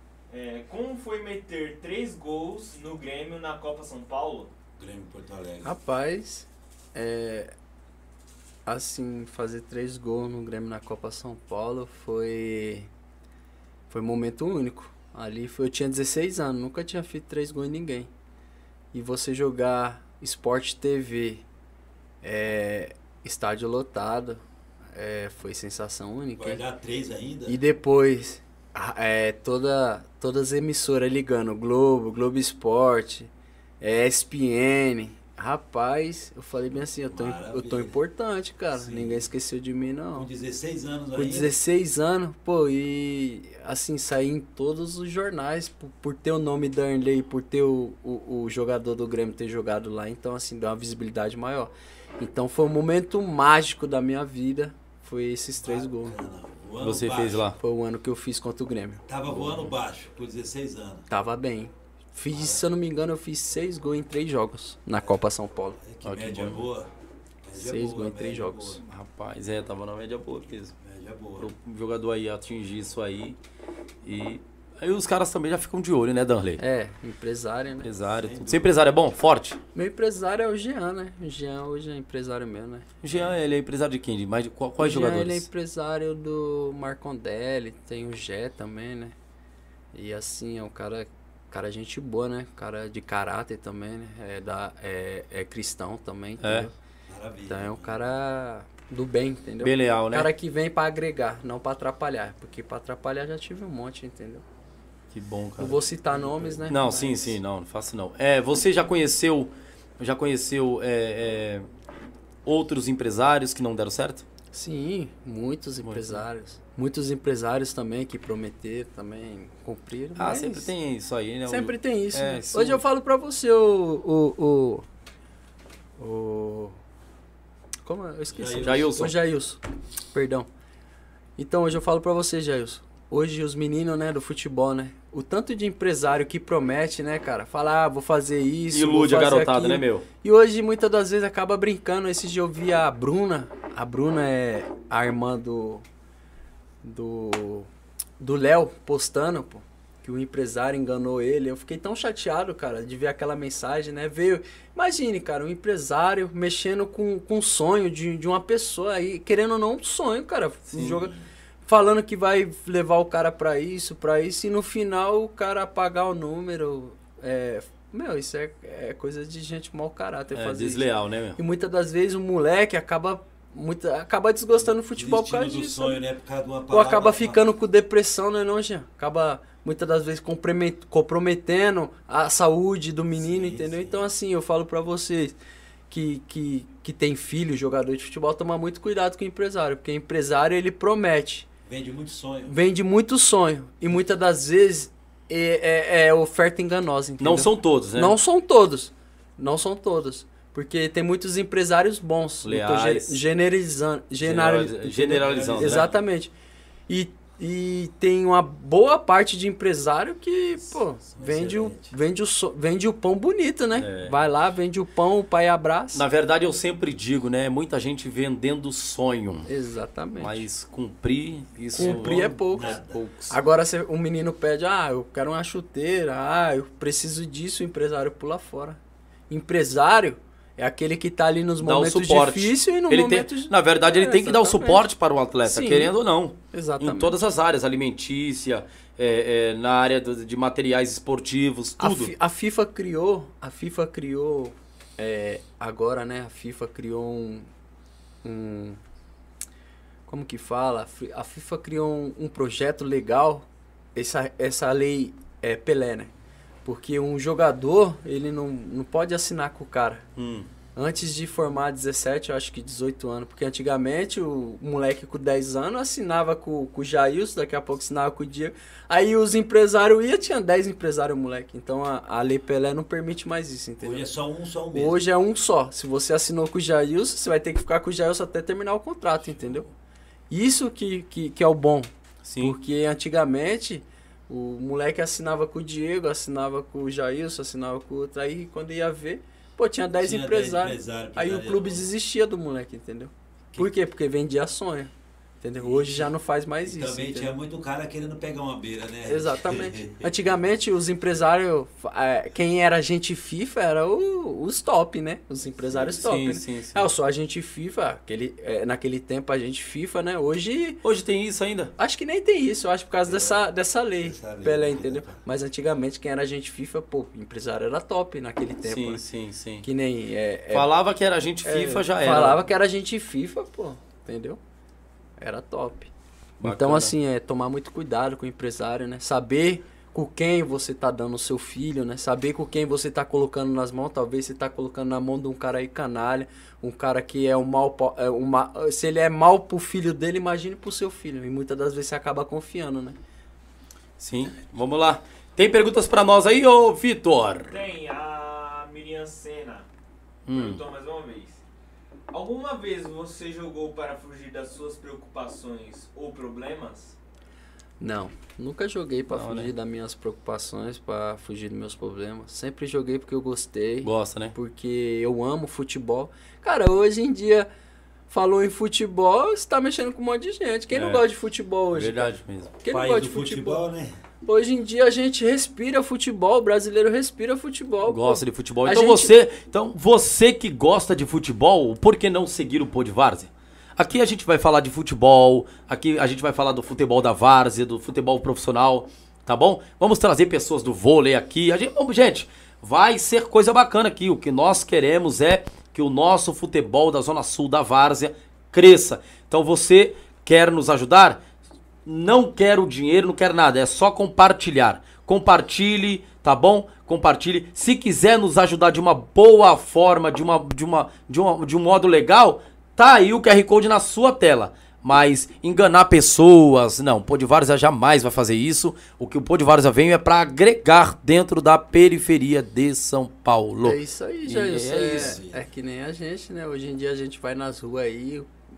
É, como foi meter três gols no Grêmio na Copa São Paulo? Grêmio Porto Alegre. Rapaz, é... Assim, fazer três gols no Grêmio na Copa São Paulo foi... Foi um momento único. Ali foi, eu tinha dezesseis anos, nunca tinha feito três gols em ninguém. E você jogar Sport T V, é, estádio lotado, é, foi sensação única. hein? Guardar três ainda? E depois, a- é, toda, todas as emissoras ligando, Globo, Globo Esporte, é, E S P N. Rapaz, eu falei bem assim, eu tô, eu tô Maravilha. importante, cara. Sim. Ninguém esqueceu de mim, Com não. dezesseis anos Com ainda. dezesseis anos, pô, e assim, saí em todos os jornais por, por ter o nome Darnley, por ter o, o, o jogador do Grêmio ter jogado lá, então assim, deu uma visibilidade maior. Então foi um momento mágico da minha vida, foi esses três gols. Bacana. Voando você baixo. fez lá. Foi o ano que eu fiz contra o Grêmio. Tava voando baixo, com dezesseis anos. Tava bem. Fiz, se eu não me engano, eu fiz seis gols em três jogos na Copa São Paulo. É que Ó, que média bom. boa. Média Seis boa, gols em três média jogos. boa, rapaz, é, tava na média boa mesmo. Média boa. Pro jogador aí atingir isso aí. E aí os caras também já ficam de olho, né, Darley? É, empresário, né? Empresário, tudo. Ser empresário é bom? Forte? Meu empresário é o Jean, né? O Jean hoje é empresário meu, né? O Jean, ele é empresário de quem? De mais de qual- quais O Jean, ele é jogadores? empresário do Marcondelli, tem o Gé também, né? E assim, é um cara, cara gente boa, né? Cara de caráter também, né? É, da, é, é cristão também, entendeu? Maravilha. Então é um cara do bem, entendeu? Bem leal, né? Cara que vem pra agregar, não pra atrapalhar. Porque pra atrapalhar já tive um monte, entendeu? Que bom, cara. Não vou citar nomes, né? Não, Mas- sim, sim, não, não faço não. É, você já conheceu, já conheceu é, é, outros empresários que não deram certo? Sim, muitos empresários. Muitos empresários também que prometeram, também cumpriram. Ah, mas sempre tem isso aí, né? O- Sempre tem isso. é, né? isso- Hoje eu falo pra você, o. O. O. o como é? Eu esqueci. Jailson. O Jailson. Perdão. Então hoje eu falo pra você, Jailson. hoje os meninos, né, do futebol, né? O tanto de empresário que promete, né, cara? Fala, ah, vou fazer isso, Ilude vou a fazer garotada, aquilo. né, meu? E hoje, muitas das vezes, acaba brincando. Esse dia eu vi a Bruna. A Bruna é a irmã do... Do... Do Léo postando, pô. Que o empresário enganou ele. Eu fiquei tão chateado, cara, de ver aquela mensagem, né? Veio... Imagine, cara, um empresário mexendo com, com o sonho de, de uma pessoa aí. Querendo ou não, um sonho, cara. Um jogo... Falando que vai levar o cara pra isso, pra isso, e no final o cara apagar o número. É, meu, isso é, é coisa de gente mau caráter É fazer desleal, isso. né, meu? E muitas das vezes o moleque acaba, muita, acaba desgostando do futebol por causa Desistindo do disso. sonho, né? né? Por causa de uma Ou palavra, acaba uma- ficando com depressão, né, não, Jean? Acaba muitas das vezes compromet- comprometendo a saúde do menino, Sim, entendeu? sim. Então, assim, eu falo pra vocês que, que, que tem filho, jogador de futebol, tomar muito cuidado com o empresário, porque o empresário, ele promete. Vende muito sonho. Vende muito sonho. E muitas das vezes é, é, é oferta enganosa, entendeu? Não são todos, né? Não são todos. Não são todos. Porque tem muitos empresários bons. Eu tô Leais. ge- generalizando. Generaliz- Generali- generalizando, né? Exatamente. E, e tem uma boa parte de empresário que, pô, vende o, excelente. vende, o so- vende o pão bonito, né? É. Vai lá, vende o pão, o pai abraça. Na verdade, eu sempre digo, né? Muita gente vendendo sonho. Exatamente. Mas cumprir, isso... Cumprir é pouco. Nada. poucos. Agora se um menino pede, ah, eu quero uma chuteira, ah, eu preciso disso, o empresário pula fora. Empresário é aquele que tá ali nos Dá o momentos suporte. difíceis e no Ele momento... tem, na verdade, ele É, tem que dar o exatamente. suporte para o atleta, Sim. querendo ou não. Exatamente. Em todas as áreas, alimentícia, é, é, na área do- de materiais esportivos, A, tudo. Fi- a FIFA criou, a FIFA criou, é, agora, né, a FIFA criou um, um como que fala? A Fi- A FIFA criou um, um projeto legal, essa, essa lei é Pelé, né? Porque um jogador, ele não, não pode assinar com o cara. Hum. Antes de formar dezessete, eu acho que dezoito anos. Porque antigamente o moleque com dez anos assinava com, com o Jailson, daqui a pouco assinava com o Diego. Aí os empresários iam, tinha dez empresários, moleque. Então a, a Lei Pelé não permite mais isso, entendeu? Hoje é só um, só um mesmo. Hoje é um só. Se você assinou com o Jailson, você vai ter que ficar com o Jailson até terminar o contrato, entendeu? Isso que, que, que é o bom. Sim. Porque antigamente o moleque assinava com o Diego, assinava com o Jailson, assinava com o outro. Aí quando ia ver, pô, tinha dez Tinha dez empresários. empresários, Aí o empresário clube bom. desistia do moleque, entendeu? Por quê? Porque vendia sonho. Entendeu? Hoje já não faz mais E isso. também entendeu? tinha muito cara querendo pegar uma beira, né? Exatamente. Antigamente, os empresários, é, quem era agente FIFA era o- os top, né? Os empresários top. Sim, né? sim, sim. Ah, eu sou agente FIFA, aquele, é, naquele tempo agente FIFA, né? Hoje, Hoje tem isso ainda? acho que nem tem isso, eu acho por causa dessa, dessa lei, Dessa lei, Pelé, né? entendeu? Mas antigamente, quem era agente FIFA, pô, empresário era top naquele tempo, Sim, né? sim, sim. Que nem... É, é, Falava que era agente é, FIFA, já era. Falava que era agente FIFA, pô, entendeu? Era top. Bacana. Então, assim, é tomar muito cuidado com o empresário, né? Saber com quem você tá dando o seu filho, né? Saber com quem você tá colocando nas mãos. Talvez você tá colocando na mão de um cara aí canalha, um cara que é um mal... po- É um ma- Se ele é mal pro filho dele, imagine pro seu filho. E muitas das vezes você acaba confiando, né? Sim, vamos lá. Tem perguntas pra nós aí, ô Vitor? Tem a Miriam Senna. Hum. Perguntou mais uma vez. Alguma vez você jogou para fugir das suas preocupações ou problemas? Não, nunca joguei pra Não, fugir né? das minhas preocupações, pra fugir dos meus problemas. Sempre joguei porque eu gostei. Gosta, né? Porque eu amo futebol. Cara, hoje em dia, falou em futebol, você tá mexendo com um monte de gente. Quem não É. gosta de futebol hoje? Verdade mesmo. Quem não País gosta do de futebol? futebol, né? Hoje em dia a gente respira futebol, o brasileiro respira futebol. Gosta pô. de futebol. A Então gente- você, então você que gosta de futebol, por que não seguir o Pô de Várzea? Aqui a gente vai falar de futebol, aqui a gente vai falar do futebol da várzea, do futebol profissional, tá bom? Vamos trazer pessoas do vôlei aqui. A gente, vamos, gente, vai ser coisa bacana aqui. O que nós queremos é que o nosso futebol da Zona Sul da várzea cresça. Então você quer nos ajudar? Não quero dinheiro, não quero nada, é só compartilhar. Compartilhe, tá bom? Compartilhe. Se quiser nos ajudar de uma boa forma, de uma de uma de, uma, de um modo legal, tá aí o Q R Code na sua tela. Mas enganar pessoas, não, o Pô de Várzea jamais vai fazer isso. O que o Pô de Várzea veio é para agregar dentro da periferia de São Paulo. É isso aí, já E isso. é É, isso. é que nem a gente, né? Hoje em dia a gente vai nas ruas aí,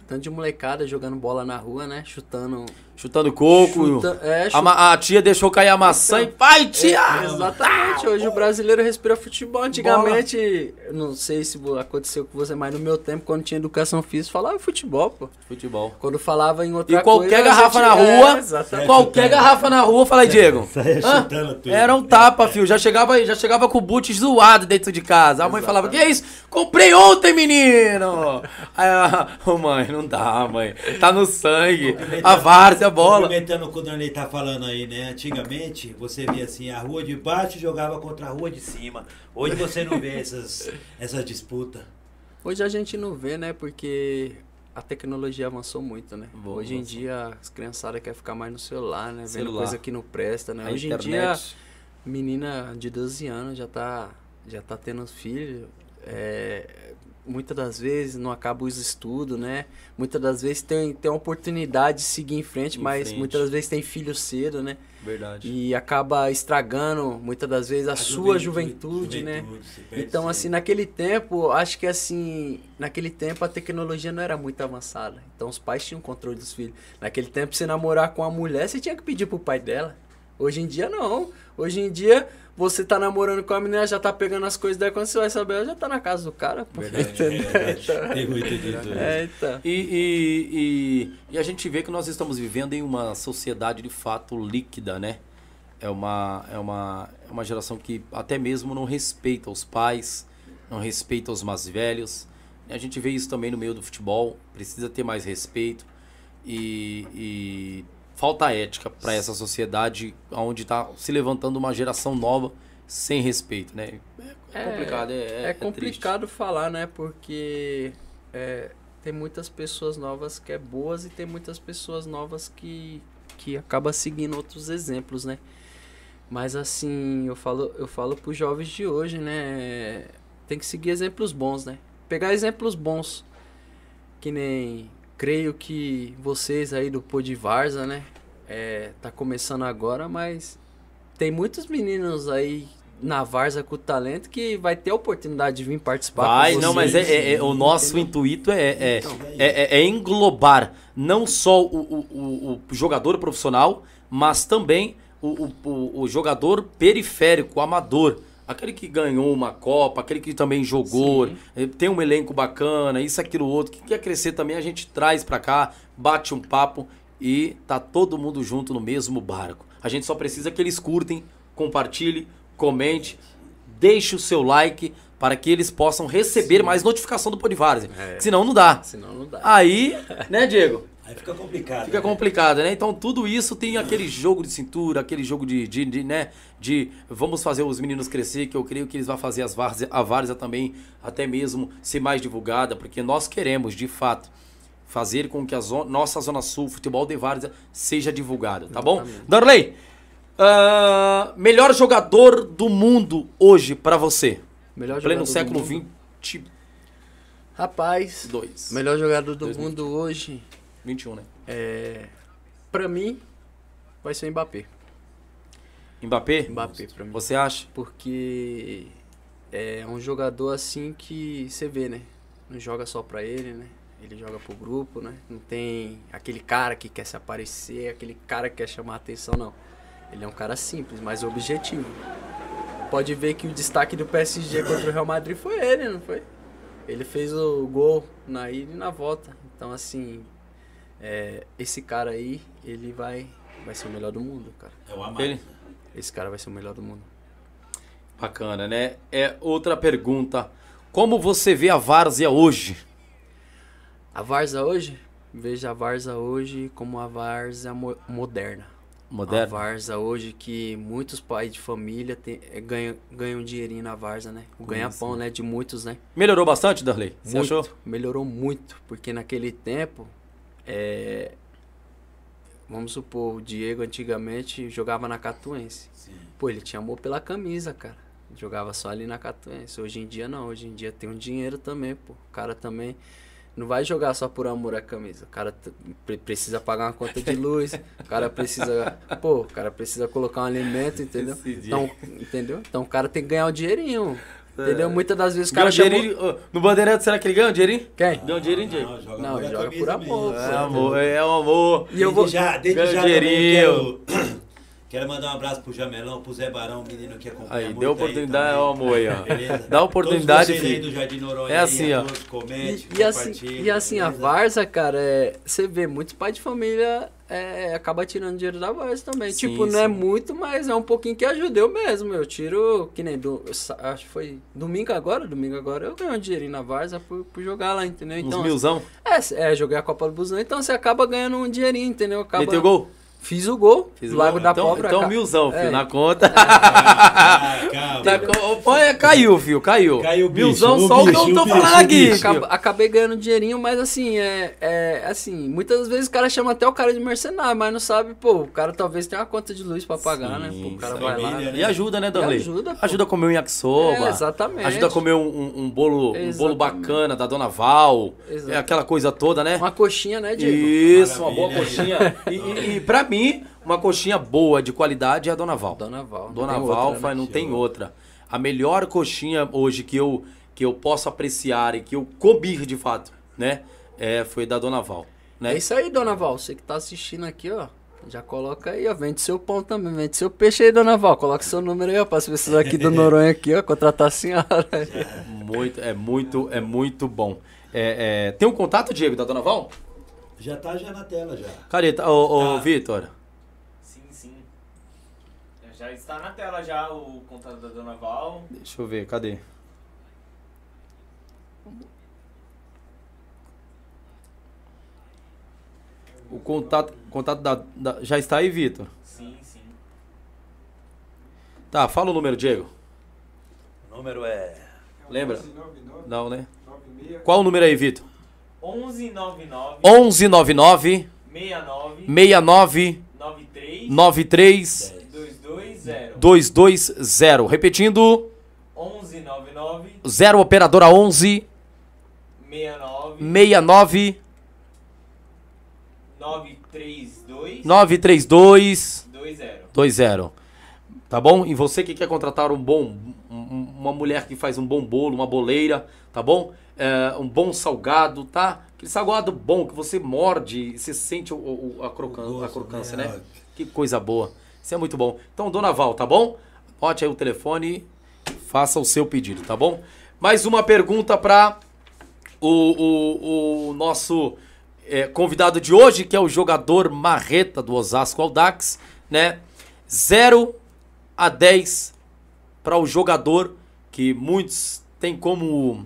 tanto de molecada jogando bola na rua, né? Chutando... Chutando coco. Chuta, é, a, chuta, ma- a tia deixou cair a maçã Então, e vai, tia! É, exatamente. Hoje o brasileiro respira futebol. Antigamente, eu não sei se vo- aconteceu com você, mas no meu tempo, quando tinha educação física, falava futebol, pô. Futebol. Quando falava em outra E qualquer coisa, a garrafa gente- na rua, É, exatamente. qualquer garrafa na rua, fala aí, Diego. Saia Hã? chutando tudo. Era um tapa, filho. Já chegava, já chegava com o boot zoado dentro de casa. A mãe falava, que é isso? Comprei ontem, menino! Aí, a ô, mãe, não dá, mãe. Tá no sangue. A várzea, a bola. Complementando o que o Danley tá falando aí, né? Antigamente, você via assim, a rua de baixo jogava contra a rua de cima. Hoje você não vê essas, essas disputas. Hoje a gente não vê, né? Porque a tecnologia avançou muito, né? Boa, Hoje em avançou. dia as criançadas querem ficar mais no celular, né? Vendo Celular. coisa que não presta, né? A Hoje em internet. dia, menina de doze anos já tá, já tá tendo filho. É, muitas das vezes não acaba os estudos, né? Muitas das vezes tem, tem uma oportunidade de seguir em frente, Em mas frente. muitas das vezes tem filho cedo, né? Verdade. E acaba estragando, muitas das vezes, a, sua juventude, né? se perde Então, sempre. assim, naquele tempo, acho que assim, naquele tempo a tecnologia não era muito avançada. Então os pais tinham controle dos filhos. Naquele tempo, você namorar com uma mulher, você tinha que pedir pro pai dela. Hoje em dia, não. Hoje em dia, você tá namorando com a menina, já tá pegando as coisas dela, quando você vai saber, ela já tá na casa do cara, pô. Entendeu? Então, Tem muito disso. é, então. E, e, e, e a gente vê que nós estamos vivendo em uma sociedade de fato líquida, né? É uma, é uma, é uma geração que até mesmo não respeita os pais, não respeita os mais velhos. E a gente vê isso também no meio do futebol, precisa ter mais respeito. E, e falta ética para essa sociedade onde está se levantando uma geração nova sem respeito, né? É complicado, é, é, É complicado falar, né? Porque é, tem muitas pessoas novas que é boas e tem muitas pessoas novas que, que acaba seguindo outros exemplos, né? Mas assim, eu falo, eu falo pros jovens de hoje, né? Tem que seguir exemplos bons, né? Pegar exemplos bons. Que nem, creio que vocês aí do Pô de Varza, né? É, tá começando agora, mas tem muitos meninos aí na Varza com talento que vai ter a oportunidade de vir participar Vai, com não, mas vocês. é, é- é- o nosso Entendeu? intuito é, é, Então. é, é- é englobar não só o, o, o- o jogador profissional, mas também o, o- o- o jogador periférico, o amador. Aquele que ganhou uma Copa, aquele que também jogou, Sim. eh, tem um elenco bacana, isso, aquilo, outro. Que quer crescer também, a gente traz pra cá, bate um papo e tá todo mundo junto no mesmo barco. A gente só precisa que eles curtem, compartilhem, comente, deixe o seu like para que eles possam receber mais notificação do Podvárzea. É. Senão não dá. Senão não dá. Aí, né, Diego? Aí fica complicado. Fica né? complicado, né? Então tudo isso tem aquele jogo de cintura, aquele jogo de, de, de, né, de vamos fazer os meninos crescer, que eu creio que eles vão fazer as várzea, a várzea também até mesmo ser mais divulgada, porque nós queremos, de fato, fazer com que a zo- nossa Zona Sul, futebol de várzea, seja divulgada, tá bom? Exatamente. Darley, ah, melhor jogador do mundo hoje pra você? Melhor Pleno jogador do século mundo. vinte e Rapaz, dois. melhor jogador do dois mil e vinte. mundo hoje, vinte e um, né? é, pra mim, vai ser o Mbappé. Mbappé? Mbappé pra mim. Você acha? Porque é um jogador assim que você vê, né? Não joga só pra ele, né? Ele joga pro grupo, né? Não tem aquele cara que quer se aparecer, aquele cara que quer chamar a atenção, não. Ele é um cara simples, mas objetivo. Pode ver que o destaque do P S G contra o Real Madrid foi ele, não foi? Ele fez o gol na ida e na volta. Então, assim, é, esse cara aí, ele vai, vai ser o melhor do mundo, cara. É o amado. Ele? Esse cara vai ser o melhor do mundo. Bacana, né? É outra pergunta. Como você vê a várzea hoje? A Varza hoje, veja a Varza hoje como a Varza mo- moderna. A Moderno? Varza hoje que muitos pais de família tem, é, ganham, ganham um dinheirinho na Varza, né? O ganha-pão, né? De muitos, né? Melhorou bastante, Darley? Você Muito, achou? melhorou muito, porque naquele tempo, é, vamos supor, o Diego antigamente jogava na Catuense. Sim. Pô, ele tinha amor pela camisa, cara. Jogava só ali na Catuense. Hoje em dia não, hoje em dia tem um dinheiro também, pô. O cara também não vai jogar só por amor à camisa. O cara t- pre- precisa pagar uma conta de luz, o cara precisa, pô, o cara precisa colocar um alimento, entendeu? Esse dia. Então, entendeu? Então o cara tem que ganhar o dinheirinho. Entendeu? Muitas das vezes o Ganhou cara chamou... dinheirinho. No Bandeirante, será que ele ganha um dinheirinho? Quem? Ganhou um dinheirinho, Diego? Não, joga, Não, por ele joga camisa por amor, mesmo. É amor, é um amor. E eu vou... Desde já, desde Ganhou já também dinheirinho. quero, quero mandar um abraço pro Jamelão, pro Zé Barão, menino que acompanha Aí, muito deu oportunidade, é aí o também. amor aí, ó. Beleza? Dá oportunidade, Todos vocês aí filho. do Jardim Noronha É aí, assim, a ó. todos, comente, E, e assim, compartilhe, e assim, a beleza? Varsa, cara, é, você vê, muitos pais de família é, acaba tirando dinheiro da Varsa também. Sim, tipo, não sim. é muito, mas é um pouquinho que ajuda eu mesmo. Eu tiro, que nem, do, eu sa- acho que foi domingo agora, domingo agora, eu ganhei um dinheirinho na Varsa por, por jogar lá, entendeu? Uns Então, milzão. é, é, joguei a Copa do Busão, então você acaba ganhando um dinheirinho, entendeu? Acaba... Meteu gol? Fiz o gol, Fiz o Lago gol? da então, Pólvora. Então, ca- milzão, filho, É. na conta. Ah, calma. Tá com- Pô, é, caiu, filho, caiu. Caiu o bicho, Milzão, o só o que bicho, eu tô o bicho, falando o aqui. bicho. filho. Acab- acabei ganhando dinheirinho, mas assim, é, é assim, muitas vezes o cara chama até o cara de mercenário, mas não sabe, pô, o cara talvez tenha uma conta de luz pra pagar, né? Pô, o cara sim, vai lá. família, né? E ajuda, né, Danley? ajuda, pô. Ajuda a comer um yakisoba. É, exatamente. Ajuda a comer um, um- um bolo, um bolo Exatamente. bacana da Dona Val. Exato. É aquela coisa toda, né? Uma coxinha, né, Diego? Isso, uma boa Maravilha. coxinha. E, e, e pra mim, uma coxinha boa, de qualidade, é a Dona Val. Dona Val. não Dona tem Val outra, né? faz- não tem outra. A melhor coxinha hoje que eu, que eu posso apreciar e que eu comi de fato, né? É, foi da Dona Val. Né? É isso aí, Dona Val. Você que tá assistindo aqui, ó. Já coloca aí, ó. Vende seu pão também. Vende seu peixe aí, Dona Val. Coloca seu número aí, ó. Pra as pessoas aqui do Noronha aqui, ó. Contratar a senhora. Muito, é muito, é muito bom. É, é, tem um contato, Diego, da Dona Val? Já tá já na tela, já. Careta, ô, ô Tá. Vitor. Sim, sim. Já está na tela já o contato da Dona Val. Deixa eu ver, cadê? O contato, contato da, da- já está aí, Vitor? Sim, sim. Tá, fala o número, Diego. O número é... Lembra? onze nove nove, Não, né? nove seis, Qual o número aí, Vitor? onze noventa e nove, onze noventa e nove, sessenta e nove, sessenta e nove, noventa e três, noventa e três, vinte e dois zero. dois dois zero. Repetindo, onze noventa e nove, zero operadora onze, sessenta e nove, sessenta e nove, nove três dois, nove três dois, dois zero. dois zero. Tá bom? E você que quer contratar um bom, um- uma mulher que faz um bom bolo, uma boleira, tá bom? É, um bom salgado, tá? Aquele salgado bom que você morde e você sente o, o- a, crocan, O gosto, a crocância, né? né? Que coisa boa. Isso é muito bom. Então, Dona Val, tá bom? Bote aí o telefone e faça o seu pedido, tá bom? Mais uma pergunta para o, o, o nosso é, convidado de hoje, que é o jogador Marreta do Osasco Audax, né? zero a dez para o jogador que muitos têm como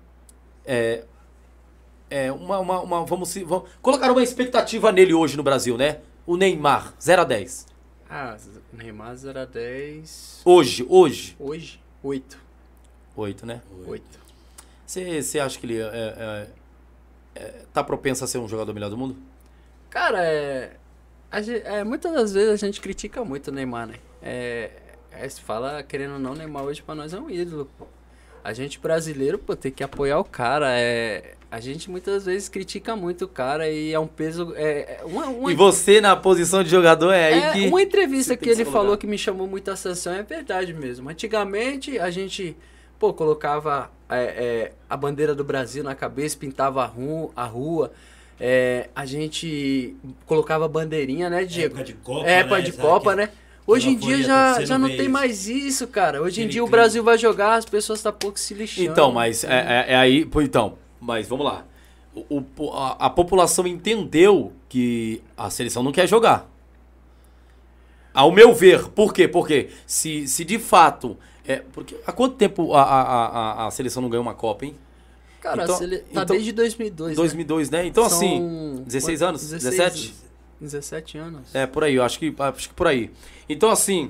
é, é, uma, uma, uma- vamos, se- vamos colocar uma expectativa nele hoje no Brasil, né? O Neymar, zero a dez. Ah, Neymar zero a dez. Hoje, hoje. Hoje, oito. oito, né? oito. Você acha que ele é, é, é, tá propenso a ser um jogador melhor do mundo? Cara, é, a gen- é, muitas das vezes a gente critica muito o Neymar, né? É, é, se fala, querendo ou não, o Neymar hoje pra nós é um ídolo, pô. A gente brasileiro, pô, tem que apoiar o cara. É, a gente muitas vezes critica muito o cara e é um peso. É, é uma, uma, E você na posição de jogador é aí é, que... uma entrevista você que tem que ele se falou colocar. que me chamou muita atenção é verdade mesmo. Antigamente a gente, pô, colocava é, é, a bandeira do Brasil na cabeça, pintava a rua, a rua é, a gente colocava bandeirinha, né, Diego? Época de Copa, É, época né? de Sabe Copa, que né? Hoje em ela foi dia a já, torcida já não vê tem isso. mais isso, cara. Hoje em Aquele dia o clima. Brasil vai jogar, as pessoas tá pouco se lixando. Então, mas é, é- é aí... Pô, então, mas vamos lá. O, o- a, a população entendeu que a seleção não quer jogar. Ao meu ver. Por quê? Porque se, se de fato... É, porque há quanto tempo a, a, a, a seleção não ganhou uma Copa, hein? Cara, então- se ele- tá então- desde dois mil e dois, dois mil e dois, né? Então, São assim, dezesseis quanto- anos? dezesseis dezessete? dezessete anos. É, por aí, eu acho que, acho que por aí. Então, assim,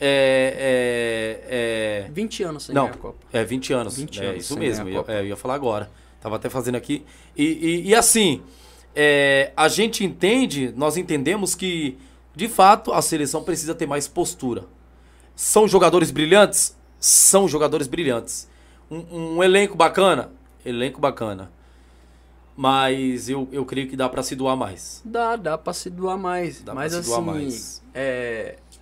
é... é, é vinte anos sem não, ganhar a Copa. é vinte anos. vinte é anos isso sem mesmo, ganhar eu, a Copa. é, eu ia falar agora. Tava até fazendo aqui. E, e, e assim, é, a gente entende, nós entendemos que, de fato, a seleção precisa ter mais postura. São jogadores brilhantes? São jogadores brilhantes. Um, um elenco bacana? Elenco bacana. Mas eu, eu creio que dá pra se doar mais. Dá, dá pra se doar mais. Dá mas pra se doar assim, mais. é,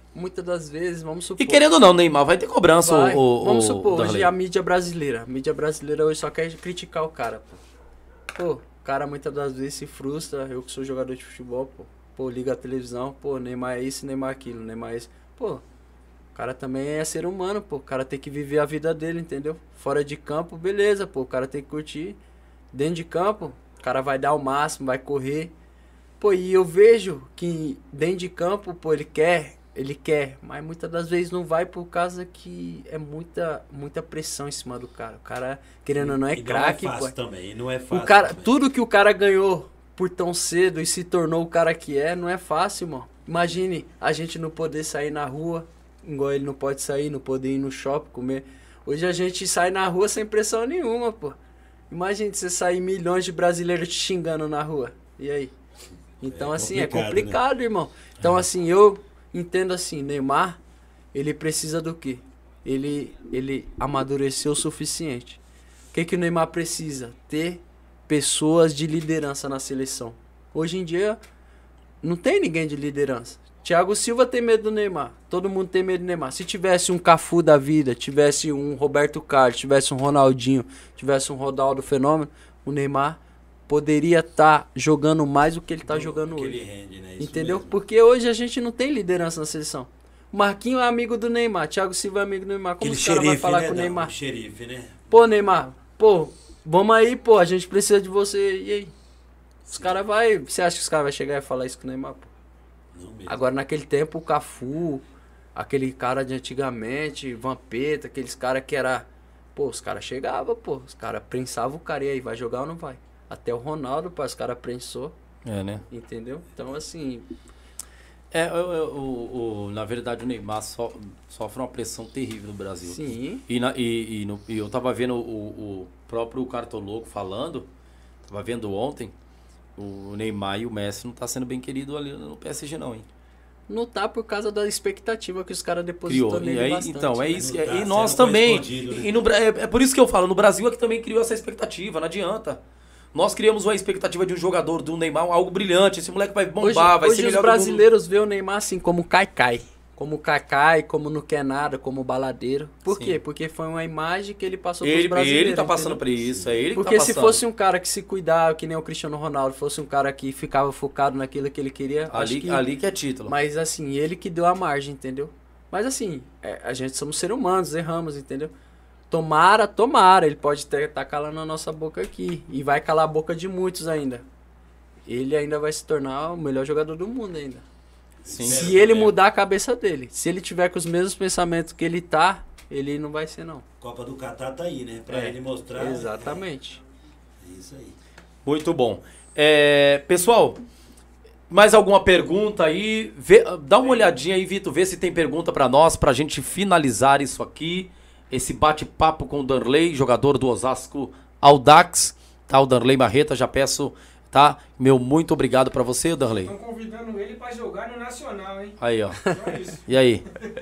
muitas das vezes, vamos supor... E querendo ou não, Neymar vai ter cobrança, Vai. o, o Vamos o supor, Darley. hoje a mídia brasileira, a mídia brasileira hoje só quer criticar o cara, pô. Pô, o cara muitas das vezes se frustra, eu que sou jogador de futebol, pô. Pô, liga a televisão, pô, Neymar é isso, Neymar é aquilo, Neymar é isso. Pô, o cara também é ser humano, pô. O cara tem que viver a vida dele, entendeu? Fora de campo, beleza, pô. O cara tem que curtir. Dentro de campo, o cara vai dar o máximo, vai correr. Pô, e eu vejo que dentro de campo, pô, ele quer, ele quer. Mas muitas das vezes não vai por causa que é muita, muita pressão em cima do cara. O cara, querendo ou não, é E craque, não é fácil pô. também, não é fácil O cara, também. tudo que o cara ganhou por tão cedo e se tornou o cara que é, não é fácil, mano. Imagine a gente não poder sair na rua, igual ele não pode sair, não poder ir no shopping, comer. Hoje a gente sai na rua sem pressão nenhuma, pô. Imagine você sair milhões de brasileiros te xingando na rua. E aí? Então, É assim, é complicado, complicado, irmão. Então, assim, eu entendo assim, Neymar, ele precisa do quê? Ele, ele amadureceu o suficiente. O que, que o Neymar precisa? Ter pessoas de liderança na seleção. Hoje em dia, não tem ninguém de liderança. Thiago Silva tem medo do Neymar. Todo mundo tem medo do Neymar. Se tivesse um Cafu da vida, tivesse um Roberto Carlos, tivesse um Ronaldinho, tivesse um Ronaldo Fenômeno, o Neymar poderia estar jogando mais do que ele está Do- jogando que hoje. ele rende, né? Isso Entendeu? mesmo. Porque hoje a gente não tem liderança na seleção. O Marquinho é amigo do Neymar, Thiago Silva é amigo do Neymar. Como Aquele os caras vão xerife, falar né, com o Dão? Neymar? O xerife, né? Pô, Neymar, pô, vamos aí, pô, a gente precisa de você. E aí? Os caras vai, você acha que os caras vão chegar e falar isso com o Neymar, pô? Não mesmo. Agora, naquele tempo, o Cafu, aquele cara de antigamente, Vampeta, aqueles caras que era... Pô, os caras chegavam, pô. Os caras prensavam o cara. E aí, vai jogar ou não vai? Até o Ronaldo, pô, os caras prensou, É, né? entendeu? Então, assim... É, eu- eu- o, o- na verdade, o Neymar so- sofre uma pressão terrível no Brasil. Sim. E, na- e- e no- e eu tava vendo o, o próprio Cartoloco falando, tava vendo ontem, o Neymar e o Messi não tá sendo bem querido ali no P S G não, hein? Não tá por causa da expectativa que os caras depositam Criou. nele E aí, bastante. então, é né? isso. Não tá E nós sendo também. correspondido, né? E no Bra- é, é por isso que eu falo, no Brasil é que também criou essa expectativa, não adianta. Nós criamos uma expectativa de um jogador, do Neymar, algo brilhante. Esse moleque vai bombar, Hoje, vai hoje ser os melhor que o mundo. brasileiros veem o Neymar assim como Caicai. Como Caicai, como não quer nada, como baladeiro. Por Sim. quê? Porque foi uma imagem que ele passou pros Ele, brasileiros. ele tá passando entendeu? por isso, é ele que Porque tá se passando. fosse um cara que se cuidava, que nem o Cristiano Ronaldo, fosse um cara que ficava focado naquilo que ele queria, acho ali, que... ali que é título. Mas assim, ele que deu a margem, entendeu? Mas assim, é, a gente somos seres humanos, erramos, entendeu? Tomara, tomara, ele pode estar tá calando a nossa boca aqui. E vai calar a boca de muitos ainda. Ele ainda vai se tornar o melhor jogador do mundo ainda. Sim. Se ele mudar a cabeça dele. Se ele tiver com os mesmos pensamentos que ele tá, ele não vai ser não. Copa do Catar tá aí, né? Pra É, ele mostrar. Exatamente. É isso aí. Muito bom. É, pessoal, mais alguma pergunta aí? Vê- dá uma olhadinha aí, Vitor, vê se tem pergunta pra nós, pra gente finalizar isso aqui. Esse bate-papo com o Darley, jogador do Osasco Audax, tá? O Darley Marreta, já peço, tá? Meu muito obrigado pra você, Darley. Estão convidando ele pra jogar no Nacional, hein? Aí, ó. Só isso. E aí?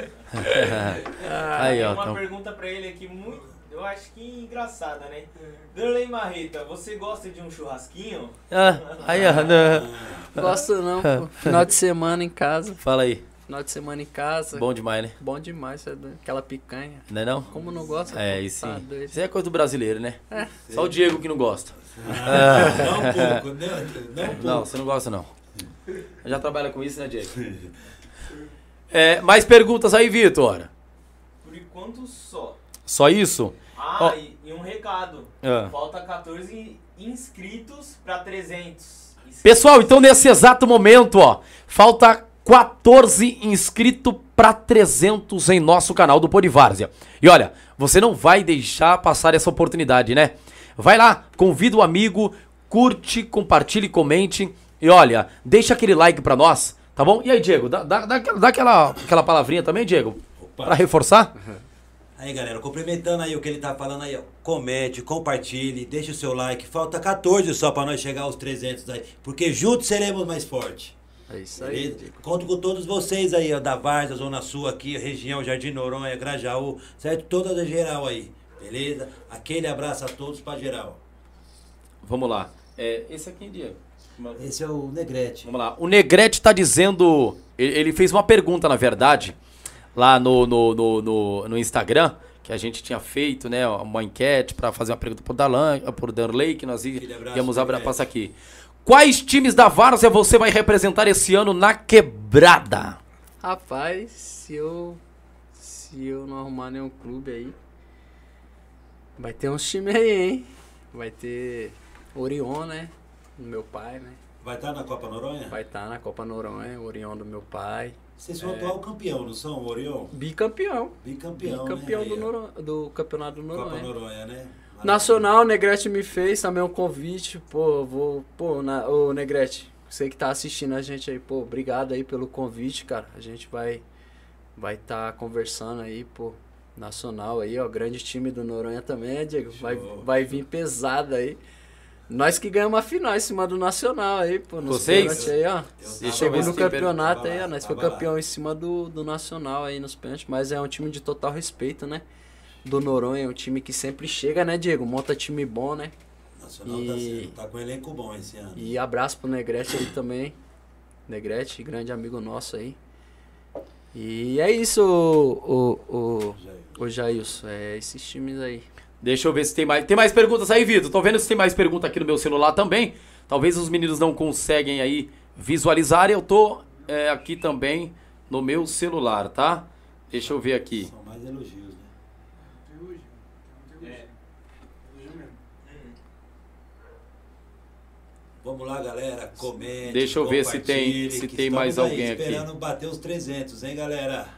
aí, Tem ó. uma Então, pergunta pra ele aqui muito, eu acho que engraçada, né? Darley Marreta, você gosta de um churrasquinho? ah, aí, ó. né? Gosto não, pô. Final de semana em casa. Fala aí. Final de semana em casa. Bom demais, né? Bom demais, você é doido. Aquela picanha. Não é não? Como não gosta? É, pô? isso sim. Tá doido. Isso aí é coisa do brasileiro, né? É. Só o Diego que não gosta. Não um pouco, não, não um pouco. Não, você não gosta não. Já trabalha com isso, né, Diego? É, mais perguntas aí, Vitor? Por enquanto só. Só isso? Ah, Ó. e, e um recado. Ah. Falta quatorze inscritos pra trezentos. Pessoal, então nesse exato momento, ó, falta quatorze inscritos para trezentos em nosso canal do Polivárzia. E olha, você não vai deixar passar essa oportunidade, né? Vai lá, convida o amigo, curte, compartilhe, comente e olha, deixa aquele like para nós, tá bom? E aí, Diego, dá, dá, dá, aquela- dá aquela, aquela palavrinha também, Diego, Opa. para reforçar? Aí, galera, complementando aí o que ele tá falando aí, ó. Comente, compartilhe, deixa o seu like. Falta quatorze só pra nós chegar aos trezentos aí. Porque juntos seremos mais fortes. É isso aí. Beleza? Diego. Conto com todos vocês aí, ó, da Várzea, Zona Sul aqui, região Jardim Noronha, Grajaú, certo? Toda da geral aí, beleza? Aquele abraço a todos pra geral. Vamos lá. É, esse aqui, Diego. Esse é o Negrete. Vamos lá. O Negrete tá dizendo... Ele ele fez uma pergunta, na verdade, lá no, no, no, no, no Instagram, que a gente tinha feito, né, uma enquete pra fazer uma pergunta pro Dalan, pro Danley, que nós í- abraço, íamos abra, Negrete. passar aqui. Quais times da Várzea você vai representar esse ano na quebrada? Rapaz, se eu. Se eu não arrumar nenhum clube aí. Vai ter uns times aí, hein? Vai ter Orion, né? Do meu pai, né? Vai estar na Copa Noronha? Vai estar na Copa Noronha, Orion do meu pai. Vocês são atual campeão, não são, o Orion? Bicampeão. Bicampeão, Bicampeão né? do, Aí, ó. Noronha, do campeonato do Copa Noronha. Noronha, né? Nacional, o Negrete me fez também um convite, pô, vou, pô, na, ô Negrete, você que tá assistindo a gente aí, pô, obrigado aí pelo convite, cara, a gente vai vai tá conversando aí, pô, Nacional aí, ó, grande time do Noronha também, Diego, vai, Show. vai vir pesado aí, nós que ganhamos a final em cima do Nacional aí, pô, nos Vocês? pênaltis aí, ó, Eu Deixa eu ver chegou se no tem campeonato pergunta. aí, ó, Vai lá, nós foi vai lá. campeão em cima do, do Nacional aí nos pênaltis, mas é um time de total respeito, né? Do Noronha, é um time que sempre chega, né, Diego? Monta time bom, né? Nacional E- tá, sendo, tá com um elenco bom esse ano. E abraço pro Negrete aí também. Negrete, grande amigo nosso aí. E é isso, o, o, o, Jair. o Jailson. É esses times aí. Deixa eu ver se tem mais. Tem mais perguntas aí, Vitor? Tô vendo se tem mais pergunta aqui no meu celular também. Talvez os meninos não conseguem aí visualizar. Eu tô é, aqui também no meu celular, tá? Deixa eu ver aqui. São mais elogios, né? Até hoje. Até hoje. É. Hoje mesmo. Vamos lá, galera. Comente. Deixa eu ver se tem- compartilhe, se que tem mais estamos alguém aí, aqui. esperando bater os trezentos, hein, galera?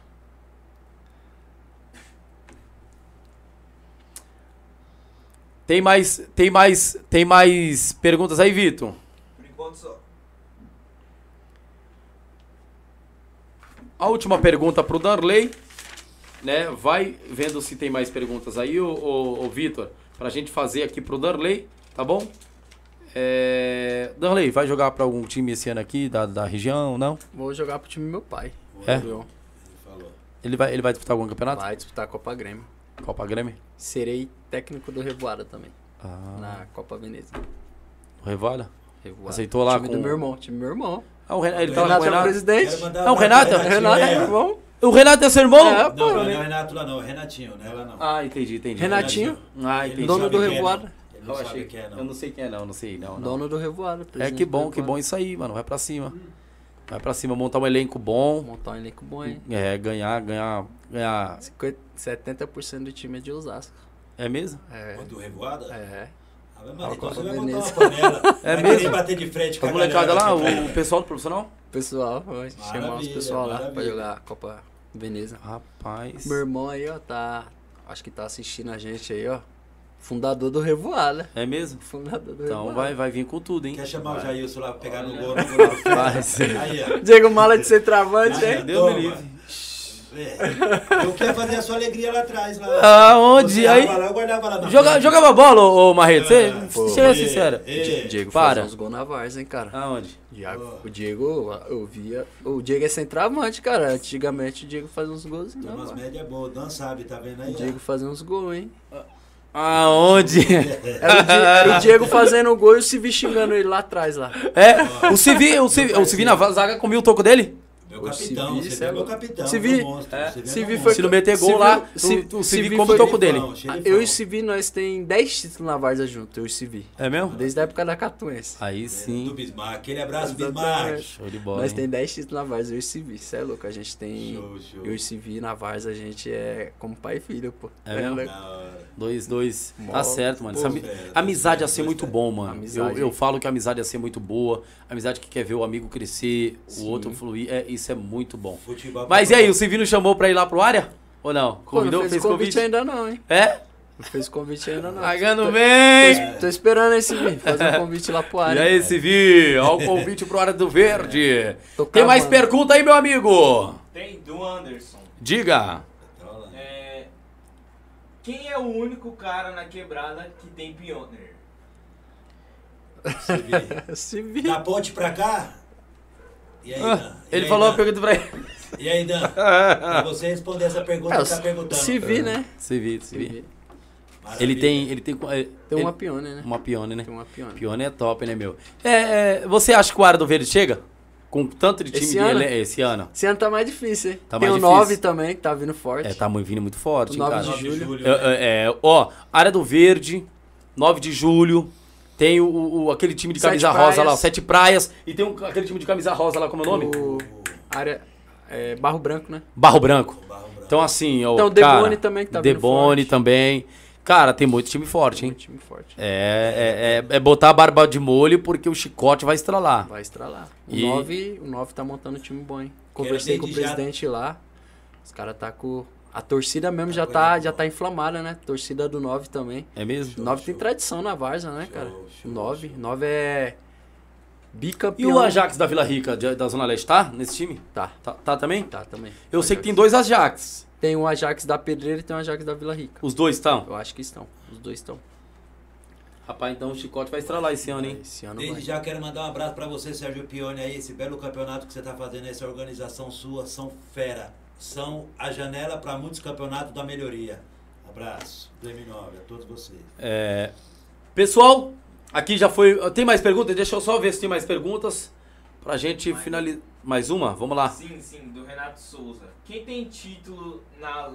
Tem mais, tem mais, tem mais perguntas aí, Vitor? Por enquanto só. A última pergunta pro Darley, né? Vai vendo se tem mais perguntas aí, ô, ô, ô Vitor, pra gente fazer aqui pro Darley, tá bom? É... Darley, vai jogar pra algum time esse ano aqui, da, da região, não? Vou jogar pro time do meu pai. É? Orion. Ele falou. Ele vai, ele vai disputar algum campeonato? Vai disputar a Copa Grêmio. Copa Grêmio? Serei técnico do Revoada também. Ah, Na Copa Veneza. o Revoada? Revoada. Aceitou lá time com- do meu irmão. Time do meu irmão. Ah, o Renato, ele Então, tá com o Renato é o Renato? presidente. Quero mandar Não, um Renato, abraço pro Renato aí, é ó. irmão. O Renato é seu irmão? É, Não, pô. não é né? o Renato lá não, é o Renatinho, não é lá não. Ah, entendi, entendi. Renatinho. Ah, Ele entendi. não Dono sabe do quem é, Revoada. não. Ele Eu não sabe achei quem é, Eu não. não sei quem é, não, não sei, não. não. Dono do Revoada. É presidente que do bom, que Revoada. bom isso aí, mano. Vai pra cima. Vai pra cima, montar um elenco bom. Montar um elenco bom, hein? É, ganhar, ganhar, ganhar. cinquenta, setenta por cento do time é de Osasco. É mesmo? É. O do Revoada? É. Ah, mas, Fala então com você a vai montar Veneza. uma panela. É vai mesmo? querer bater de frente com A a molecada galera lá, aqui, o pessoal do profissional? Pessoal, vamos chamar os Maravilha, pessoal lá pra maravilha. jogar a Copa Veneza. Rapaz. Meu irmão aí, ó, tá. Acho que tá assistindo a gente aí, ó. Fundador do Revoada. É mesmo? Fundador do Então Revoada. vai, vai vir com tudo, hein? Quer chamar o Vai. Jailson lá pra pegar no gol, no gol do Vai ser. Aí, ó. Diego Mala de centroavante, Aí, hein? ó, Deus me toma. livre. É. Eu quero fazer a sua alegria lá atrás. Lá. Aonde? Você Aí? tava lá, eu guardava lá na Joga, frente. jogava bola, ô, ô Marreto? Você, Ah, pô, seja Ei, sincero. ei. Diego Para. faz uns gols na Varsa, hein, cara. Aonde? Diego, o Diego, eu via. O Diego é centroavante, cara. Antigamente o Diego fazia uns gols. Tem Não, umas mano. médias boas, Dan sabe, tá vendo aí? O Diego fazia uns gols, hein? Aonde? Era o, Di- era o Diego fazendo gol e o Civi xingando ele lá atrás lá. É, o Civi, o Civi, o Civi na zaga comia o toco dele? Meu O capitão, Civi, você cê é é meu louco. capitão, Civi- meu monstro. é, Civi é Civi meu foi- Se não meter gol Civi- lá, Civi- o, o Civi Civi come foi- o toco dele. Xerifão, xerifão. Eu e o Civi, nós tem dez títulos na Varsa junto, eu e o Civi. É mesmo? Desde a época da Catuense. Aí Do sim. Bismarck, aquele abraço, Exatamente. Bismarck. Show de bola, Nós hein? tem dez títulos na Varsa, eu e o Civi. Isso é louco, a gente tem... Show, show. Eu e o Civi na Varsa, a gente é como pai e filho, pô. É mesmo? louco. Da hora. Dois, dois. Mó- Tá certo, mano. Pô, Essa ami- velho, amizade ia dois ser muito velho. bom, mano. Eu, Amizade. eu falo que a amizade ia ser muito boa. Amizade que quer ver o amigo crescer, o Sim. outro fluir. É, isso é muito bom. Futebol Mas e aí, o Civino chamou pra ir lá pro área? Ou não? Pô, Convidou? não fez Fez convite, convite? ainda não, hein? É? Não fez convite ainda não. Pagando Tô- bem! Tô, tô esperando esse vídeo, fazer um convite lá pro E área. aí, Civi? Olha o convite pro área do Verde. Tô Tem mais cavando. pergunta aí, meu amigo? Tem do Anderson. Diga. É, quem é o único cara na quebrada que tem Pioneer? Civi. Civi. Da ponte pra cá? E aí, Ah, Dan? E ele aí, falou a Dan? pergunta pra ele. E aí, Dan? Pra você responder essa pergunta, É, que tá perguntando. Civi, né? Civi, Civi. Civi. Ele tem, ele tem, Tem ele- uma Pione, né? uma Pione, né? Tem uma Pione. Pione é top, né, meu? É, é, você acha que o Área do Verde chega? Com tanto de time Esse de ano? ele- esse ano? Esse ano tá mais difícil, hein? Tá Tem mais o nove difícil. também, que tá vindo forte. É, tá muito, vindo muito forte, O hein, nove cara? de nove de julho. julho, É, né? é, é, ó, Área do Verde, nove de julho, tem o, o- aquele time de Sete camisa Praias. rosa lá, o Sete Praias, e tem um- aquele time de camisa rosa lá, como é o nome? O área, é, Barro Branco, né? Barro Branco. Barro Branco. Então assim, ó, Então, o cara, Debone também, que tá vindo Debone forte. também. Cara, tem muito time forte, Um hein? time forte. É, é, é, é botar a barba de molho porque o chicote vai estralar. Vai estralar. O E- nove, o nove tá montando um time bom, hein? Conversei com o desde já- presidente lá. Os caras tá com... A torcida mesmo Tá já com tá, ele, já pô. tá inflamada, né? Torcida do nove também. É mesmo? O nove tem show. tradição na Várzea, né, cara? Show, O show, nove. show. nove é E bicampeão. o Ajax da Vila Rica, de- da Zona Leste, tá nesse time? Tá, Tá, tá também? tá também. Eu O sei que tem Ajax. dois Ajax. Tem o Ajax da Pedreira e tem o Ajax da Vila Rica. Os dois estão. Eu acho que estão. Os dois estão. Rapaz, então o chicote vai estralar esse ano, hein? Esse ano Desde vai. já quero mandar um abraço pra você, Sérgio Pione, aí, esse belo campeonato que você tá fazendo, essa organização sua, são fera. São a janela para muitos campeonatos da melhoria. Abraço, Prêmio nove, a todos vocês. É, pessoal, aqui já foi. Tem mais perguntas? Deixa eu só ver se tem mais perguntas. Pra gente finalizar. Mais uma? Vamos lá. Sim, sim, do Renato Souza. Quem tem título na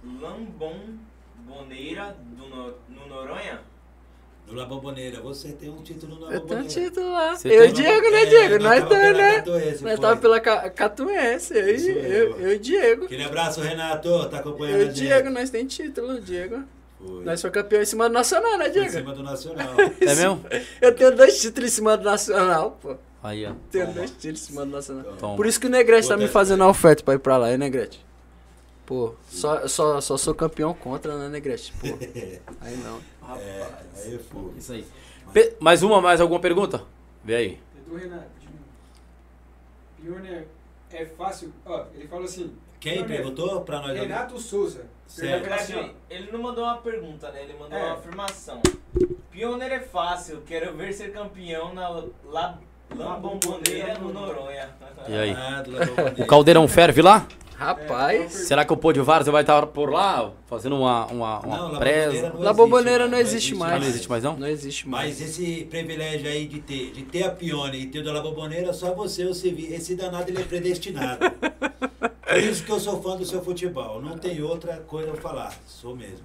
Lambomboneira do no, no Noronha? Do La Bombonera, você tem um título na Eu tenho um Bombonera. título lá. Você Eu e tem? o Diego, né, É, Diego? nós Nós tava dois, pela né? Catuense, Nós foi. tava pela Ca- Catuense. Eu, Isso e- mesmo. eu, eu e o Diego. Aquele abraço, Renato, tá acompanhando Eu e a o gente. Diego, nós tem título, Diego. Foi. Nós foi campeão em cima do Nacional, né, Foi em Diego? cima do Nacional. É mesmo? Eu tenho dois títulos em cima do Nacional, pô. Aí, ó. Tenho dois títulos em cima do Nacional. Toma. Por isso que o Negrete tá me Acontece, fazendo né? a oferta pra ir pra lá, hein, Negrete? Pô, só, só, só sou campeão contra, né, Negrete? Pô, aí não. É, aí foi. Isso aí. Pe- mais uma, mais alguma pergunta? Vê aí. É do Renato. Pione é, é fácil. Ó, ele falou assim. Quem Pione é- perguntou pra nós? Renato Souza. Certo. Na Perguntou assim, verdade, ó, ele não mandou uma pergunta, né? Ele mandou É. uma afirmação. Pioneiro é fácil, quero ver ser campeão na La Lambomboneira no Noronha. E aí? Ah, do La Bombonera. O caldeirão ferve lá? Rapaz, Será que o Pô de Várzea vai estar por lá fazendo uma, uma, uma Não, La presa? Bombonera La Bombonera não existe Ah, mais. não existe mais não? Não existe mais. Mas esse privilégio aí de ter, de ter a Pione e ter o da La Bombonera, só você, o Civi. Esse danado ele é predestinado. Por isso que eu sou fã do seu futebol. Não tem outra coisa a falar. Sou mesmo.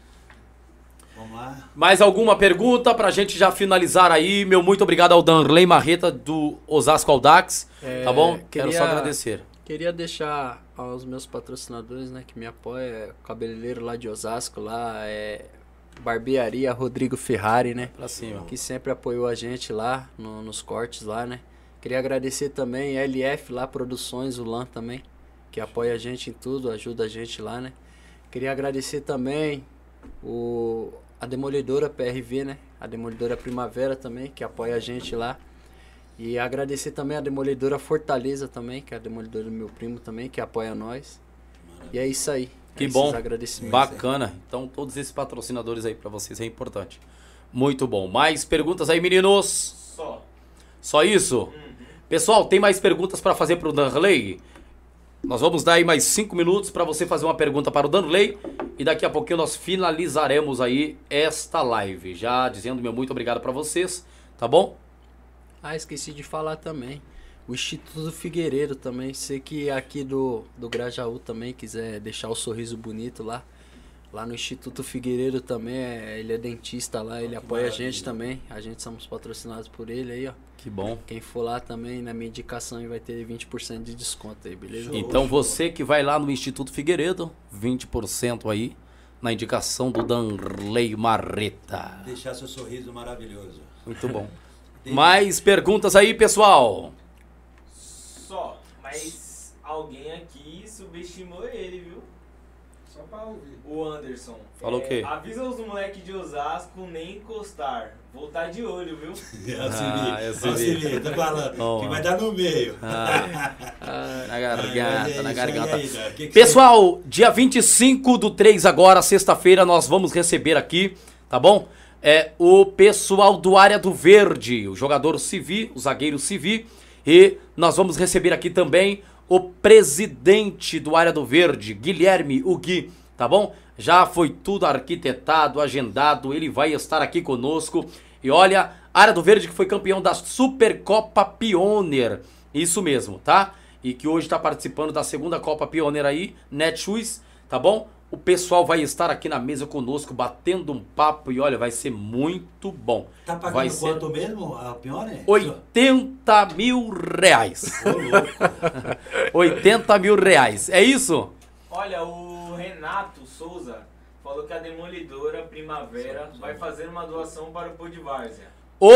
Vamos lá. Mais alguma pergunta pra gente já finalizar aí? Meu muito obrigado ao Danley Marreta do Osasco Audax. É, Tá bom? Quero queria- só agradecer. Queria deixar aos meus patrocinadores, né, que me apoiam, é o cabeleireiro lá de Osasco, lá é barbearia Rodrigo Ferrari, né, Pra cima. que sempre apoiou a gente lá no- nos cortes lá, né. Queria agradecer também L F lá Produções, o Lan também, que apoia a gente em tudo, ajuda a gente lá, né. Queria agradecer também o a Demolidora P R V, né, a Demolidora Primavera também, que apoia a gente lá. E agradecer também a Demolidora Fortaleza também, que é a Demolidora do meu primo também, que apoia nós. E é isso aí. Que Esses bom. agradecimentos. Bacana. Então, todos esses patrocinadores aí pra vocês é importante. Muito bom. Mais perguntas aí, meninos? Só. Só isso? Pessoal, tem mais perguntas pra fazer pro Danley? Nós vamos dar aí mais cinco minutos pra você fazer uma pergunta para o Danley. E daqui a pouquinho nós finalizaremos aí esta live. Já dizendo meu muito obrigado pra vocês, tá bom? Ah, esqueci de falar também. O Instituto Figueiredo também. Você que aqui do, do Grajaú também quiser deixar o sorriso bonito lá. Lá no Instituto Figueiredo também. É, ele é dentista lá, ele apoia a gente também. A gente somos patrocinados por ele aí, ó. Que bom. Quem for lá também, na minha indicação, aí vai ter vinte por cento de desconto aí, beleza? Show. Então você que vai lá no Instituto Figueiredo, vinte por cento aí na indicação do Danley Marreta. Deixar seu sorriso maravilhoso. Muito bom. Mais perguntas aí, pessoal? Só. Mas alguém aqui subestimou ele, viu? Só pra ouvir. O Anderson. Falou o quê? Avisa os moleques de Osasco nem encostar. Vou tá de olho, viu? É o Ah, eu Civi, é o sei. Civi, tô falando. Toma. Que vai dar no meio. Ah, na Ah, garganta, é na isso, garganta. e aí, Dan? Que que Pessoal, dia vinte e cinco do três agora, sexta-feira, nós vamos receber aqui, tá bom? É o pessoal do Área do Verde, o jogador Civi, o zagueiro Civi, e nós vamos receber aqui também o presidente do Área do Verde, Guilherme, o Gui, tá bom? Já foi tudo arquitetado, agendado, ele vai estar aqui conosco. E olha, Área do Verde que foi campeão da Supercopa Pioneer. Isso mesmo, tá? E que hoje está participando da segunda Copa Pioneer aí, Netshoes, tá bom? O pessoal vai estar aqui na mesa conosco, batendo um papo e olha, vai ser muito bom. Tá pagando vai ser quanto mesmo a Pioneer? oitenta mil reais. Ô, louco. oitenta mil reais. É isso? Olha, o Renato Souza falou que a Demolidora Primavera vai fazer uma doação para o Pô de Várzea.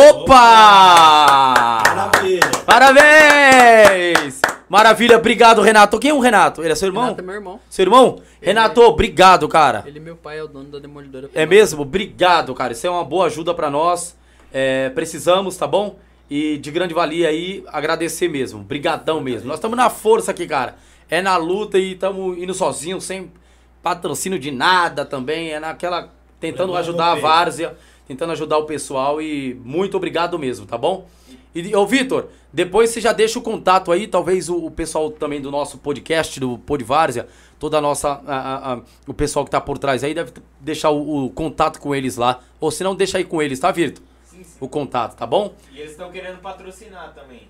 Opa! Maravilha. Parabéns! Maravilha, obrigado, Renato. Quem é o Renato? Ele é seu irmão? Renato é meu irmão. Seu irmão? Renato, obrigado, cara. Ele e meu pai é o dono da Demolidora. É mesmo? Obrigado, cara. Isso é uma boa ajuda pra nós. É, precisamos, tá bom? E de grande valia aí, agradecer mesmo. Brigadão mesmo. Nós estamos na força aqui, cara. É na luta e estamos indo sozinhos, sem patrocínio de nada também. É naquela... Tentando ajudar a várzea, tentando ajudar o pessoal e muito obrigado mesmo, tá bom? E, ô Vitor, depois você já deixa o contato aí, talvez o, o pessoal também do nosso podcast, do Pô de Várzea, toda a nossa, a, a, a, o pessoal que tá por trás aí deve deixar o, o contato com eles lá. Ou se não, deixa aí com eles, tá, Vitor? Sim, sim. O contato, tá bom? E eles estão querendo patrocinar também.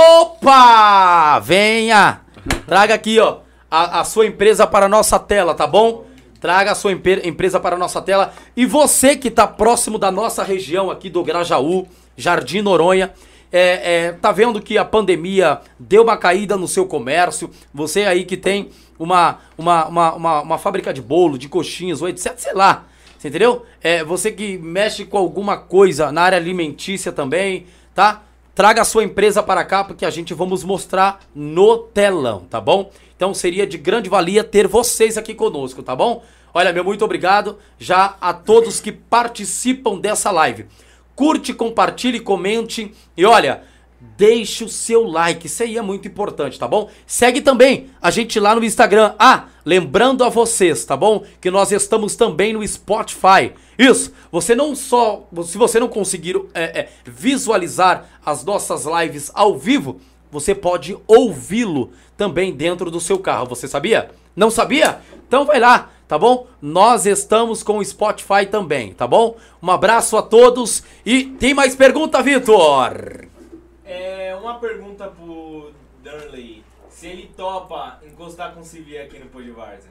Opa! Venha! Traga aqui, ó, a, a sua empresa para a nossa tela, tá bom? Traga a sua empre- empresa para a nossa tela. E você que tá próximo da nossa região aqui do Grajaú, Jardim Noronha, é, é, tá vendo que a pandemia deu uma caída no seu comércio? Você aí que tem uma, uma, uma, uma, uma fábrica de bolo, de coxinhas, ou etcétera, sei lá. Você entendeu? É, você que mexe com alguma coisa na área alimentícia também, tá? Traga a sua empresa para cá, porque a gente vamos mostrar no telão, tá bom? Então seria de grande valia ter vocês aqui conosco, tá bom? Olha, meu muito obrigado já a todos que participam dessa live. Curte, compartilhe, comente e olha, deixe o seu like, isso aí é muito importante, tá bom? Segue também a gente lá no Instagram. Ah, lembrando a vocês, tá bom? Que nós estamos também no Spotify. Isso, você não só, se você não conseguir é, é, visualizar as nossas lives ao vivo, você pode ouvi-lo também dentro do seu carro, você sabia? Não sabia? Então vai lá, tá bom? Nós estamos com o Spotify também, tá bom? Um abraço a todos e tem mais pergunta, Vitor? É uma pergunta pro Darley. Se ele topa encostar com o Civi aqui no Pô de Várzea.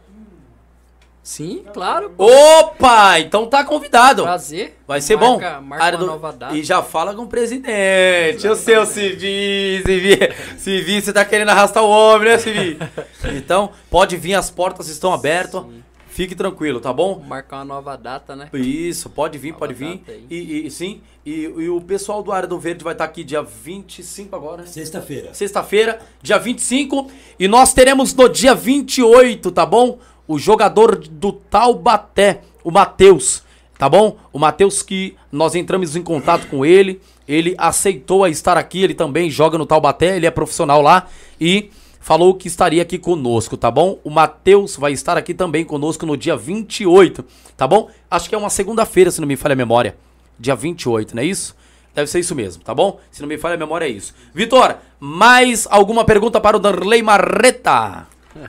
Sim, claro. Opa! Então tá convidado. Prazer. Vai ser marca, bom. Marca Área uma do- nova data. E já fala com o presidente. O seu Civi, Civi. Civi, você tá querendo arrastar o homem, né, Civi? Então, pode vir, as portas estão abertas. Sim. Fique tranquilo, tá bom? Marcar uma nova data, né? Isso, pode vir, Nova pode vir. data aí. E, e- sim, e, e o pessoal do Área do Verde vai estar aqui dia vinte e cinco agora, né? Sexta-feira. Sexta-feira, dia vinte e cinco. E nós teremos no dia vinte e oito, tá bom? O jogador do Taubaté, o Matheus, tá bom? O Matheus que nós entramos em contato com ele. Ele aceitou a estar aqui, ele também joga no Taubaté, ele é profissional lá. E falou que estaria aqui conosco, tá bom? O Matheus vai estar aqui também conosco no dia vinte e oito, tá bom? Acho que é uma segunda-feira, se não me falha a memória. Dia vinte e oito, não é isso? Deve ser isso mesmo, tá bom? Se não me falha a memória, é isso. Vitor, mais alguma pergunta para o Darley Marreta?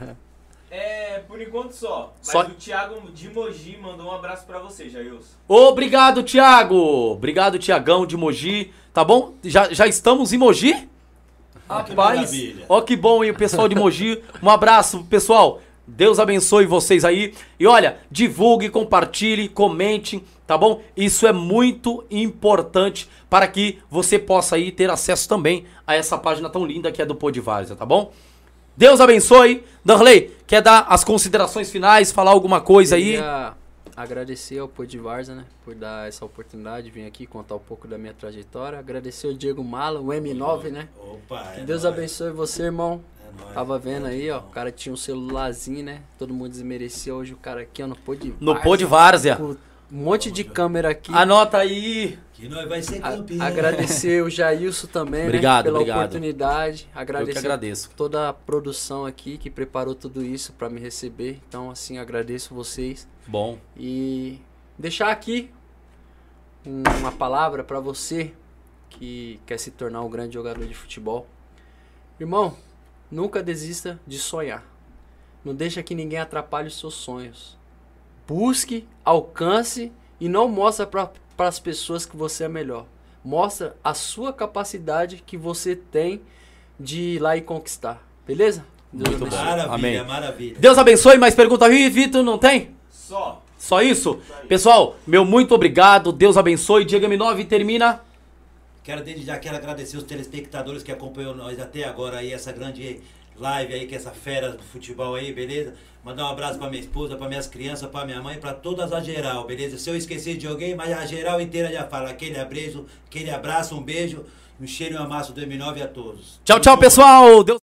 É, por enquanto só. Mas Só- o Thiago de Mogi mandou um abraço pra você, Jailson. Obrigado, Thiago! Obrigado, Tiagão de Mogi, tá bom? Já, já estamos em Mogi? Ah, que Rapaz, maravilha. ó que bom, hein, o pessoal de Mogi. Um abraço, pessoal. Deus abençoe vocês aí. E olha, divulgue, compartilhe, comente, tá bom? Isso é muito importante para que você possa aí ter acesso também a essa página tão linda que é do Pô de Várzea, tá bom? Deus abençoe. Darley, quer dar as considerações finais, falar alguma coisa aí? Queria agradecer ao Pô de Várzea, né? Por dar essa oportunidade de vir aqui contar um pouco da minha trajetória. Agradecer ao Diego Mala, o M nove, né? Opa, Que é Deus nóis. abençoe você, irmão. É nóis. Tava vendo aí, ó. O cara tinha um celularzinho, né? Todo mundo desmerecia. Hoje o cara aqui, ó, no Pô de No Pô de Várzea. Com um monte de câmera aqui. Anota aí. Que nós vai ser A- campeão. agradecer o Jailson também, Obrigado, né? Pela obrigado. oportunidade. Eu que Agradecer agradeço. toda a produção aqui que preparou tudo isso pra me receber. Então, assim, agradeço vocês. Bom. E deixar aqui um- uma palavra pra você que quer se tornar um grande jogador de futebol. Irmão, nunca desista de sonhar. Não deixa que ninguém atrapalhe os seus sonhos. busque, alcance e não mostra para as pessoas que você é melhor. Mostra a sua capacidade que você tem de ir lá e conquistar. Beleza? Deus Muito abençoe. Maravilha, Amém. maravilha. Deus abençoe. Mais pergunta aí, Vitor? Não tem? Só. Só isso? Pessoal, meu muito obrigado. Deus abençoe. Diego M nove termina. Quero desde já quero agradecer os telespectadores que acompanhou nós até agora aí, essa grande live aí, que essa fera do futebol aí, beleza? Mandar um abraço pra minha esposa, pra minhas crianças, pra minha mãe, pra todas a geral, beleza? Se eu esquecer de alguém, mas a geral inteira já fala aquele abraço, aquele abraço, um beijo, um cheiro e um amasso do M nove a todos. Tchau, tchau, pessoal. Deus